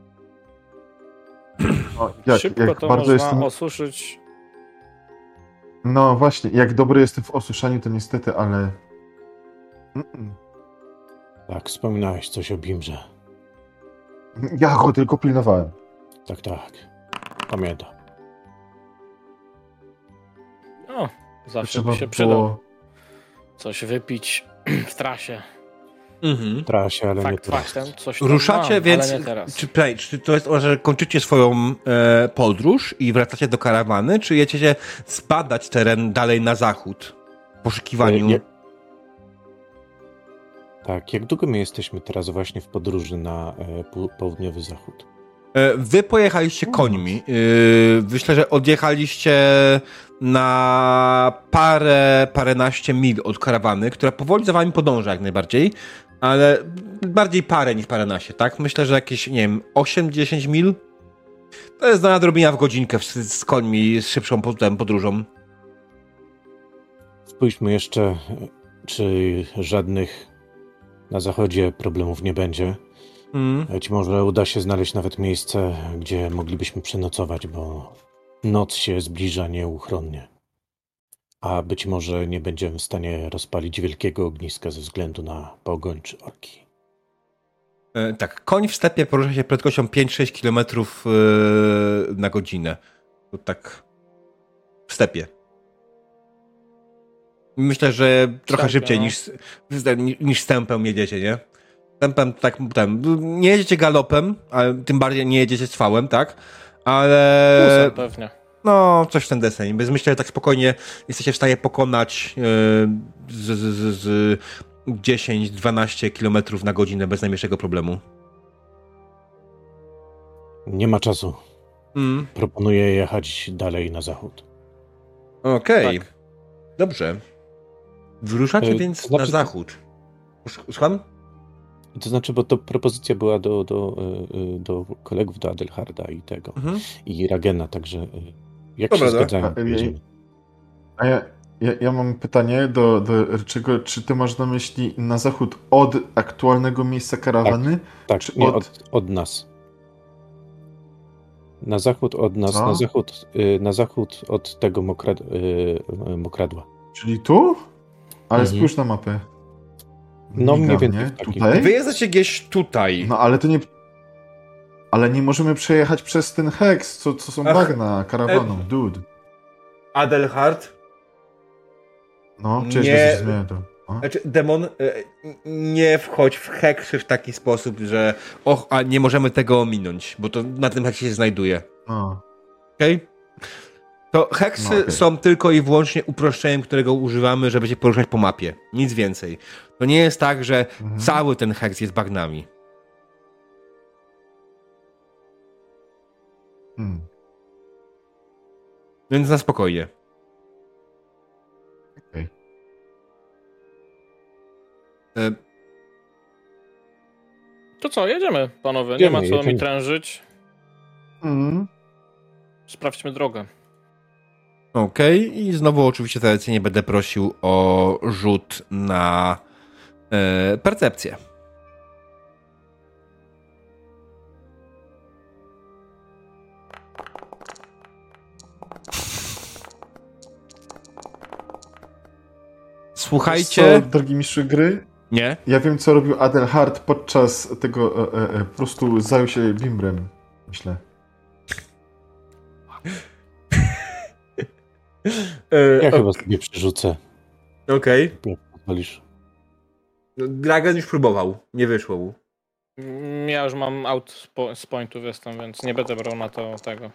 O, jak, Szybko jak to bardzo można jestem... osuszyć. No właśnie, jak dobry jestem w osuszaniu, to niestety, ale... Mm-mm. Tak, wspominałeś coś o Bimrze. Ja go tylko pilnowałem. Tak, tak. Pamiętam. No, zawsze Trzeba by się przydał. było... Coś wypić w trasie. Mhm. Trasie, ale nie Fakt prosto. faktem, coś tam Ruszacie, mam, więc ale nie teraz. czy, play, czy to jest, że kończycie swoją e, podróż i wracacie do karawany, czy jedziecie zbadać teren dalej na zachód? W poszukiwaniu... Nie- Tak, jak długo my jesteśmy teraz właśnie w podróży na e, pół- południowy zachód? E, Wy pojechaliście końmi. E, Myślę, że odjechaliście na parę, paręnaście mil od karawany, która powoli za wami podąża jak najbardziej, ale bardziej parę niż paręnaście, tak? Myślę, że jakieś, nie wiem, osiem dziesięć mil. To jest do nadrobienia w godzinkę z, z końmi, z szybszą potem podróżą. Spójrzmy jeszcze, e, czy żadnych na zachodzie problemów nie będzie. Mm. Być może uda się znaleźć nawet miejsce, gdzie moglibyśmy przenocować, bo noc się zbliża nieuchronnie. A być może nie będziemy w stanie rozpalić wielkiego ogniska ze względu na pogoń czy orki. E, Tak, koń w stepie porusza się prędkością pięć sześć kilometrów na godzinę. To tak w stepie. Myślę, że trochę Tak, szybciej no. niż, niż stępem jedziecie, nie? Stępem tak, ten, nie jedziecie galopem, ale tym bardziej nie jedziecie cwałem, tak? Ale Busem pewnie. no, coś w ten deseń. Więc myślę, że tak spokojnie jesteście w stanie pokonać yy, z, z, z, z dziesięć dwanaście kilometrów na godzinę bez najmniejszego problemu. Nie ma czasu. Mm. Proponuję jechać dalej na zachód. Okej, Tak. dobrze. Wyruszacie E, więc znaczy- na zachód. Słucham? To znaczy, bo to propozycja była do, do, e, do kolegów, do Adelharda i tego, Mhm. i Ragena, także e, jak Dobra, się dobra. zgadzają, A, jedziemy. A ja, ja, ja mam pytanie do, do Ryczego. Czy ty masz na myśli na zachód od aktualnego miejsca karawany? Tak, Czy nie, od- od, od nas. Na zachód od nas, Co? na zachód, y, na zachód od tego mokrad, y, mokradła. Czyli tu? Ale Mhm. spójrz na mapę. No, Miga, mniej więcej nie? w takim- Tutaj? Wy jesteście gdzieś tutaj. No ale to nie... Ale nie możemy przejechać przez ten heks, co, co są Ach, bagna karawaną, e- dude. Adelhard? No, czy Nie. jeszcze się zmienia to? O? Znaczy, demon, e, nie wchodź w heksy w taki sposób, że och, a nie możemy tego ominąć, bo to na tym heksie się znajduje. No. Okej? To heksy No, okay. są tylko i wyłącznie uproszczeniem, którego używamy, żeby się poruszać po mapie. Nic więcej. To nie jest tak, że Mhm. cały ten heks jest bagnami. Hmm. Więc na spokojnie. Okay. E, To co, jedziemy, panowie. Nie Jedziemy, ma co jedziemy. mi trężyć. Mm. Sprawdźmy drogę. Okej, okay. I znowu oczywiście tradycyjnie będę prosił o rzut na e, percepcję. Słuchajcie... Co, drogi mistrzu gry? Nie? Ja wiem, co robił Adelhard podczas tego, e, e, po prostu zajął się bimbrem, myślę. e, Ja o- chyba sobie przerzucę. Okej. Jak pozwolisz. Dragon już próbował. Nie wyszło mu. Mm, Ja już mam out z po- z pointów jestem, więc nie będę brał na to tego.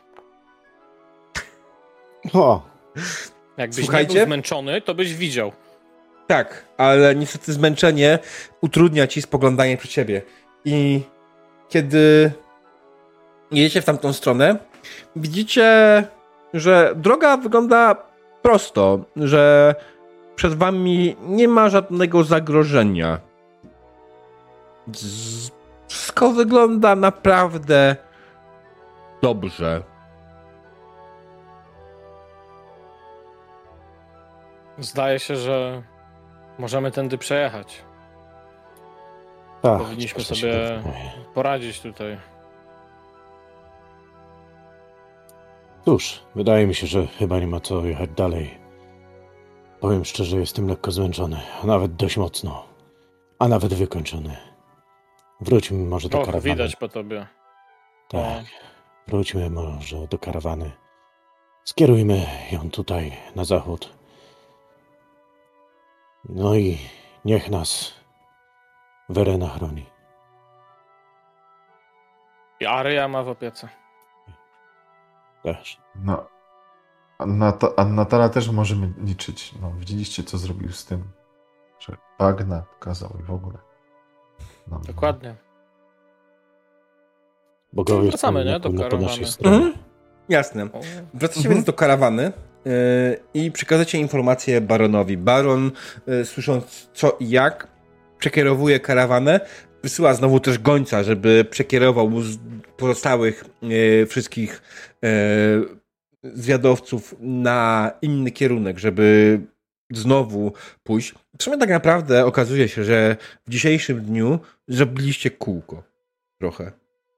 O, Jakbyś nie Słuchajcie. był zmęczony, to byś widział. Tak, ale niestety zmęczenie utrudnia ci spoglądanie przed siebie. I kiedy jedziecie w tamtą stronę, widzicie, że droga wygląda prosto, że przed wami nie ma żadnego zagrożenia. Z- Wszystko wygląda naprawdę dobrze. Zdaje się, że możemy tędy przejechać. tak. Powinniśmy cieszę się sobie bardzo. poradzić tutaj. Cóż, wydaje mi się, że chyba nie ma co jechać dalej. Powiem szczerze, jestem lekko zmęczony, a nawet dość mocno. A nawet wykończony. Wróćmy może do Och, karawany. widać po tobie. Tak, wróćmy może do karawany. Skierujmy ją tutaj, na zachód. No i niech nas Werena chroni. I Aria ma w opiece. Też. No. A na, to, a na Tala też możemy liczyć. No, widzieliście, co zrobił z tym, że bagna pokazał i w ogóle. No. Dokładnie. Bogowie Wracamy, są nie, na, do na po karawany. naszej stronie. Mhm. Jasne. O, Wracacie Mhm. więc do karawany yy, i przekażecie informację baronowi. Baron, yy, słysząc co i jak, przekierowuje karawanę, wysyła znowu też gońca, żeby przekierował z pozostałych yy, wszystkich yy, zwiadowców na inny kierunek, żeby znowu pójść. W sumie tak naprawdę okazuje się, że w dzisiejszym dniu zrobiliście kółko. Trochę.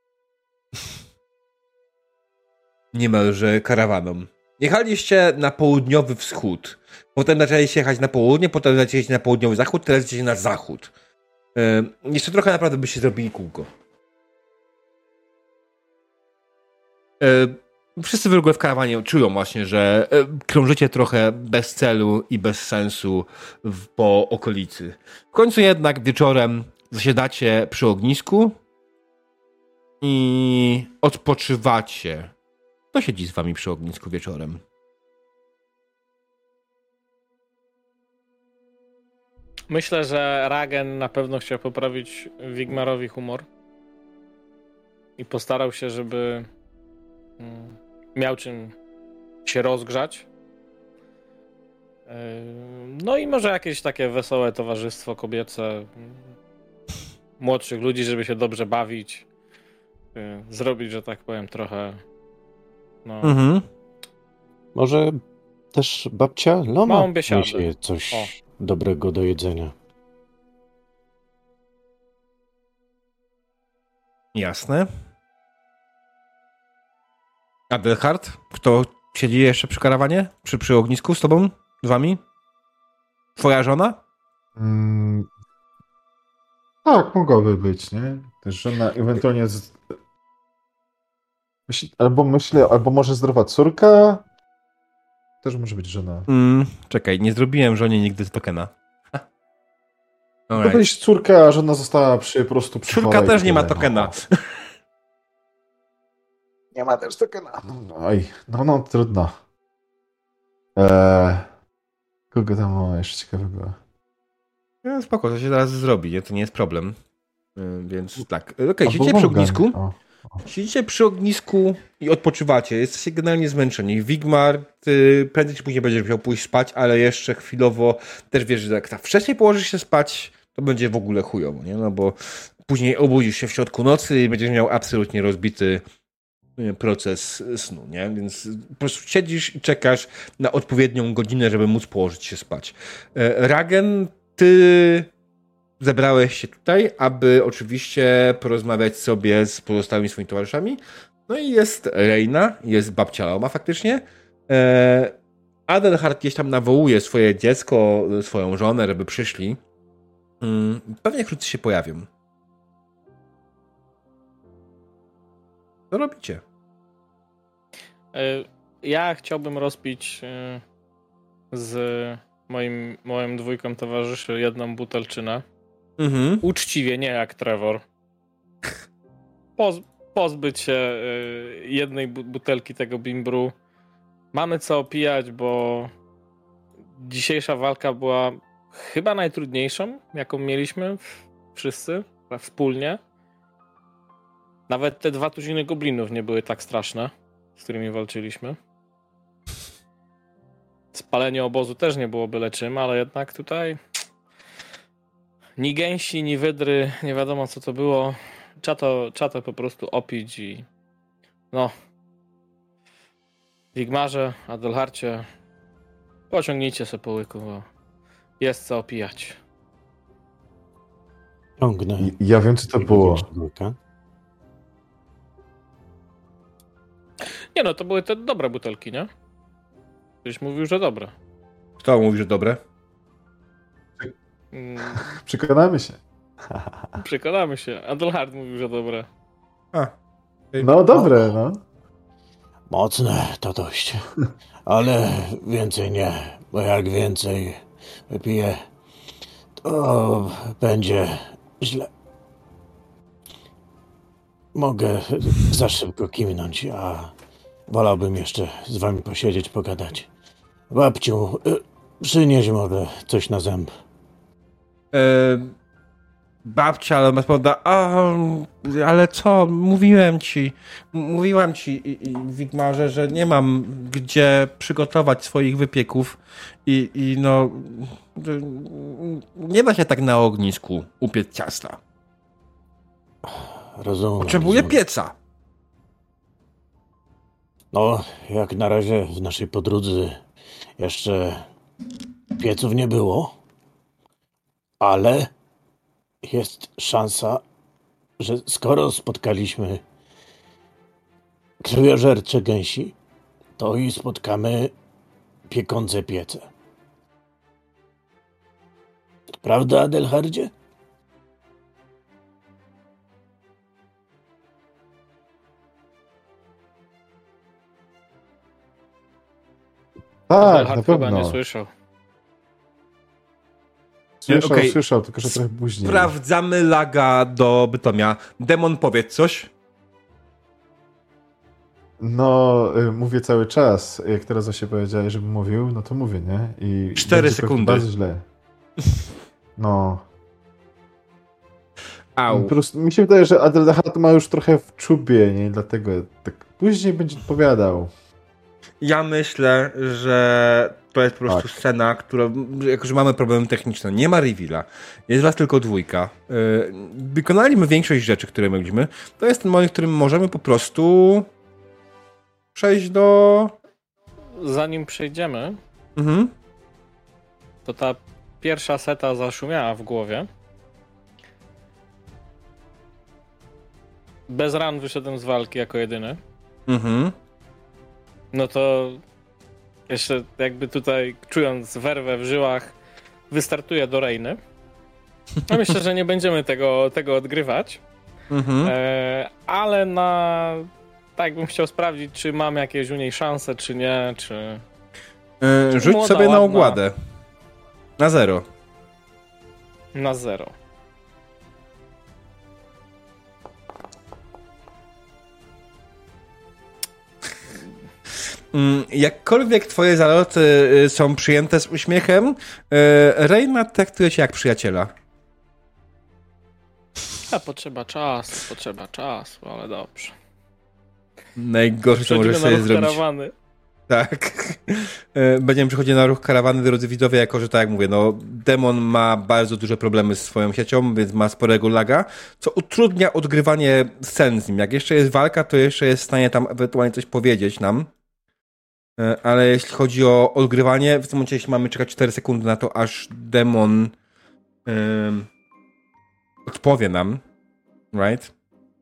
Niemalże karawaną. Jechaliście na południowy wschód. Potem zaczęliście jechać na południe, potem zaczęliście na południowy zachód, teraz jedziecie na zachód. Yy, jeszcze trochę naprawdę byście zrobili kółko. Yy, wszyscy w ogóle w karawanie czują właśnie, że yy, krążycie trochę bez celu i bez sensu w, po okolicy. W końcu jednak wieczorem zasiadacie przy ognisku i odpoczywacie. Kto siedzi z wami przy ognisku wieczorem? Myślę, że Ragen na pewno chciał poprawić Wigmarowi humor i postarał się, żeby mm, miał czym się rozgrzać. Yy, No i może jakieś takie wesołe towarzystwo kobiece, mm, młodszych ludzi, żeby się dobrze bawić, yy, zrobić, że tak powiem, trochę no, Mhm. Może też babcia Loma Małą biesiadę. niesie coś O. dobrego do jedzenia. Jasne. Adelhard? Kto siedzi jeszcze przy karawanie? Przy, przy ognisku z tobą? Z wami? Twoja żona? Mm, tak, mogłoby być, nie? Też żona ewentualnie z... Myśl... albo myślę, albo może zdrowa córka. Też może być żona. Mm, czekaj, nie zrobiłem żonie nigdy tokena. To Alright. być córka, a żona została przy, po prostu przy Córka też nie ma tokena. Nie ma też tokena. Oj, no, no, trudno. Eee, kogo tam mam jeszcze ciekawego? No, spoko, to się zaraz zrobi, nie? To nie jest problem. Yy, Więc tak. Okej, Albo siedzicie przy Morgan. ognisku. O. Siedzicie przy ognisku i odpoczywacie. Jesteście generalnie zmęczeni. Wigmar, ty prędzej czy później będziesz musiał pójść spać, ale jeszcze chwilowo też wiesz, że jak tak wcześniej położysz się spać, to będzie w ogóle chujowo, nie? No bo później obudzisz się w środku nocy i będziesz miał absolutnie rozbity proces snu, nie? Więc po prostu siedzisz i czekasz na odpowiednią godzinę, żeby móc położyć się spać. Ragen, ty zebrałeś się tutaj, aby oczywiście porozmawiać sobie z pozostałymi swoimi towarzyszami. No i jest Reina, jest babcia Laoma faktycznie. E, Adelhard gdzieś tam nawołuje swoje dziecko, swoją żonę, żeby przyszli. Mm, pewnie wkrótce się pojawią. Co robicie? Ja chciałbym rozpić z moim, moim dwójką towarzyszy jedną butelczynę. Mhm. Uczciwie, nie jak Trevor. Poz, pozbyć się jednej butelki tego bimbru. Mamy co opijać, bo dzisiejsza walka była chyba najtrudniejszą, jaką mieliśmy wszyscy wspólnie. Nawet te dwa tuziny goblinów nie były tak straszne, z którymi walczyliśmy. Spalenie obozu też nie było byle czym, ale jednak tutaj ni gęsi, ni wydry, nie wiadomo co to było. Trzeba to, trzeba to po prostu opić i no. Wigmarze, Adelharcie, pociągnijcie sobie po łyku, bo jest co opijać. Ciągnę. I- Ja wiem, co to było. Nie no, to były te dobre butelki, nie? Ktoś mówił, że dobre. Kto mówi, że dobre? Mm, Przekonamy się. przekonamy się. Adelhard mówił, że dobre. A. No dobre, no. Mocne to dość. Ale więcej nie, bo jak więcej wypiję, to będzie źle. Mogę za szybko kimnąć, a wolałbym jeszcze z wami posiedzieć, pogadać. Babciu, y, przynieś może coś na zęb. E, babcia, ale poda, a, ale co, mówiłem ci, m- mówiłam ci, i- i Wigmarze, że nie mam gdzie przygotować swoich wypieków i, i no, że nie da się tak na ognisku upiec ciasta. Rozumiem. Potrzebuję rozumiem. pieca. No, jak na razie w naszej podróży jeszcze pieców nie było, ale jest szansa, że skoro spotkaliśmy krwiożercze gęsi, to i spotkamy piekące piece. Prawda, Adelhardzie? Tak, na Adelhard chyba nie pewno. słyszał. Słyszał, Okej. słyszał, tylko że trochę później. Sprawdzamy laga do Bytomia. Demon, powiedz coś. No, y, mówię cały czas. Jak teraz właśnie powiedziałeś, żebym mówił, no to mówię, nie? I Cztery będzie pewnie sekundy. Bardzo źle. No. Au. Po prostu mi się wydaje, że Adelhard ma już trochę w czubie, nie? Dlatego tak później będzie odpowiadał. Ja myślę, że to jest po prostu Tak. scena, która, jako że mamy problemy techniczne, nie ma reveala, jest was tylko dwójka. Yy, wykonaliśmy większość rzeczy, które mogliśmy. To jest ten moment, w którym możemy po prostu przejść do... Zanim przejdziemy, Mhm. to ta pierwsza seta zaszumiała w głowie. Bez ran wyszedłem z walki jako jedyny. Mhm. No to jeszcze jakby tutaj czując werwę w żyłach wystartuję do Reiny. No myślę, że nie będziemy tego, tego odgrywać. Mhm. E, ale na... Tak bym chciał sprawdzić, czy mam jakieś u niej szanse, czy nie, czy... Yy, rzuć młoda, sobie na ładna. ogładę. Na zero. Na zero. Jakkolwiek twoje zaloty są przyjęte z uśmiechem, Reyna traktuje cię jak przyjaciela. A potrzeba czasu, potrzeba czasu, ale dobrze. Najgorsze, co możesz sobie zrobić. Karawany. Tak. Będziemy przychodzić na ruch karawany, drodzy widzowie, jako że tak jak mówię, no demon ma bardzo duże problemy z swoją siecią, więc ma sporego laga, co utrudnia odgrywanie scen z nim. Jak jeszcze jest walka, to jeszcze jest w stanie tam ewentualnie coś powiedzieć nam. Ale jeśli chodzi o odgrywanie, w tym momencie jeśli mamy czekać cztery sekundy na to, aż demon yy, odpowie nam, right?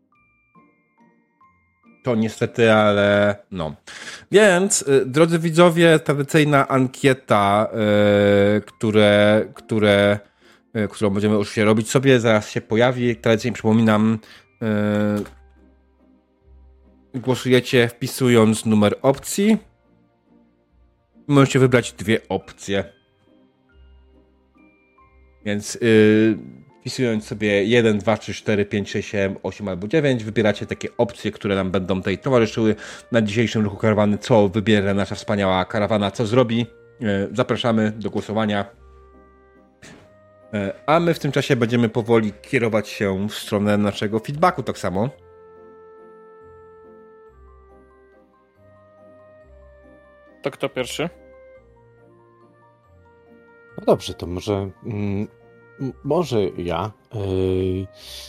To niestety, ale no. Więc, y, drodzy widzowie, tradycyjna ankieta, y, które, które, y, którą będziemy oczywiście robić sobie, zaraz się pojawi. Tradycyjnie przypominam, y, głosujecie wpisując numer opcji. Możecie wybrać dwie opcje. Więc yy, wpisując sobie jeden, dwa, trzy, cztery, pięć, sześć, siedem, osiem albo dziewięć, wybieracie takie opcje, które nam będą tutaj towarzyszyły na dzisiejszym ruchu karawany, co wybierze nasza wspaniała karawana, co zrobi. Yy, zapraszamy do głosowania. Yy, a my w tym czasie będziemy powoli kierować się w stronę naszego feedbacku tak samo. To kto pierwszy? No dobrze, to może mm, może ja. Yy,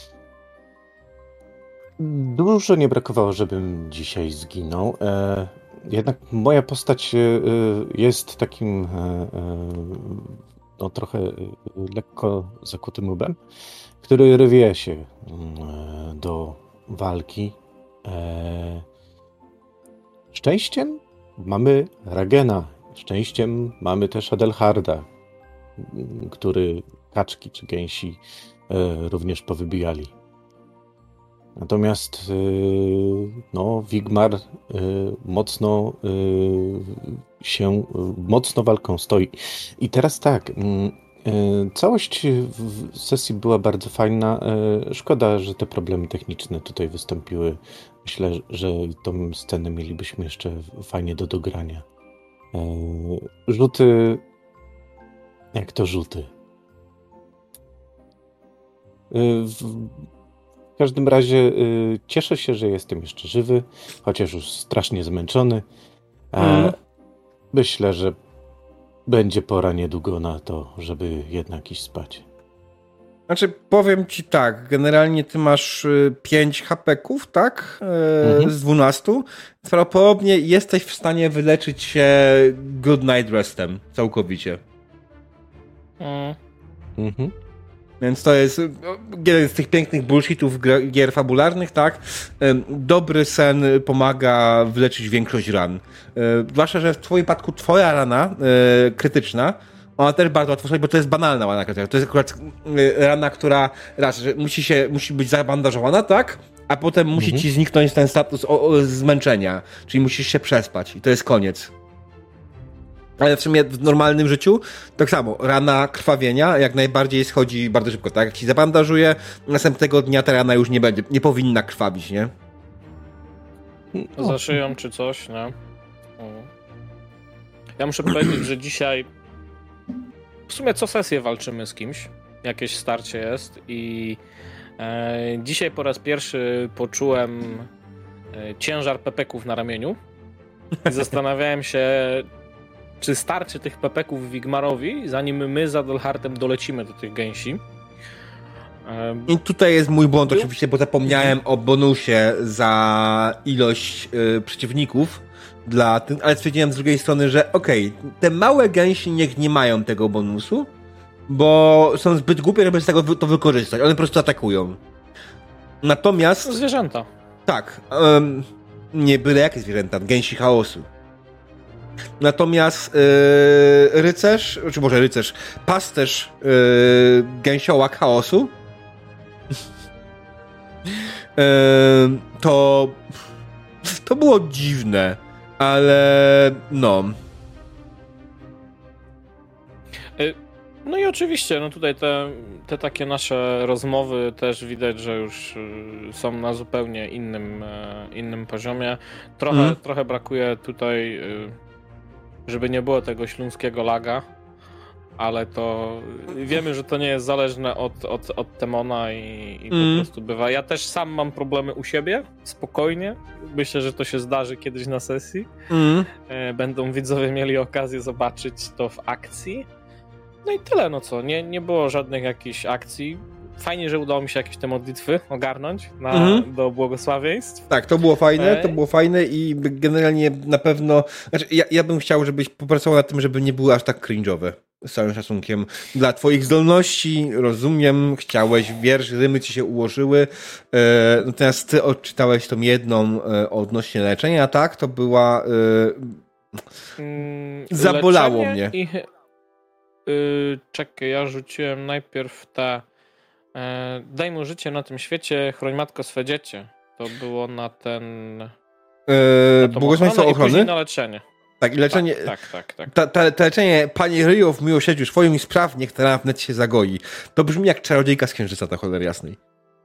dużo nie brakowało, żebym dzisiaj zginął. Yy, jednak moja postać yy, jest takim yy, no trochę yy, lekko zakutym łbem, który rwie się yy, do walki. Yy, szczęściem mamy Ragena. Szczęściem mamy też Adelharda, który kaczki czy gęsi e, również powybijali. Natomiast e, no, Wigmar e, mocno e, się, mocno walką stoi. I teraz tak, e, całość w sesji była bardzo fajna. E, szkoda, że te problemy techniczne tutaj wystąpiły. Myślę, że tą scenę mielibyśmy jeszcze fajnie do dogrania. E, rzuty... Jak to rzuty? W każdym razie cieszę się, że jestem jeszcze żywy, chociaż już strasznie zmęczony. Mm. Myślę, że będzie pora niedługo na to, żeby jednak iść spać. Znaczy, powiem ci tak, generalnie ty masz pięć hapeków, tak? Mhm. Z dwunastu. Prawdopodobnie jesteś w stanie wyleczyć się good night restem całkowicie. Mm. Mhm. Więc to jest jeden z tych pięknych bullshitów gier fabularnych, tak? Dobry sen pomaga wyleczyć większość ran. Zwłaszcza, że w twoim przypadku twoja rana krytyczna, ona też bardzo łatwo, bo to jest banalna rana krytyczna. To jest akurat rana, która raz, że musi się, musi być zabandażowana, tak? A potem musi mhm. ci zniknąć ten status o, o, zmęczenia. Czyli musisz się przespać i to jest koniec. Ale w sumie w normalnym życiu tak samo, rana krwawienia jak najbardziej schodzi bardzo szybko, tak? Jak ci zabandażuje, następnego dnia ta rana już nie będzie, nie powinna krwawić, nie? Za szyją czy coś, nie? Ja muszę powiedzieć, że dzisiaj w sumie co sesję walczymy z kimś, jakieś starcie jest i e, dzisiaj po raz pierwszy poczułem e, ciężar pepeków na ramieniu i zastanawiałem się, czy starczy tych pepeków Wigmarowi, zanim my z Adelhardem dolecimy do tych gęsi. I tutaj jest mój błąd oczywiście, bo zapomniałem o bonusie za ilość y, przeciwników, dla tym, ale stwierdziłem z drugiej strony, że okej, okay, te małe gęsi niech nie mają tego bonusu, bo są zbyt głupie, żeby z tego wy- to wykorzystać. One po prostu atakują. Natomiast... To zwierzęta. Tak. Um, nie byle jakie zwierzęta. Gęsi chaosu. Natomiast yy, rycerz, czy może rycerz, pasterz yy, gęsiołak chaosu yy, to to było dziwne, ale no. Yy, No i oczywiście, no tutaj te, te takie nasze rozmowy też widać, że już są na zupełnie innym, innym poziomie. Trochę, mm. trochę brakuje tutaj, żeby nie było tego śląskiego laga, ale to wiemy, że to nie jest zależne od, od, od Temona i, i mm. po prostu bywa. Ja też sam mam problemy u siebie, spokojnie. Myślę, że to się zdarzy kiedyś na sesji. Mm. Będą widzowie mieli okazję zobaczyć to w akcji. No i tyle, no co, nie, nie było żadnych jakichś akcji. Fajnie, że udało mi się jakieś te modlitwy ogarnąć na, mhm. do błogosławieństw. Tak, to było fajne, to było fajne i generalnie na pewno, znaczy ja, ja bym chciał, żebyś popracował nad tym, żeby nie były aż tak cringe'owe, z całym szacunkiem. Dla twoich zdolności, rozumiem, chciałeś, wiersz, rymy ci się ułożyły, e, natomiast ty odczytałeś tą jedną e, odnośnie leczenia, tak? To była... E, mm, zabolało mnie. I... Yy, czekaj, ja rzuciłem najpierw te yy, daj mu życie na tym świecie, chroń matko swe dziecię. To było na ten yy, błogosławieństwo ochrony i na leczenie. Tak, i leczenie tak, tak, tak, tak. Ta, ta, ta leczenie Panie ryją w miłosierdziu swoim i spraw, niech ta rana wnet się zagoi. To brzmi jak czarodziejka z księżyca, ta cholera jasnej.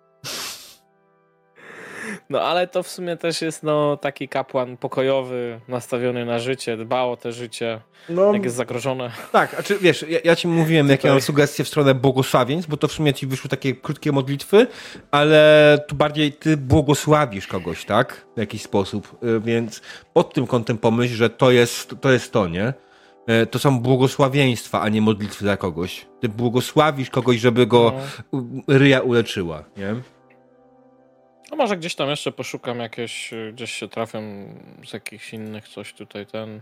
No ale to w sumie też jest no taki kapłan pokojowy, nastawiony na życie, dba o te życie, no, jak jest zagrożone. Tak, a czy wiesz, ja, ja ci mówiłem, tutaj... jakie mam sugestie w stronę błogosławieństw, bo to w sumie ci wyszły takie krótkie modlitwy, ale tu bardziej ty błogosławisz kogoś, tak? W jakiś sposób, więc pod tym kątem pomyśl, że to jest to, jest to nie? To są błogosławieństwa, a nie modlitwy dla kogoś. Ty błogosławisz kogoś, żeby go no. ryja uleczyła, nie? No może gdzieś tam jeszcze poszukam jakieś, gdzieś się trafią z jakichś innych coś tutaj ten...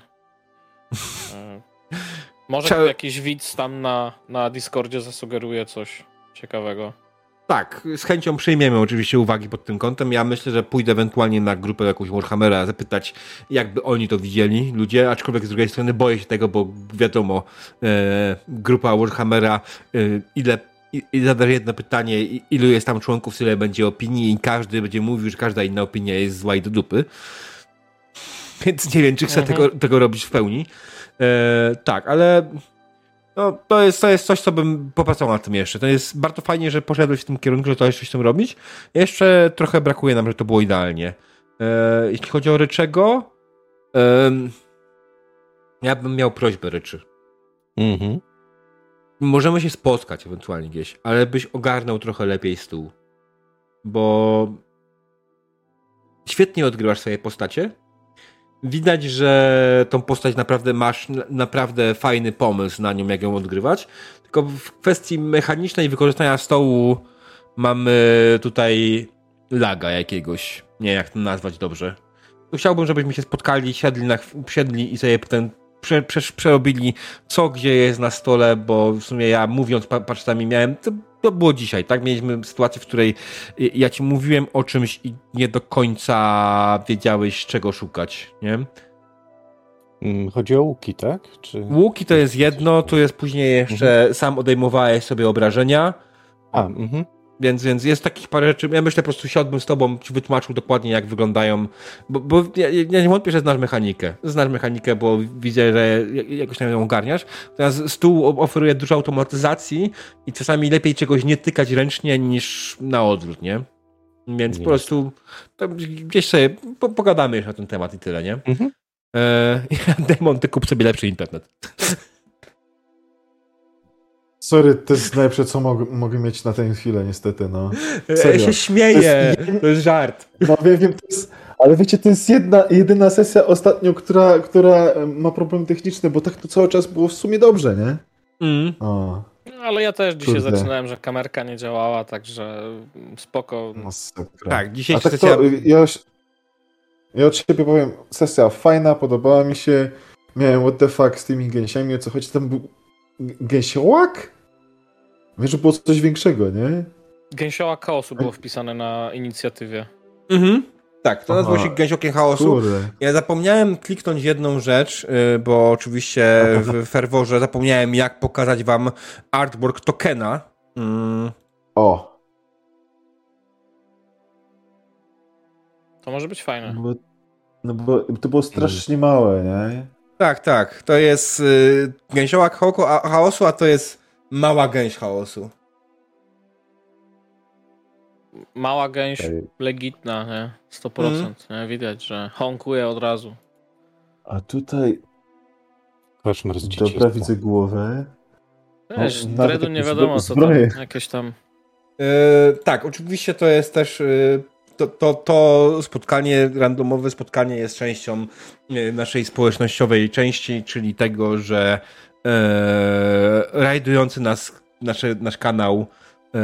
e, może Char... jakiś widz tam na, na Discordzie zasugeruje coś ciekawego. Tak, z chęcią przyjmiemy oczywiście uwagi pod tym kątem. Ja myślę, że pójdę ewentualnie na grupę jakąś Warhammera zapytać, jakby oni to widzieli, ludzie, aczkolwiek z drugiej strony boję się tego, bo wiadomo, e, grupa Warhammera, e, ile I, i zadasz jedno pytanie, ilu jest tam członków, tyle będzie opinii i każdy będzie mówił, że każda inna opinia jest zła i do dupy. Więc nie wiem, czy chcę mhm. tego, tego robić w pełni. E, tak, ale no, to, jest, to jest coś, co bym popracował nad tym jeszcze. To jest bardzo fajnie, że poszedłeś w tym kierunku, że to jeszcze coś z tym robić. Jeszcze trochę brakuje nam, że to było idealnie. E, jeśli chodzi o Ryczego, e, ja bym miał prośbę Ryczy. Mhm. Możemy się spotkać ewentualnie gdzieś, ale byś ogarnął trochę lepiej stół. Bo świetnie odgrywasz swoje postacie. Widać, że tą postać naprawdę masz naprawdę fajny pomysł na nią, jak ją odgrywać. Tylko w kwestii mechanicznej wykorzystania stołu mamy tutaj laga jakiegoś. Nie wiem, jak to nazwać dobrze. To chciałbym, żebyśmy się spotkali, siadli, na, siedli i sobie ten Prze, prze, przerobili co gdzie jest na stole, bo w sumie ja mówiąc pacztami miałem, to, to było dzisiaj, tak? Mieliśmy sytuację, w której ja ci mówiłem o czymś i nie do końca wiedziałeś czego szukać, nie? Chodzi o łuki, tak? Czy... Łuki to jest jedno, tu jest później jeszcze mhm. sam odejmowałeś sobie obrażenia. A, mhm. Więc, więc jest takich parę rzeczy. Ja myślę, po prostu siadłbym z tobą, ci wytłumaczył dokładnie, jak wyglądają. Bo, bo ja, ja nie wątpię, że znasz mechanikę. Znasz mechanikę, bo widzę, że jakoś tam ją ogarniasz. Natomiast stół oferuje dużo automatyzacji i czasami lepiej czegoś nie tykać ręcznie niż na odwrót, nie? Więc nie po prostu to gdzieś sobie po, pogadamy jeszcze na ten temat i tyle, nie? Mhm. E, Demon, ty kup sobie lepszy internet. Sorry, to jest najlepsze, co mog- mogę mieć na tę chwilę, niestety, no. Serio. Ja się śmieję, to jest, to jest żart. No wiem, wiem, to jest, ale wiecie, to jest jedna, jedyna sesja ostatnio, która, która ma problem techniczny, bo tak to cały czas było w sumie dobrze, nie? Mm. O. Ale ja też dzisiaj Kurde. zaczynałem, że kamerka nie działała, także spoko. No, tak, dzisiaj tak sesja... to, ja, ja od siebie powiem, sesja fajna, podobała mi się, miałem what the fuck z tymi gęsiami, o co chodzi, tam był gęsiołak? Wiesz, że było coś większego, nie? Gęsiołak chaosu było wpisane na inicjatywie. Mhm. Tak, to nazywa się gęsiołkiem chaosu. Kurde. Ja zapomniałem kliknąć jedną rzecz, bo oczywiście w ferworze zapomniałem, jak pokazać wam artwork tokena. Mm. O. To może być fajne. No bo, no bo to było strasznie małe, nie? Tak, tak. To jest y, gęsiołak chaosu, a to jest mała gęś chaosu. Mała gęś, Ej. legitna, nie? sto procent. Mm. Nie? Widać, że honkuje od razu. A tutaj, Koszmar z dzieciństwa. dobra, widzę głowę. Wiesz, No, Dredu nawet nie jakieś wiadomo co tam, zbroje. jakieś tam... Yy, tak, oczywiście to jest też... Yy, to, to, to spotkanie, randomowe spotkanie jest częścią yy, naszej społecznościowej części, czyli tego, że yy, rajdujący nas, nasze, nasz kanał yy,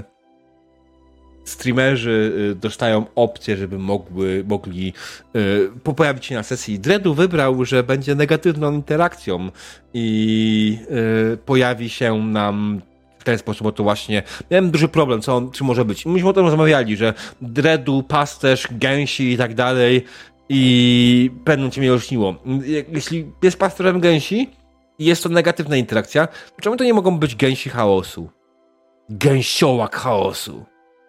streamerzy y, dostają opcję, żeby mogły, mogli y, pojawić się na sesji. Dredu wybrał, że będzie negatywną interakcją i y, pojawi się nam w ten sposób, bo to właśnie miałem duży problem, co on, czy może być. Myśmy o tym rozmawiali, że Dredu, pasterz, gęsi i tak dalej i pewnie cię mnie olśniło. Jeśli jest pasterzem gęsi i jest to negatywna interakcja, to czemu to nie mogą być gęsi chaosu? Gęsiołak chaosu.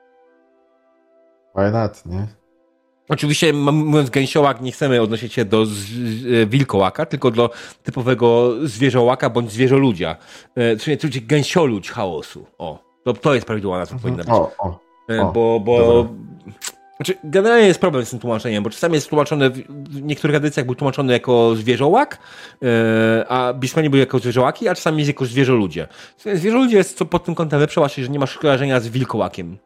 Why not, nie? Oczywiście, mówiąc gęsiołak, nie chcemy odnosić się do z, z, wilkołaka, tylko do typowego zwierzołaka bądź zwierzoludzia. E, czyli, czyli gęsioludź chaosu. O, to, to jest prawidłowa nazwa, powinna być. O, o, E, o, bo bo dobra. znaczy, generalnie jest problem z tym tłumaczeniem, bo czasami jest tłumaczone, w, w niektórych edycjach był tłumaczony jako zwierzołak, e, a Beastmani były jako zwierzołaki, a czasami jest jako zwierzoludzie. Zwierzoludzie jest co pod tym kątem lepsze, właśnie, że nie masz kojarzenia z wilkołakiem.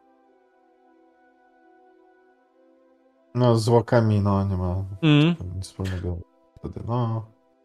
No, z łakami, no, nie ma Mm. nic wspólnego wtedy, no.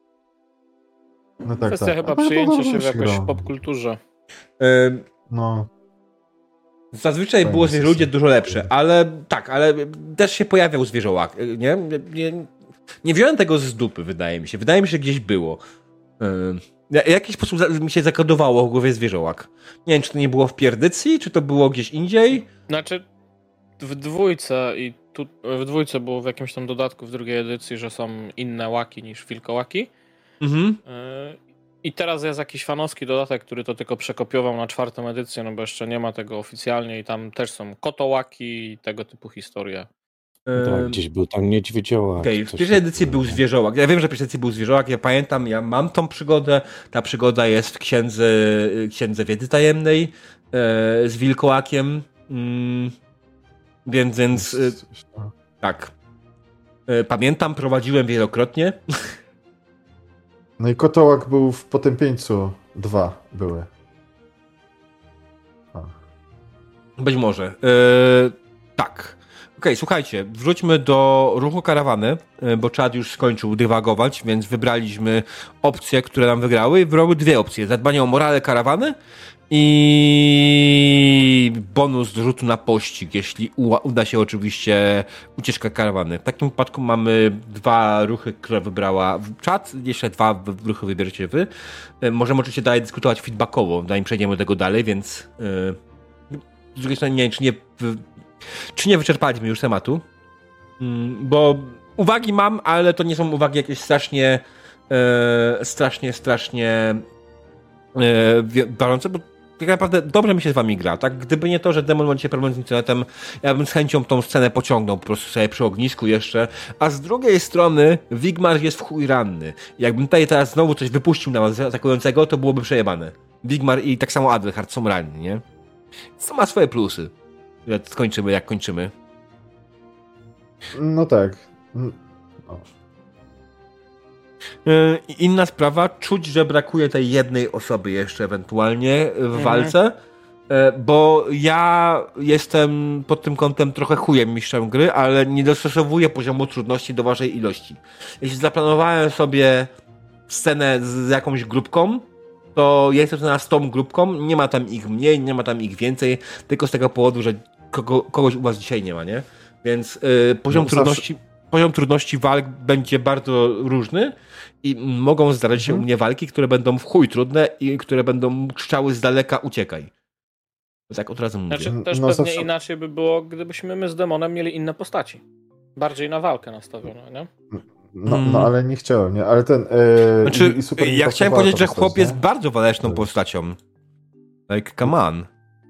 No tak, Kwestia tak. chyba Ale przyjęcia podoba się mi w jakoś gra. popkulturze. E, No, Zazwyczaj Fajne było sesje. zwierzoludzie dużo lepsze, ale tak, ale też się pojawiał zwierzołak, nie? Nie, nie wziąłem tego z dupy, wydaje mi się. Wydaje mi się, że gdzieś było. Yy, w jakiś sposób za- mi się zakodowało w głowie zwierzołak. Nie wiem, czy to nie było w Pierdycji, czy to było gdzieś indziej. Znaczy w dwójce i tu, w dwójce było w jakimś tam dodatku w drugiej edycji, że są inne łaki niż wilkołaki. Mhm. Yy, I teraz jest jakiś fanowski dodatek, który to tylko przekopiował na czwartą edycję, no bo jeszcze nie ma tego oficjalnie i tam też są kotołaki i tego typu historie. Tak, Yy, gdzieś był tam niedźwiedziołak. Okej, w coś pierwszej edycji takiego. był zwierzołak. Ja wiem, że w pierwszej edycji był zwierzołak, ja pamiętam, ja mam tą przygodę. Ta przygoda jest w księdze, księdze wiedzy tajemnej e, z wilkołakiem. Mm, więc, więc e, coś, no. tak. E, pamiętam, prowadziłem wielokrotnie. No i kotołak był w Potępieńcu. Dwa były. A. Być może. E, tak. Okej, słuchajcie, wróćmy do ruchu karawany, e, bo czad już skończył dywagować, więc wybraliśmy opcje, które nam wygrały. I wybrały dwie opcje. Zadbanie o morale karawany i bonus do rzutu na pościg, jeśli u- uda się oczywiście ucieczka karawany. W takim wypadku mamy dwa ruchy, które wybrała czat, jeszcze dwa w- ruchy wybierzecie wy. E, Możemy oczywiście dalej dyskutować feedbackowo, zanim przejdziemy do tego dalej, więc e, z drugiej strony nie wiem, czy nie, czy nie wyczerpaliśmy już tematu, Mm, bo uwagi mam, ale to nie są uwagi jakieś strasznie e, strasznie, strasznie e, wi- walące, bo tak naprawdę dobrze mi się z wami gra, tak? Gdyby nie to, że Demon ma dzisiaj problem z internetem, ja bym z chęcią tą scenę pociągnął po prostu sobie przy ognisku jeszcze, a z drugiej strony Wigmar jest w chuj ranny. Jakbym tutaj teraz znowu coś wypuścił na was atakującego, to byłoby przejebane. Wigmar i tak samo Adelhard są ranni, nie? To ma swoje plusy, że skończymy jak kończymy. No tak. Mm, o. Yy, Inna sprawa, czuć, że brakuje tej jednej osoby jeszcze ewentualnie w Mhm. walce, yy, bo ja jestem pod tym kątem trochę chujem mistrzem gry, ale nie dostosowuję poziomu trudności do waszej ilości. Jeśli zaplanowałem sobie scenę z jakąś grupką, to jestem na z tą grupką, nie ma tam ich mniej, nie ma tam ich więcej, tylko z tego powodu, że kogo, kogoś u was dzisiaj nie ma, nie? Więc yy, poziom No, trudności poziom trudności walk będzie bardzo różny i mogą zdarzać się Mhm. u mnie walki, które będą w chuj trudne i które będą krzyczały z daleka uciekaj. Tak od razu mówię. Znaczy też No pewnie zawsze- inaczej by było, gdybyśmy my z demonem mieli inne postaci. Bardziej na walkę nastawione, nie? No, Mm. no ale nie chciałem, nie? Ale ten... E, Znaczy, i, i super mi ja chciałem pasowała powiedzieć, ta że postać, chłop nie? jest bardzo waleczną Tak. postacią. Like, come on.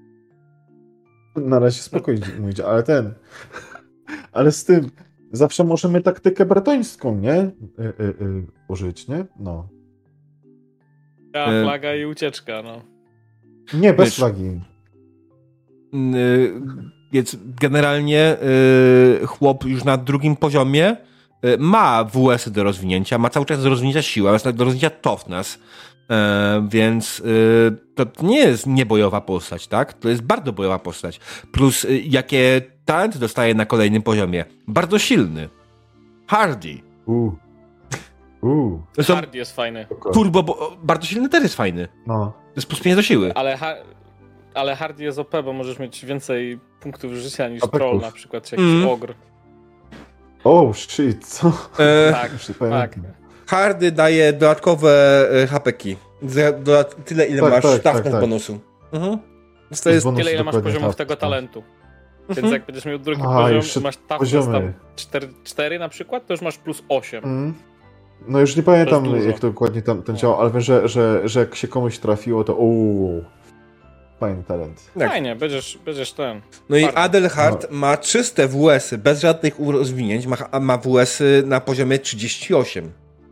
Na razie spokojnie mówić, ale ten... Ale z tym... Zawsze możemy taktykę bretońską, nie? Y, y, y, użyć, nie? No. Ja, E, flaga i ucieczka, no. Nie, bez Wiesz, flagi. Yy, więc generalnie yy, chłop już na drugim poziomie yy, ma W S y do rozwinięcia, ma cały czas do rozwinięcia siłę, ma do rozwinięcia toughness, yy, więc yy, to nie jest niebojowa postać, tak? To jest bardzo bojowa postać. Plus yy, jakie talenty dostaje na kolejnym poziomie. Bardzo silny. Hardy. Uuu. Uuu. Zresztą Hardy jest fajny. turbo, bo bardzo silny też jest fajny. No. To jest plus pięć do siły. Ale, ha ale Hardy jest O P, bo możesz mieć więcej punktów życia niż Apeków. troll, na przykład, czy jakiś Mm. ogr. Oh shit, co? E, Tak, Już nie tak. pamiętam. Hardy daje dodatkowe e, hapeki. Za- dodat- Tyle, ile Tak, masz tak, tak, tak, tak. bonusu. Mhm. Więc to jest... Bonusy Tyle, ile masz dokładnie poziomów tak, tego tak. talentu. Więc Mhm. jak będziesz miał drugi A, poziom, jeszcze masz toughness poziomy. tam cztery, cztery na przykład, to już masz plus osiem. Mm. No już nie pamiętam, To jest jak dużo. dokładnie tam ten No. działa, ale wiem, że, że, że jak się komuś trafiło, to uuu. Fajny talent. Tak. Fajnie, będziesz, będziesz ten. No i Bardzo. Adelhard ma czyste W S y, bez żadnych rozwinięć, ma, ma W S y na poziomie trzydzieści osiem.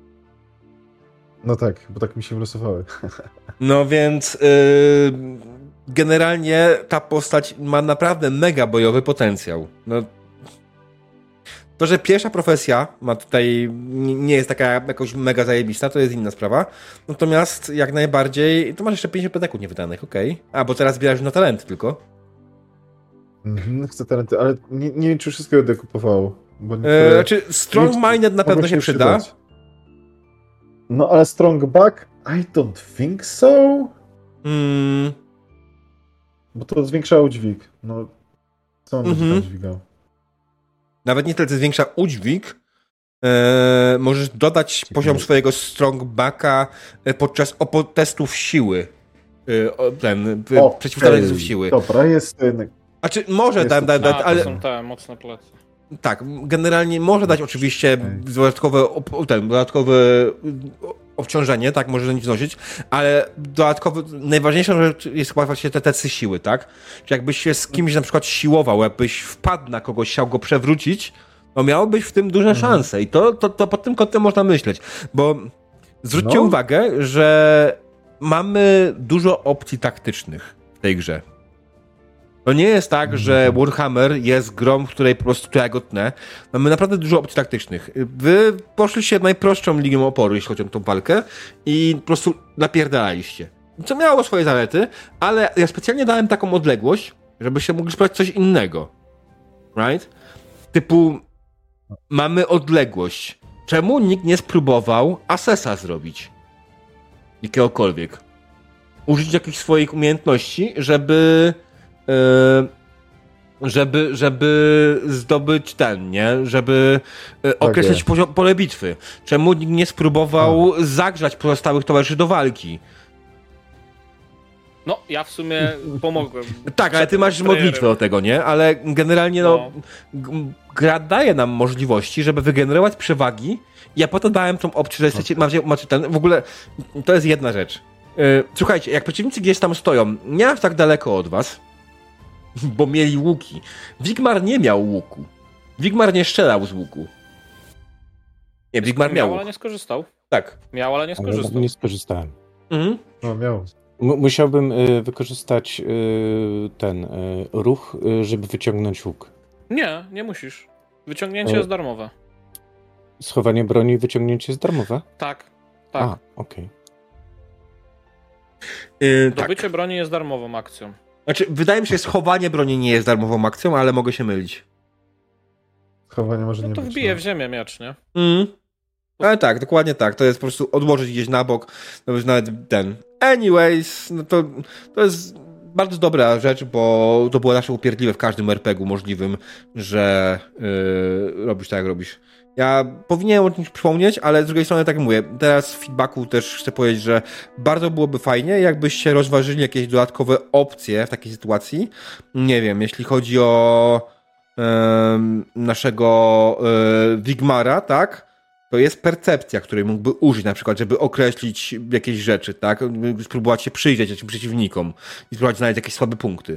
No tak, bo tak mi się wylosowały. No więc yy, generalnie ta postać ma naprawdę mega bojowy potencjał. No, to, że pierwsza profesja ma tutaj nie nie jest taka jakoś mega zajebista, to jest inna sprawa. Natomiast jak najbardziej, to masz jeszcze pięćdziesiąt pedeków niewydanych, okej. Okay. A, bo teraz zbierasz na talenty tylko. Mhm, chcę talenty, ale nie, nie wiem, czy wszystkiego dokupowało. Bo E, niektóre znaczy, Strong Minded na mogą pewno się przyda. przydać. No ale Strong Back? I don't think so. Mm, Bo to zwiększało dźwig. No, co on będzie Mhm. tam dźwigał? nawet nie tyle, co zwiększa udźwig. E, możesz dodać Ciekawe. poziom swojego Strong Backa e, podczas opo- testów siły. E, o, ten, e, O, przeciwstawiania ej, testów siły. Dobra, jest ten. A czy może Jest dać, to- da, A, da, to ale są te mocne plecy. tak, generalnie może dać oczywiście Ej. dodatkowe, op- ten, dodatkowe obciążenie, tak, może nie wnosić, ale dodatkowo, najważniejszą rzecz jest chyba właśnie te testy siły, tak? Czy jakbyś się z kimś na przykład siłował, jakbyś wpadł na kogoś, chciał go przewrócić, to miałbyś w tym duże Mhm. szanse i to, to, to pod tym kątem można myśleć, bo zwróćcie No. uwagę, że mamy dużo opcji taktycznych w tej grze. To nie jest tak, że Warhammer jest grą, w której po prostu ja go tnę. Mamy naprawdę dużo opcji taktycznych. Wy poszliście najprostszą ligą oporu, jeśli chodzi o tą walkę i po prostu napierdalaliście. Co miało swoje zalety, ale ja specjalnie dałem taką odległość, żebyście mogli spróbować coś innego. Right? Typu mamy odległość. Czemu nikt nie spróbował Asesa zrobić? Jakiegokolwiek. Użyć jakichś swoich umiejętności, żeby Yy, żeby, żeby zdobyć ten, nie? Żeby yy, określić poziom, pole bitwy. Czemu nikt nie spróbował zagrzać pozostałych towarzyszy do walki? No, ja w sumie pomogłem. Tak, ale ty masz Przed modlitwę trailerem. do tego, nie? Ale generalnie no, g- gra daje nam możliwości, żeby wygenerować przewagi. Ja po to dałem tą opcję, że jesteście, macie, macie ten, w ogóle to jest jedna rzecz. Yy, słuchajcie, jak przeciwnicy gdzieś tam stoją, nie aż tak daleko od was, bo mieli łuki. Wigmar nie miał łuku. Wigmar nie strzelał z łuku. Nie, Wigmar miał Miał, łuk. ale nie skorzystał. Tak. Miał, ale nie Ale skorzystał. nie skorzystałem. Mhm. No, miał. M- musiałbym y, wykorzystać y, ten y, ruch, y, żeby wyciągnąć łuk. Nie, nie musisz. Wyciągnięcie E, jest darmowe. Schowanie broni i wyciągnięcie jest darmowe? Tak, tak. A, okej. Yy, tak. Dobycie broni jest darmową akcją. Znaczy, wydaje mi się, że schowanie broni nie jest darmową akcją, ale mogę się mylić. Schowanie może No nie to być. wbije no. w ziemię miecz, nie? Mhm. Ale tak, dokładnie tak. To jest po prostu odłożyć gdzieś na bok. To jest nawet ten. Anyways, no to, to jest bardzo dobra rzecz, bo to było zawsze upierdliwe w każdym er pe gu możliwym, że yy, robisz tak, jak robisz. Ja powinienem o czymś przypomnieć, ale z drugiej strony, tak jak mówię, teraz w feedbacku też chcę powiedzieć, że bardzo byłoby fajnie, jakbyście rozważyli jakieś dodatkowe opcje w takiej sytuacji. Nie wiem, jeśli chodzi o em, naszego e, Wigmara, tak? To jest percepcja, której mógłby użyć, na przykład, żeby określić jakieś rzeczy, tak? Spróbować się przyjrzeć jakimś przeciwnikom i spróbować znaleźć jakieś słabe punkty.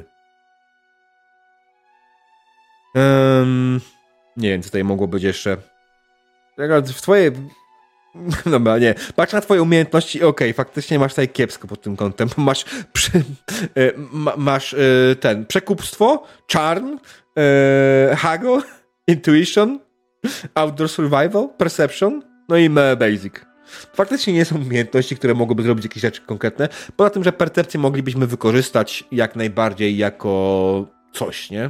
Um, nie wiem, co tutaj mogło być jeszcze. W twojej... Dobra, nie. Patrz na twoje umiejętności i okej, okay, faktycznie masz tutaj kiepsko pod tym kątem. Masz, przy, ma, masz ten, przekupstwo, charm, hago, intuition, outdoor survival, perception, no i basic. Faktycznie nie są umiejętności, które mogłyby zrobić jakieś rzeczy konkretne. Poza tym, że percepcję moglibyśmy wykorzystać jak najbardziej jako coś, nie?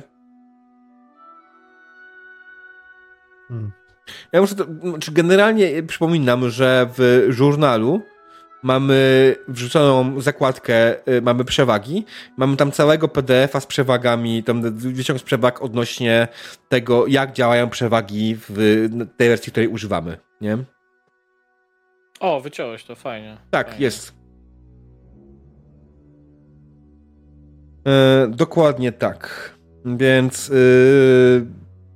Hmm. Ja muszę to, czy generalnie przypominam, że w żurnalu mamy wrzuconą zakładkę, mamy przewagi, mamy tam całego P D F a z przewagami, tam wyciąg z przewag odnośnie tego, jak działają przewagi w tej wersji, której używamy, nie? O, wyciąłeś to, fajnie. Tak, fajnie. jest. E, dokładnie tak. Więc yy...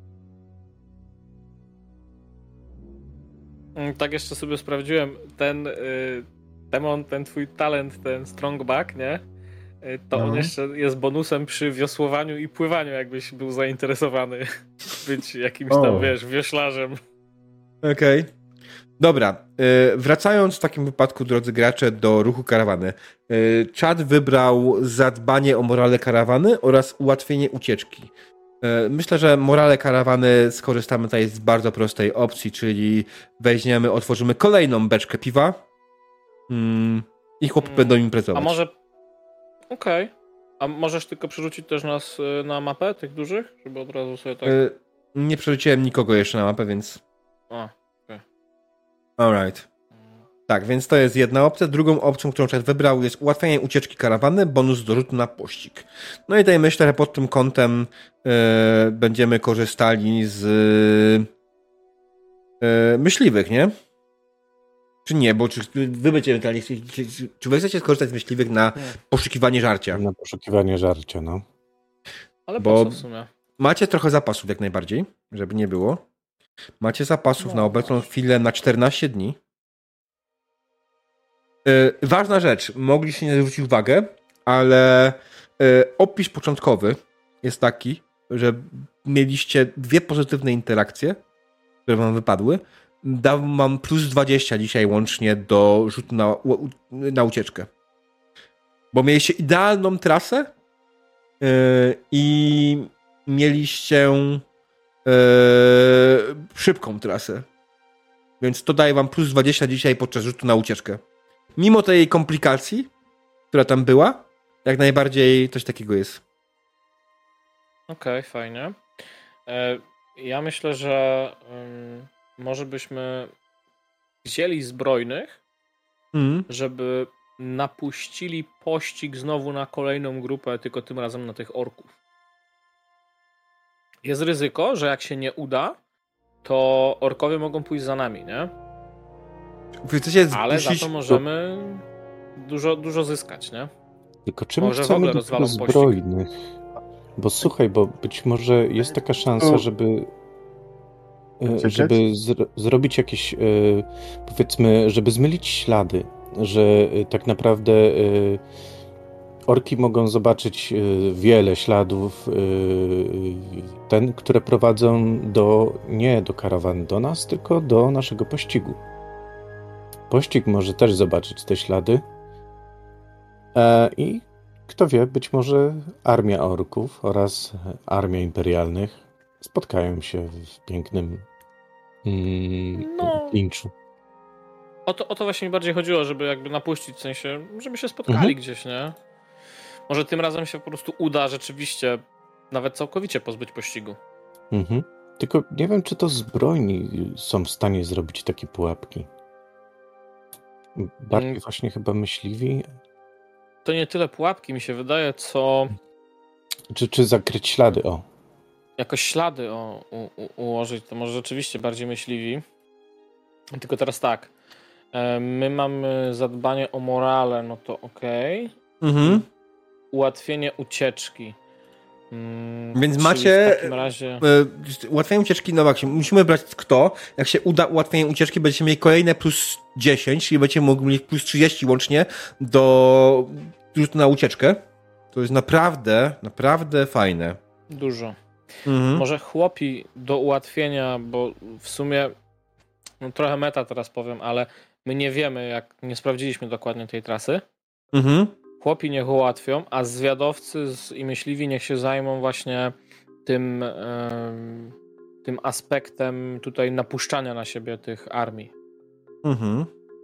tak jeszcze sobie sprawdziłem, ten yy, demon, ten twój talent, ten strongback, nie? Yy, to no. on jeszcze jest bonusem przy wiosłowaniu i pływaniu, jakbyś był zainteresowany być jakimś tam, o. wiesz, wioślarzem. Okej. Okay. Dobra, yy, wracając w takim wypadku, drodzy gracze, do ruchu karawany. Yy, Czad wybrał zadbanie o morale karawany oraz ułatwienie ucieczki. Yy, myślę, że morale karawany skorzystamy tutaj z bardzo prostej opcji, czyli weźmiemy, otworzymy kolejną beczkę piwa yy, i chłopy hmm. będą imprezować. A może... Okej. Okay. A możesz tylko przerzucić też nas na mapę tych dużych? Żeby od razu sobie tak... Yy, nie przerzuciłem nikogo jeszcze na mapę, więc... A. Alright. Tak, więc to jest jedna opcja. Drugą opcją, którą Czad wybrał, jest ułatwianie ucieczki karawany, bonus do rzutu na pościg. No i tutaj myślę, że pod tym kątem yy, będziemy korzystali z yy, myśliwych, nie? Czy nie? Bo czy wy będziecie czy, czy, czy wy chcecie skorzystać z myśliwych na nie. poszukiwanie żarcia? Na poszukiwanie żarcia, no. Ale bo po co w sumie? Macie trochę zapasów jak najbardziej, żeby nie było. Macie zapasów no. na obecną chwilę na czternaście dni. Yy, ważna rzecz, mogliście nie zwrócić uwagę, ale yy, opis początkowy jest taki, że mieliście dwie pozytywne interakcje, które wam wypadły. Dał wam plus dwadzieścia dzisiaj łącznie do rzutu na, na ucieczkę. Bo mieliście idealną trasę yy, i mieliście yy, szybką trasę. Więc to daje wam plus dwadzieścia dzisiaj podczas rzutu na ucieczkę. Mimo tej komplikacji, która tam była, jak najbardziej coś takiego jest. Okej, okay, fajnie. E, ja myślę, że um, może byśmy wzięli zbrojnych, mm. żeby napuścili pościg znowu na kolejną grupę, tylko tym razem na tych orków. Jest ryzyko, że jak się nie uda, to orkowie mogą pójść za nami, nie? Ale za to możemy dużo, dużo zyskać, nie? Tylko czym może chcemy do tego zbrojnych? Bo słuchaj, bo być może jest taka szansa, żeby żeby zro- zrobić jakieś, powiedzmy, żeby zmylić ślady, że tak naprawdę orki mogą zobaczyć wiele śladów, ten, które prowadzą do, nie do karawany do nas, tylko do naszego pościgu. Pościg może też zobaczyć te ślady e, i kto wie, być może armia orków oraz armia imperialnych spotkają się w pięknym mm, no, klinczu. O to, o to właśnie mi bardziej chodziło, żeby jakby napuścić, w sensie, żeby się spotkali mhm. gdzieś, nie? Może tym razem się po prostu uda rzeczywiście nawet całkowicie pozbyć pościgu. Mhm. Tylko nie wiem, czy to zbrojni są w stanie zrobić takie pułapki. Bardziej hmm. właśnie chyba myśliwi. To nie tyle pułapki, mi się wydaje, co... Czy, czy zakryć ślady, o. Jakoś ślady o, u, u, ułożyć, to może rzeczywiście bardziej myśliwi. Tylko teraz tak. My mamy zadbanie o morale, no to okej. Okay. Mhm. Ułatwienie ucieczki. Hmm, Więc macie w takim razie... y, ułatwienie ucieczki, no właśnie, musimy brać kto. Jak się uda ułatwienie ucieczki, będziecie mieli kolejne plus dziesięć, czyli będziecie mogli mieć plus trzydzieści łącznie do rzutu na ucieczkę. To jest naprawdę, naprawdę fajne. Dużo. Mhm. Może chłopi do ułatwienia, bo w sumie no trochę meta teraz powiem, ale my nie wiemy, jak nie sprawdziliśmy dokładnie tej trasy. Mhm. Chłopi niech ułatwią, a zwiadowcy z, i myśliwi niech się zajmą właśnie tym, ym, tym aspektem tutaj napuszczania na siebie tych armii. Mhm.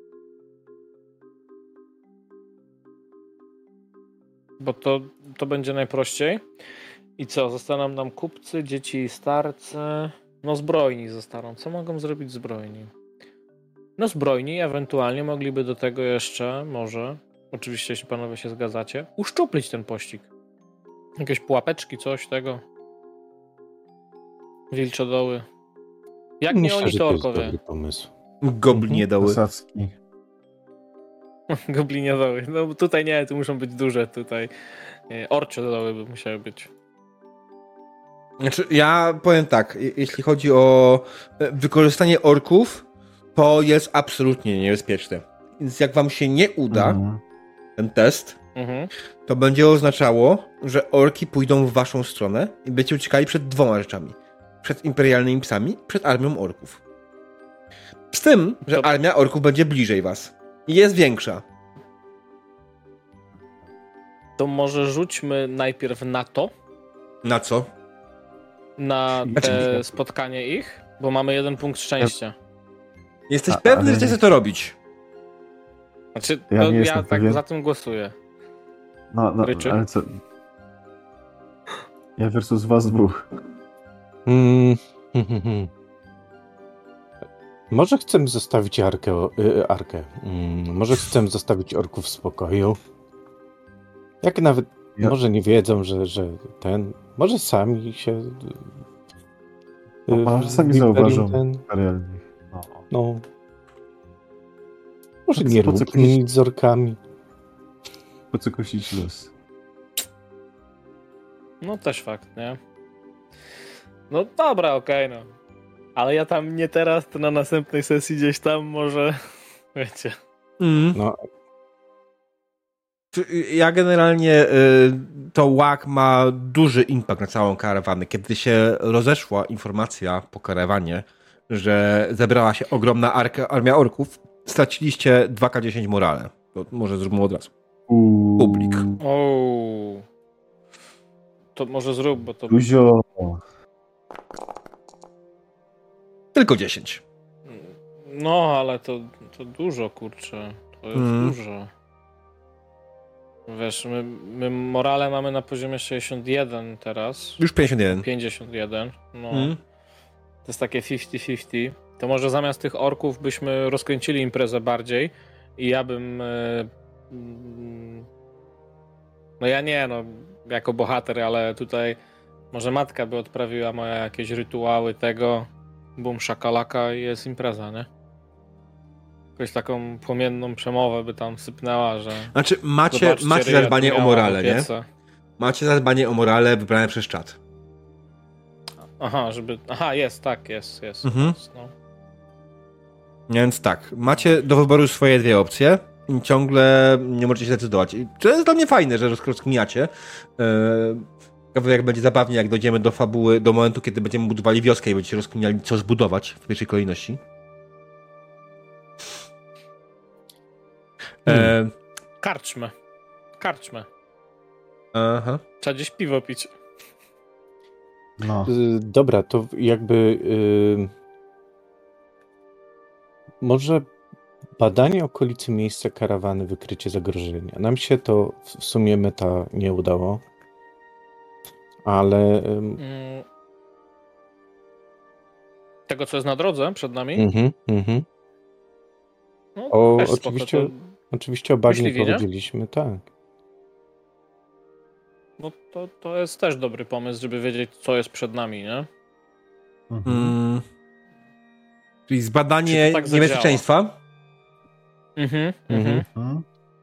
Bo to, to będzie najprościej. I co? Zostaną nam kupcy, dzieci i starcy. No zbrojni zostaną. Co mogą zrobić zbrojni? No zbrojni ewentualnie mogliby do tego jeszcze, może, oczywiście jeśli panowie się zgadzacie, uszczuplić ten pościg. Jakieś pułapeczki, coś tego. Wilcze doły. Jak nie Myślę, oni, że to to jest orkowie. dobry pomysł. Goblinie doły. Posadzki. Goblinie doły. No tutaj nie, tu muszą być duże. Tutaj nie, orcze doły by musiały być. Znaczy, ja powiem tak, je- jeśli chodzi o e, wykorzystanie orków, to jest absolutnie niebezpieczne. Więc jak wam się nie uda Mhm. ten test, Mhm. to będzie oznaczało, że orki pójdą w waszą stronę i będziecie uciekali przed dwoma rzeczami. Przed imperialnymi psami, przed armią orków. Z tym, że To- armia orków będzie bliżej was. I jest większa. To może rzućmy najpierw na to, Na co? na Znaczy- te spotkanie ich, bo mamy jeden punkt szczęścia. Jesteś A- pewny, ale że chcesz nie- to robić? Znaczy, Ja to nie ja, jestem tak pewien. za tym głosuję. No, no, Ryczy? ale co? Ja versus was dwóch. Mm, hmm, hmm, hmm. Może chcemy zostawić arkę, o- y, arkę. Mm, może chcemy zostawić orków w spokoju. Jak nawet Ja- może nie wiedzą, że, że ten. Może sami się. y, No, może sami w imperium zauważą. Ten, Realnie. No. no. Może Po co- nie po co róbmy kiedyś- nic z orkami. Po co kosić los? No też fakt, nie? No dobra, okej, no. Ale ja tam nie teraz, to na następnej sesji gdzieś tam może, wiecie. Mm. No, Czy- Ja generalnie y, to łak ma duży impact na całą karawanę. Kiedy się rozeszła informacja po karawanie, że zebrała się ogromna arka, armia orków, straciliście dwa K dziesięć morale. To może zróbmy od razu. Uuu. Publik. O. To może zrób, bo to... Duzio. Tylko dziesięć. No, ale to, to dużo, kurczę. To jest Mm. dużo. Wiesz, my, my morale mamy na poziomie sześćdziesiąt jeden teraz. Już pięćdziesiąt jeden. pięćdziesiąt jeden. No. Mm. To jest takie pięćdziesiąt pięćdziesiąt. To może zamiast tych orków byśmy rozkręcili imprezę bardziej i ja bym... e, mm, No ja nie, no, jako bohater, ale tutaj może matka by odprawiła moje jakieś rytuały tego, bum szakalaka i jest impreza, nie? Jakąś taką płomienną przemowę by tam sypnęła, że... Znaczy, macie, zobaczcie, macie ryja tu zadbanie o miała morale, na nie? piece. Macie zadbanie o morale wybrane przez czat. Aha, żeby... Aha, jest, tak, jest, jest. Mhm. jest no. Więc tak, macie do wyboru swoje dwie opcje i ciągle nie możecie się zdecydować. I to jest dla mnie fajne, że roz- rozkminiacie. Yy, jak będzie zabawnie, jak dojdziemy do fabuły, do momentu, kiedy będziemy budowali wioskę i będziecie rozkminiali, co zbudować w pierwszej kolejności. Hmm. E, Karczmę. Karczmę. aha. Trzeba gdzieś piwo pić. No. y, dobra, to jakby. Y, może badanie okolicy miejsca karawany, wykrycie zagrożenia. Nam się to w sumie meta nie udało. Ale. ym, Mm. Tego, co jest na drodze przed nami? mhm, mhm. No, O, też spoko, oczywiście- to, Oczywiście o bagnie Myśliwi, nie? powiedzieliśmy, tak. no to, to jest też dobry pomysł, żeby wiedzieć, co jest przed nami, nie? Mhm. Mm. Czyli zbadanie Czy to tak niebezpieczeństwa. Mhm, Mhm. mhm. Mhm.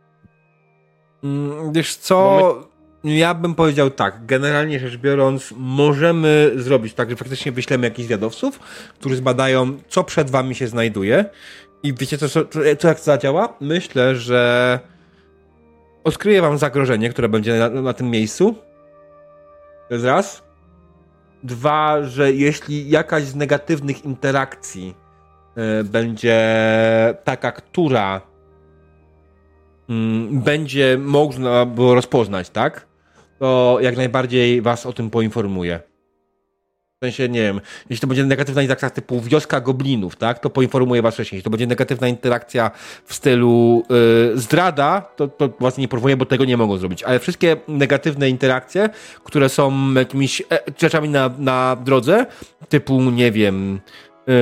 Mm, Wiesz co, ja bym powiedział tak, generalnie rzecz biorąc, możemy zrobić tak, że faktycznie wyślemy jakichś zwiadowców, którzy zbadają, co przed wami się znajduje i wiecie co, co, co jak to zadziała? Myślę, że odkryję wam zagrożenie, które będzie na, na tym miejscu. To jest raz. Dwa, że jeśli jakaś z negatywnych interakcji y, będzie taka, która y, będzie można było rozpoznać, tak? To jak najbardziej was o tym poinformuję. W sensie, nie wiem, jeśli to będzie negatywna interakcja typu wioska goblinów, tak, to poinformuję was wcześniej. Jeśli to będzie negatywna interakcja w stylu yy, zdrada, to, to was nie poinformuję, bo tego nie mogą zrobić. Ale wszystkie negatywne interakcje, które są jakimiś e, rzeczami na, na drodze, typu, nie wiem, yy,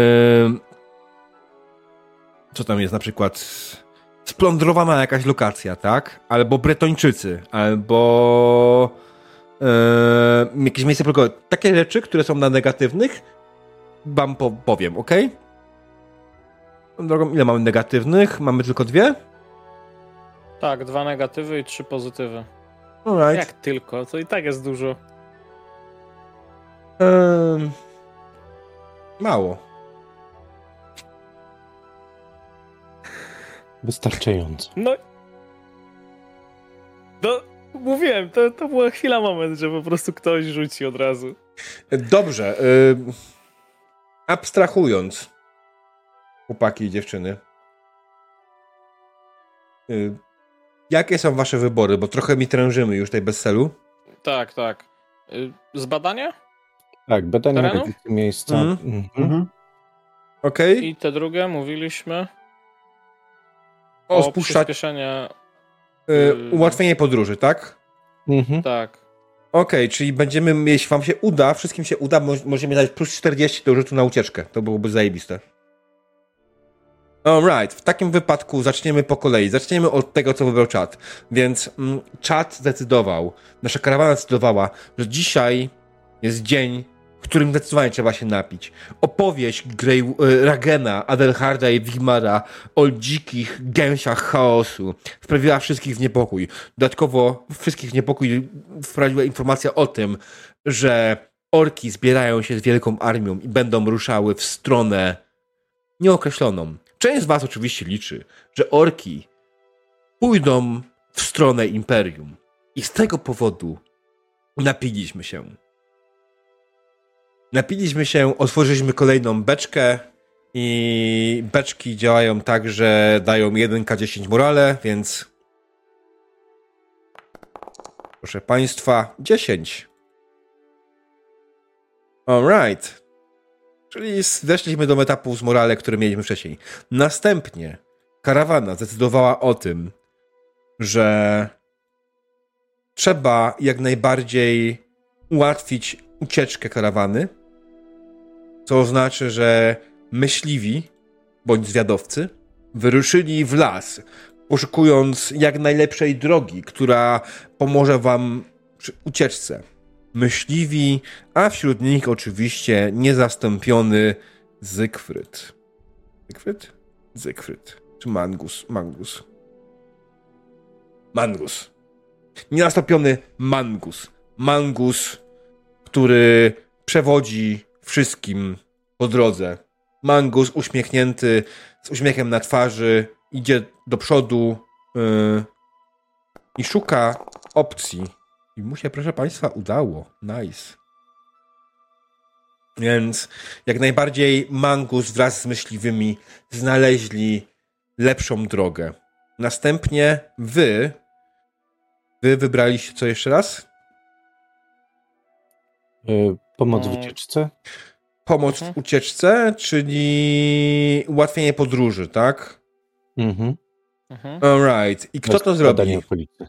co tam jest na przykład, splądrowana jakaś lokacja, tak, albo Bretończycy, albo Yy, jakieś miejsce progowe. Takie rzeczy, które są na negatywnych, wam po- powiem, ok? Drogą, ile mamy negatywnych? Mamy tylko dwie? Tak, dwa negatywy i trzy pozytywy. Alright. Jak tylko, to i tak jest dużo. Yy, mało. Wystarczająco. No. No, mówiłem, to, to była chwila, moment, że po prostu ktoś rzuci od razu. Dobrze. Yy, abstrahując, chłopaki i dziewczyny, yy, jakie są wasze wybory? Bo trochę mi trężymy już tutaj bez celu. Tak, tak. Y, Zbadanie? Tak, badanie Terenu? edycji miejsca. Mhm. Mhm. Mhm. Okej. Okay. I te drugie mówiliśmy O, o spuszczać. przyspieszenie. Yy, ułatwienie podróży, tak? Mhm. Tak. Okej, okay, czyli będziemy, jeśli wam się uda, wszystkim się uda, mo- możemy dać plus czterdzieści do rzutu na ucieczkę. To byłoby zajebiste. Alright, w takim wypadku zaczniemy po kolei. Zaczniemy od tego, co wybrał czat. Więc mm, czat zdecydował, nasza karawana zdecydowała, że dzisiaj jest dzień, w którym zdecydowanie trzeba się napić. Opowieść Grey, y, Ragena, Adelharda i Wigmara o dzikich gęsiach chaosu wprawiła wszystkich w niepokój. Dodatkowo wszystkich w niepokój wprawiła informacja o tym, że orki zbierają się z wielką armią i będą ruszały w stronę nieokreśloną. Część z was oczywiście liczy, że orki pójdą w stronę Imperium. I z tego powodu napiliśmy się. Napiliśmy się, otworzyliśmy kolejną beczkę i beczki działają tak, że dają jeden K dziesięć morale, więc proszę państwa, dziesięć. Alright. Czyli zeszliśmy do etapu z morale, który mieliśmy wcześniej. Następnie karawana zdecydowała o tym, że trzeba jak najbardziej ułatwić ucieczkę karawany, co oznacza, że myśliwi bądź zwiadowcy wyruszyli w las, poszukując jak najlepszej drogi, która pomoże wam przy ucieczce. Myśliwi, a wśród nich oczywiście niezastąpiony Zygfryd. Zygfryd? Zygfryd. Czy Mangus? Mangus. Mangus. Niezastąpiony Mangus. Mangus, który przewodzi wszystkim po drodze. Mangus uśmiechnięty, z uśmiechem na twarzy, idzie do przodu yy, i szuka opcji. I mu się, proszę państwa, udało. Nice. Więc jak najbardziej Mangus wraz z myśliwymi znaleźli lepszą drogę. Następnie wy wy wybraliście co jeszcze raz? Y, Pomoc w No. ucieczce? Pomoc Mhm. w ucieczce, czyli ułatwienie podróży, tak? Mhm. Mhm. Alright. I kto to zrobi? Badanie okolicy.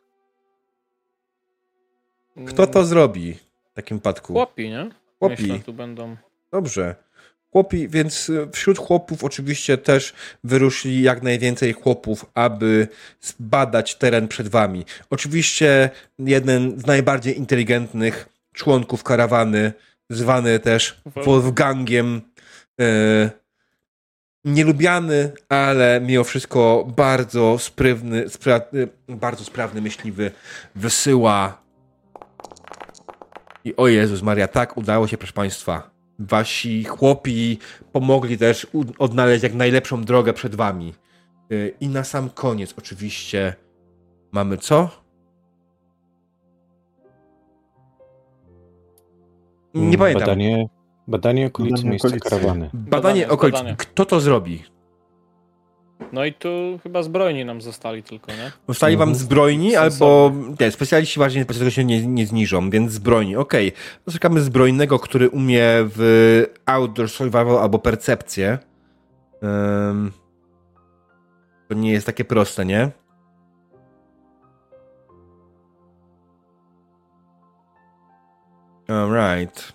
Kto to zrobi w takim wypadku? Chłopi, nie? Chłopi. Myślę, tu będą. Dobrze. Chłopi, więc wśród chłopów oczywiście też wyruszyli jak najwięcej chłopów, aby zbadać teren przed wami. Oczywiście jeden z najbardziej inteligentnych członków karawany, zwany też Wolfgangiem, e, nielubiany, ale mimo wszystko bardzo sprawny, spra, bardzo sprawny myśliwy, wysyła i o Jezus Maria, tak udało się, proszę państwa. Wasi chłopi pomogli też u- odnaleźć jak najlepszą drogę przed wami. Yy, I na sam koniec oczywiście mamy co? Nie Mm, pamiętam. Badanie, Badanie okolicy Badanie miejsca okolicy. karawany. Badanie Badanie, okolic. badanie. Kto to zrobi? No i tu chyba zbrojni nam zostali tylko, nie? Zostali wam Mhm. zbrojni, Sensowne. albo nie, specjaliści ważni tego się nie, nie zniżą, więc zbrojni. Okej. Okay. Szukamy zbrojnego, który umie w outdoor survival albo percepcję. Um, to nie jest takie proste, nie? Alright.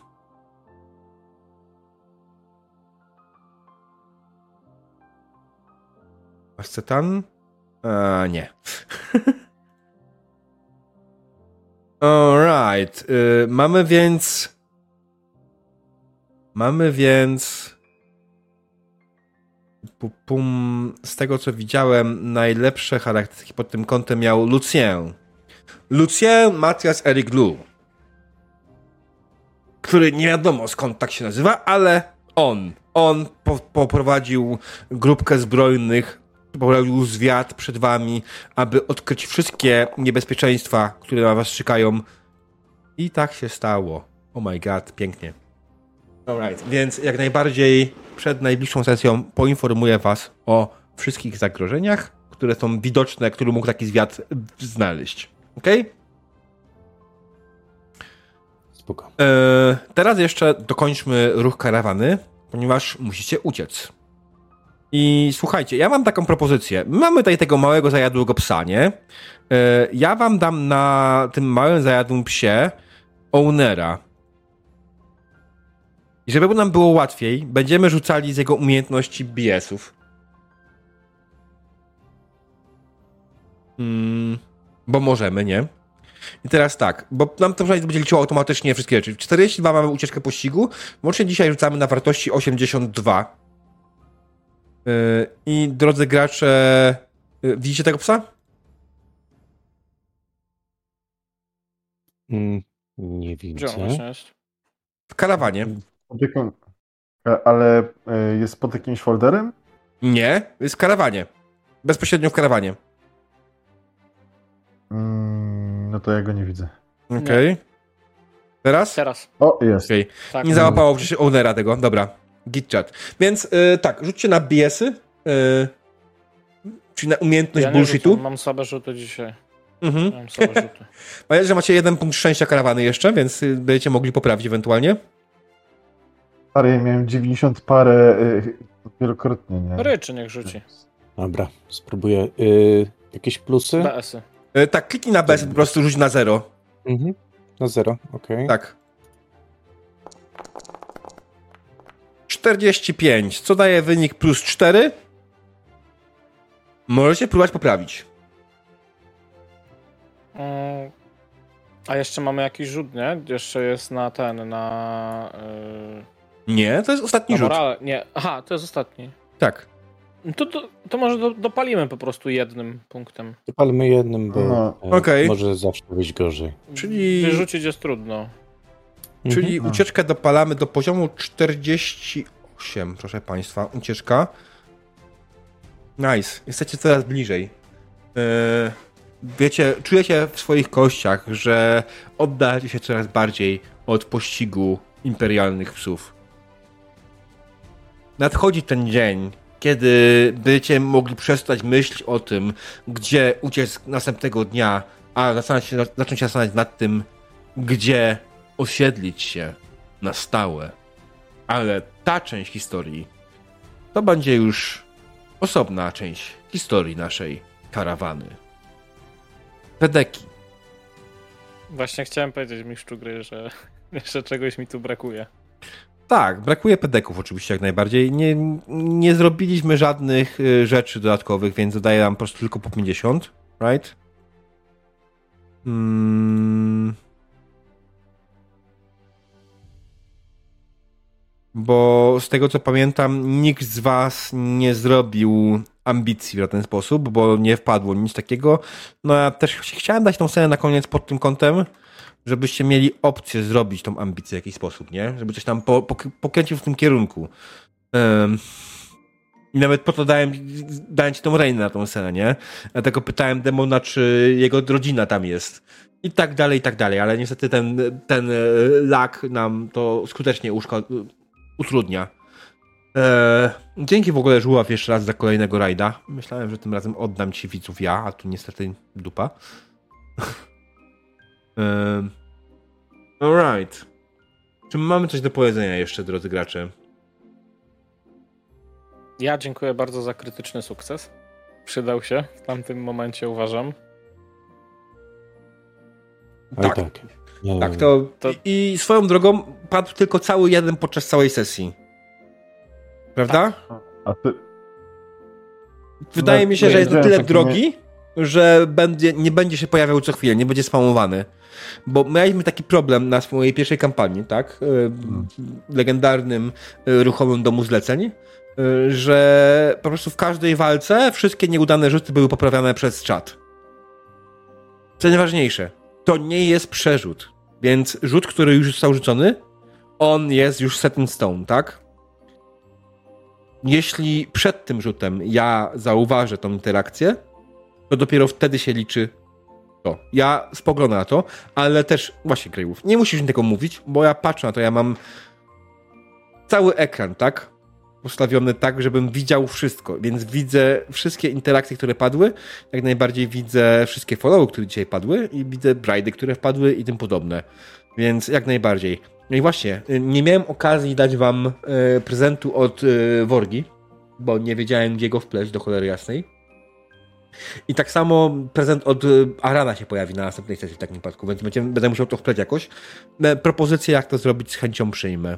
Ascetan? A, nie. Alright. Y, mamy więc... Mamy więc... Pum, pum, z tego, co widziałem, najlepsze charakterystyki pod tym kątem miał Lucien. Lucien Matthias Eric Lu. Który nie wiadomo skąd tak się nazywa, ale on. On po, poprowadził grupkę zbrojnych, poprowadził zwiat przed wami, aby odkryć wszystkie niebezpieczeństwa, które na was czekają. I tak się stało. Oh my god, pięknie. Alright, więc jak najbardziej przed najbliższą sesją poinformuję was o wszystkich zagrożeniach, które są widoczne, który mógł taki zwiat znaleźć. Okej? Okay? Spoko. Eee, teraz jeszcze dokończmy ruch karawany, ponieważ musicie uciec. I słuchajcie, ja mam taką propozycję. Mamy tutaj tego małego zajadłego psa, nie? Eee, ja wam dam na tym małym zajadłym psie ownera. I żeby nam było łatwiej, będziemy rzucali z jego umiejętności B S-ów. Hmm, bo możemy, nie? I teraz tak, bo nam to będzie liczyło automatycznie wszystkie rzeczy. czterdzieści dwa mamy ucieczkę pościgu, łącznie dzisiaj rzucamy na wartości osiemdziesiąt dwa. Yy, I drodzy gracze, yy, widzicie tego psa? Mm, nie widzę. Gdzie on właśnie jest? W karawanie. Pod jaką- A- Ale y, jest pod jakimś folderem? Nie, jest w karawanie. Bezpośrednio w karawanie. Mm, no to ja go nie widzę. Okej. Okay. Teraz? Teraz. O, jest. Okej. Tak. Nie załapało przecież ownera tego. Dobra. Git chat. Więc yy, tak, rzućcie na B S-y. Yy, czyli na umiejętność Ja nie bullshitu. rzucam, mam słabe rzuty dzisiaj. Mhm. Mam słabe rzuty. Pamiętajcie, że macie jeden punkt szczęścia karawany jeszcze, więc y, będziecie mogli poprawić ewentualnie. Stary, ja miałem dziewięćdziesiąt parę y, wielokrotnie, nie? Ryczy niech rzuci. Dobra, spróbuję. Y, jakieś plusy? B S-y. Y, tak, kliknij na B S, po prostu rzuć na zero. Mhm. Na zero, okej. Tak. czterdzieści pięć, co daje wynik plus cztery. Możecie próbować poprawić. Mm. A jeszcze mamy jakiś rzut, nie? Jeszcze jest na ten, na... Yy, Nie, to jest ostatni na rzut. morale. Nie, aha, to jest ostatni. Tak. To, to, to może do, dopalimy po prostu jednym punktem. Dopalmy jednym, bo No. e, Okej. może zawsze być gorzej. Czyli- Wyrzucić jest trudno. Czyli Mhm. ucieczkę dopalamy do poziomu czterdzieści osiem, proszę państwa. Ucieczka. Nice. Jesteście coraz bliżej. Yy, wiecie, czujecie w swoich kościach, że oddalacie się coraz bardziej od pościgu imperialnych psów. Nadchodzi ten dzień, kiedy będziecie mogli przestać myśleć o tym, gdzie uciec następnego dnia, a zacząć się, zacząć się zastanawiać nad tym, gdzie osiedlić się na stałe. Ale ta część historii to będzie już osobna część historii naszej karawany. Pedeki. Właśnie chciałem powiedzieć mistrzu gry, że jeszcze czegoś mi tu brakuje. Tak, brakuje pedeków oczywiście jak najbardziej. Nie, nie zrobiliśmy żadnych y, rzeczy dodatkowych, więc dodaję nam po prostu tylko po pięćdziesiąt, right? Mm. Bo z tego co pamiętam, nikt z was nie zrobił ambicji w żaden sposób, bo nie wpadło nic takiego. No ja też chciałem dać tą scenę na koniec pod tym kątem, żebyście mieli opcję zrobić tą ambicję w jakiś sposób, nie? Żeby coś tam po, po, pokręcił w tym kierunku. Um, I nawet po to dałem, dałem ci tą Reinę na tą scenę, nie? Dlatego pytałem demona, czy jego rodzina tam jest. I tak dalej, i tak dalej, ale niestety ten, ten lag nam to skutecznie uszko- utrudnia. Eee, dzięki w ogóle, Żuław, jeszcze raz za kolejnego rajda. Myślałem, że tym razem oddam ci widzów ja, a tu niestety dupa. eee, alright. Czy mamy coś do powiedzenia jeszcze, drodzy gracze? Ja dziękuję bardzo za krytyczny sukces. Przydał się w tamtym momencie, uważam. Tak. tak. Nie, Tak, to, To- I, i swoją drogą padł tylko cały jeden podczas całej sesji. Prawda? A ty... Wydaje No, mi się, że jest na wiedziałem, tyle że to drogi, że będzie, nie będzie się pojawiał co chwilę, nie będzie spamowany. Bo mieliśmy taki problem na swojej pierwszej kampanii, tak? Y, legendarnym y, ruchomym domu zleceń, y, że po prostu w każdej walce wszystkie nieudane rzuty były poprawiane przez czat. Co najważniejsze, to nie jest przerzut. Więc rzut, który już został rzucony, on jest już set in stone, tak? Jeśli przed tym rzutem ja zauważę tą interakcję, to dopiero wtedy się liczy to. Ja spoglądam na to, ale też właśnie, Greywolf, nie musisz mi tego mówić, bo ja patrzę na to, ja mam cały ekran, tak? Postawiony tak, żebym widział wszystko, więc widzę wszystkie interakcje, które padły, jak najbardziej widzę wszystkie followy, które dzisiaj padły i widzę brajdy, które wpadły i tym podobne. Więc jak najbardziej. No i właśnie, nie miałem okazji dać wam e, prezentu od e, Worgi, bo nie wiedziałem, gdzie go wpleść, do cholery jasnej. I tak samo prezent od e, Arana się pojawi na następnej sesji w takim wypadku, więc będę, będę musiał to wpleć jakoś. E, propozycję, jak to zrobić, z chęcią przyjmę.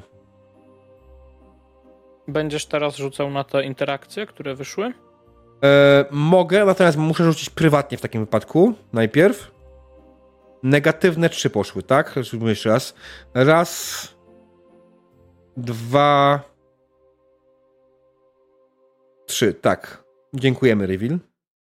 Będziesz teraz rzucał na te interakcje, które wyszły? E, mogę, natomiast muszę rzucić prywatnie w takim wypadku, najpierw. Negatywne trzy poszły, tak? Zróbmy jeszcze raz. Raz, dwa, trzy, tak. Dziękujemy, Reveal.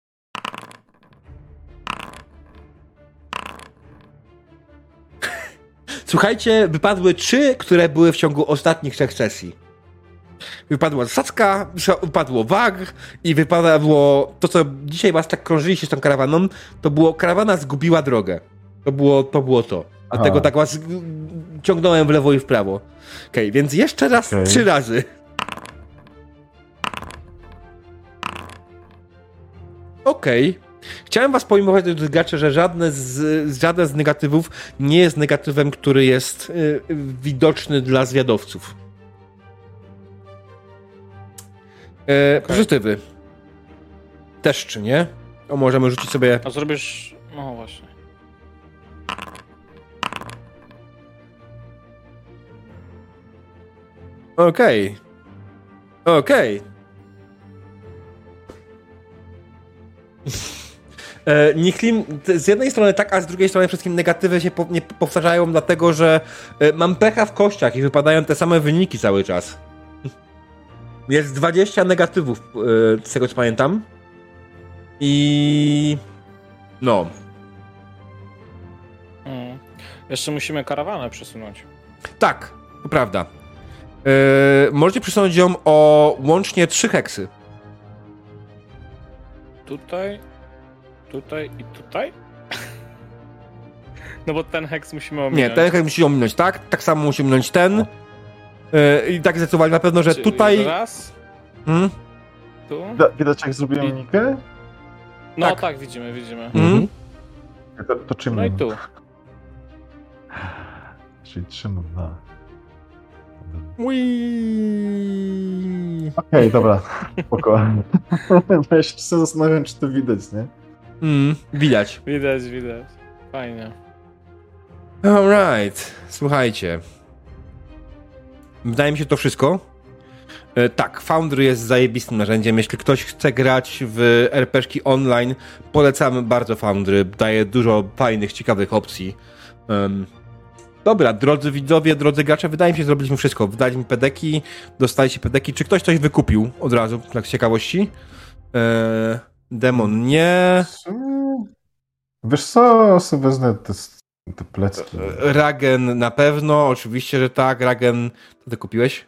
Słuchajcie, wypadły trzy, które były w ciągu ostatnich trzech sesji. Wypadła zasadzka, wypadło wag i wypadło to, co dzisiaj was tak krążyliście z tą karawaną, to było, karawana zgubiła drogę. To było to. Było to. Dlatego Aha. tak was ciągnąłem w lewo i w prawo. Okej, okay, więc jeszcze raz, Okay. trzy razy. Okej. Okay. Chciałem was poinformować, drodzy gracze, że żadne z, żaden z negatywów nie jest negatywem, który jest y, widoczny dla zwiadowców. E, okay. Pozytywy. Też czy nie? O, możemy rzucić sobie... A zrobisz... No właśnie. Okej. Okay. Okej. Okay. E, Niklim, z jednej strony tak, a z drugiej strony wszystkim negatywy się po, nie powtarzają, dlatego że e, mam pecha w kościach i wypadają te same wyniki cały czas. Jest dwadzieścia negatywów, e, z tego co pamiętam. I... No. Hmm. Jeszcze musimy karawanę przesunąć. Tak, to prawda. E, możecie przesunąć ją o łącznie trzy heksy. Tutaj, tutaj i tutaj? No bo ten heks musimy ominąć. Nie, ten heks musi ominąć, tak? Tak samo musi ominąć ten. Yy, I tak zdecydowali na pewno, że Czyli tutaj... Raz, Hmm? tu. Widać, jak zrobiłem I- nikę? No tak. tak, widzimy, widzimy. Mhm. To, to czym? No i tu. Czyli trzy na dwa. Ui. Okej, okay, dobra. Spokojnie. Bo ja się czasem zastanawiam, czy to widać, nie? Mm, widać. Widać, widać. Fajnie. Alright. Słuchajcie. Wydaje mi się to wszystko. E, tak, Foundry jest zajebistym narzędziem. Jeśli ktoś chce grać w er pe gie ki online, polecamy bardzo Foundry. Daje dużo fajnych, ciekawych opcji. Um, dobra, drodzy widzowie, drodzy gracze, wydaje mi się, że zrobiliśmy wszystko. Wydaliśmy pedeki, dostaliście pedeki. Czy ktoś coś wykupił od razu, tak z ciekawości? E, demon nie. Wiesz co, sobie wezmę te, te plecki. Ragen na pewno, oczywiście, że tak. Ragen, co ty kupiłeś?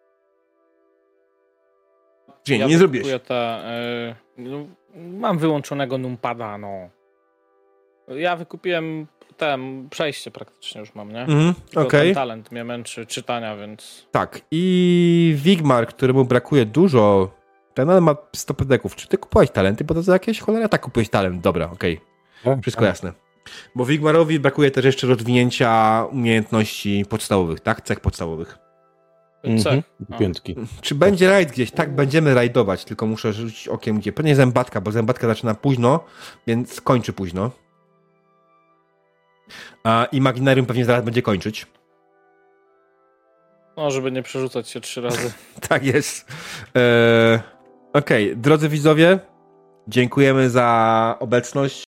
Czy Ja nie zrobiłeś? wykupuję te, y, no, mam wyłączonego numpada, no. Ja wykupiłem ten, przejście praktycznie już mam, nie? Mhm, Tylko okej. ten talent mnie męczy czytania, więc... Tak. I Wigmar, któremu brakuje dużo, ten ale ma sto pedeków. Czy ty kupowałeś talenty? Bo to za jakieś cholera? Tak, kupiłeś talent. Dobra, okej. Tak, Wszystko tak. jasne. Bo Wigmarowi brakuje też jeszcze rozwinięcia umiejętności podstawowych, tak? Cech podstawowych. Mhm. Co? Piątki. Czy będzie rajd gdzieś? Tak, będziemy rajdować, tylko muszę rzucić okiem gdzie. Pewnie zębatka, bo zębatka zaczyna późno, więc kończy późno. A Imaginarium pewnie zaraz będzie kończyć. No, żeby nie przerzucać się trzy razy. Tak jest. Eee, Okej, okay. Drodzy widzowie, dziękujemy za obecność.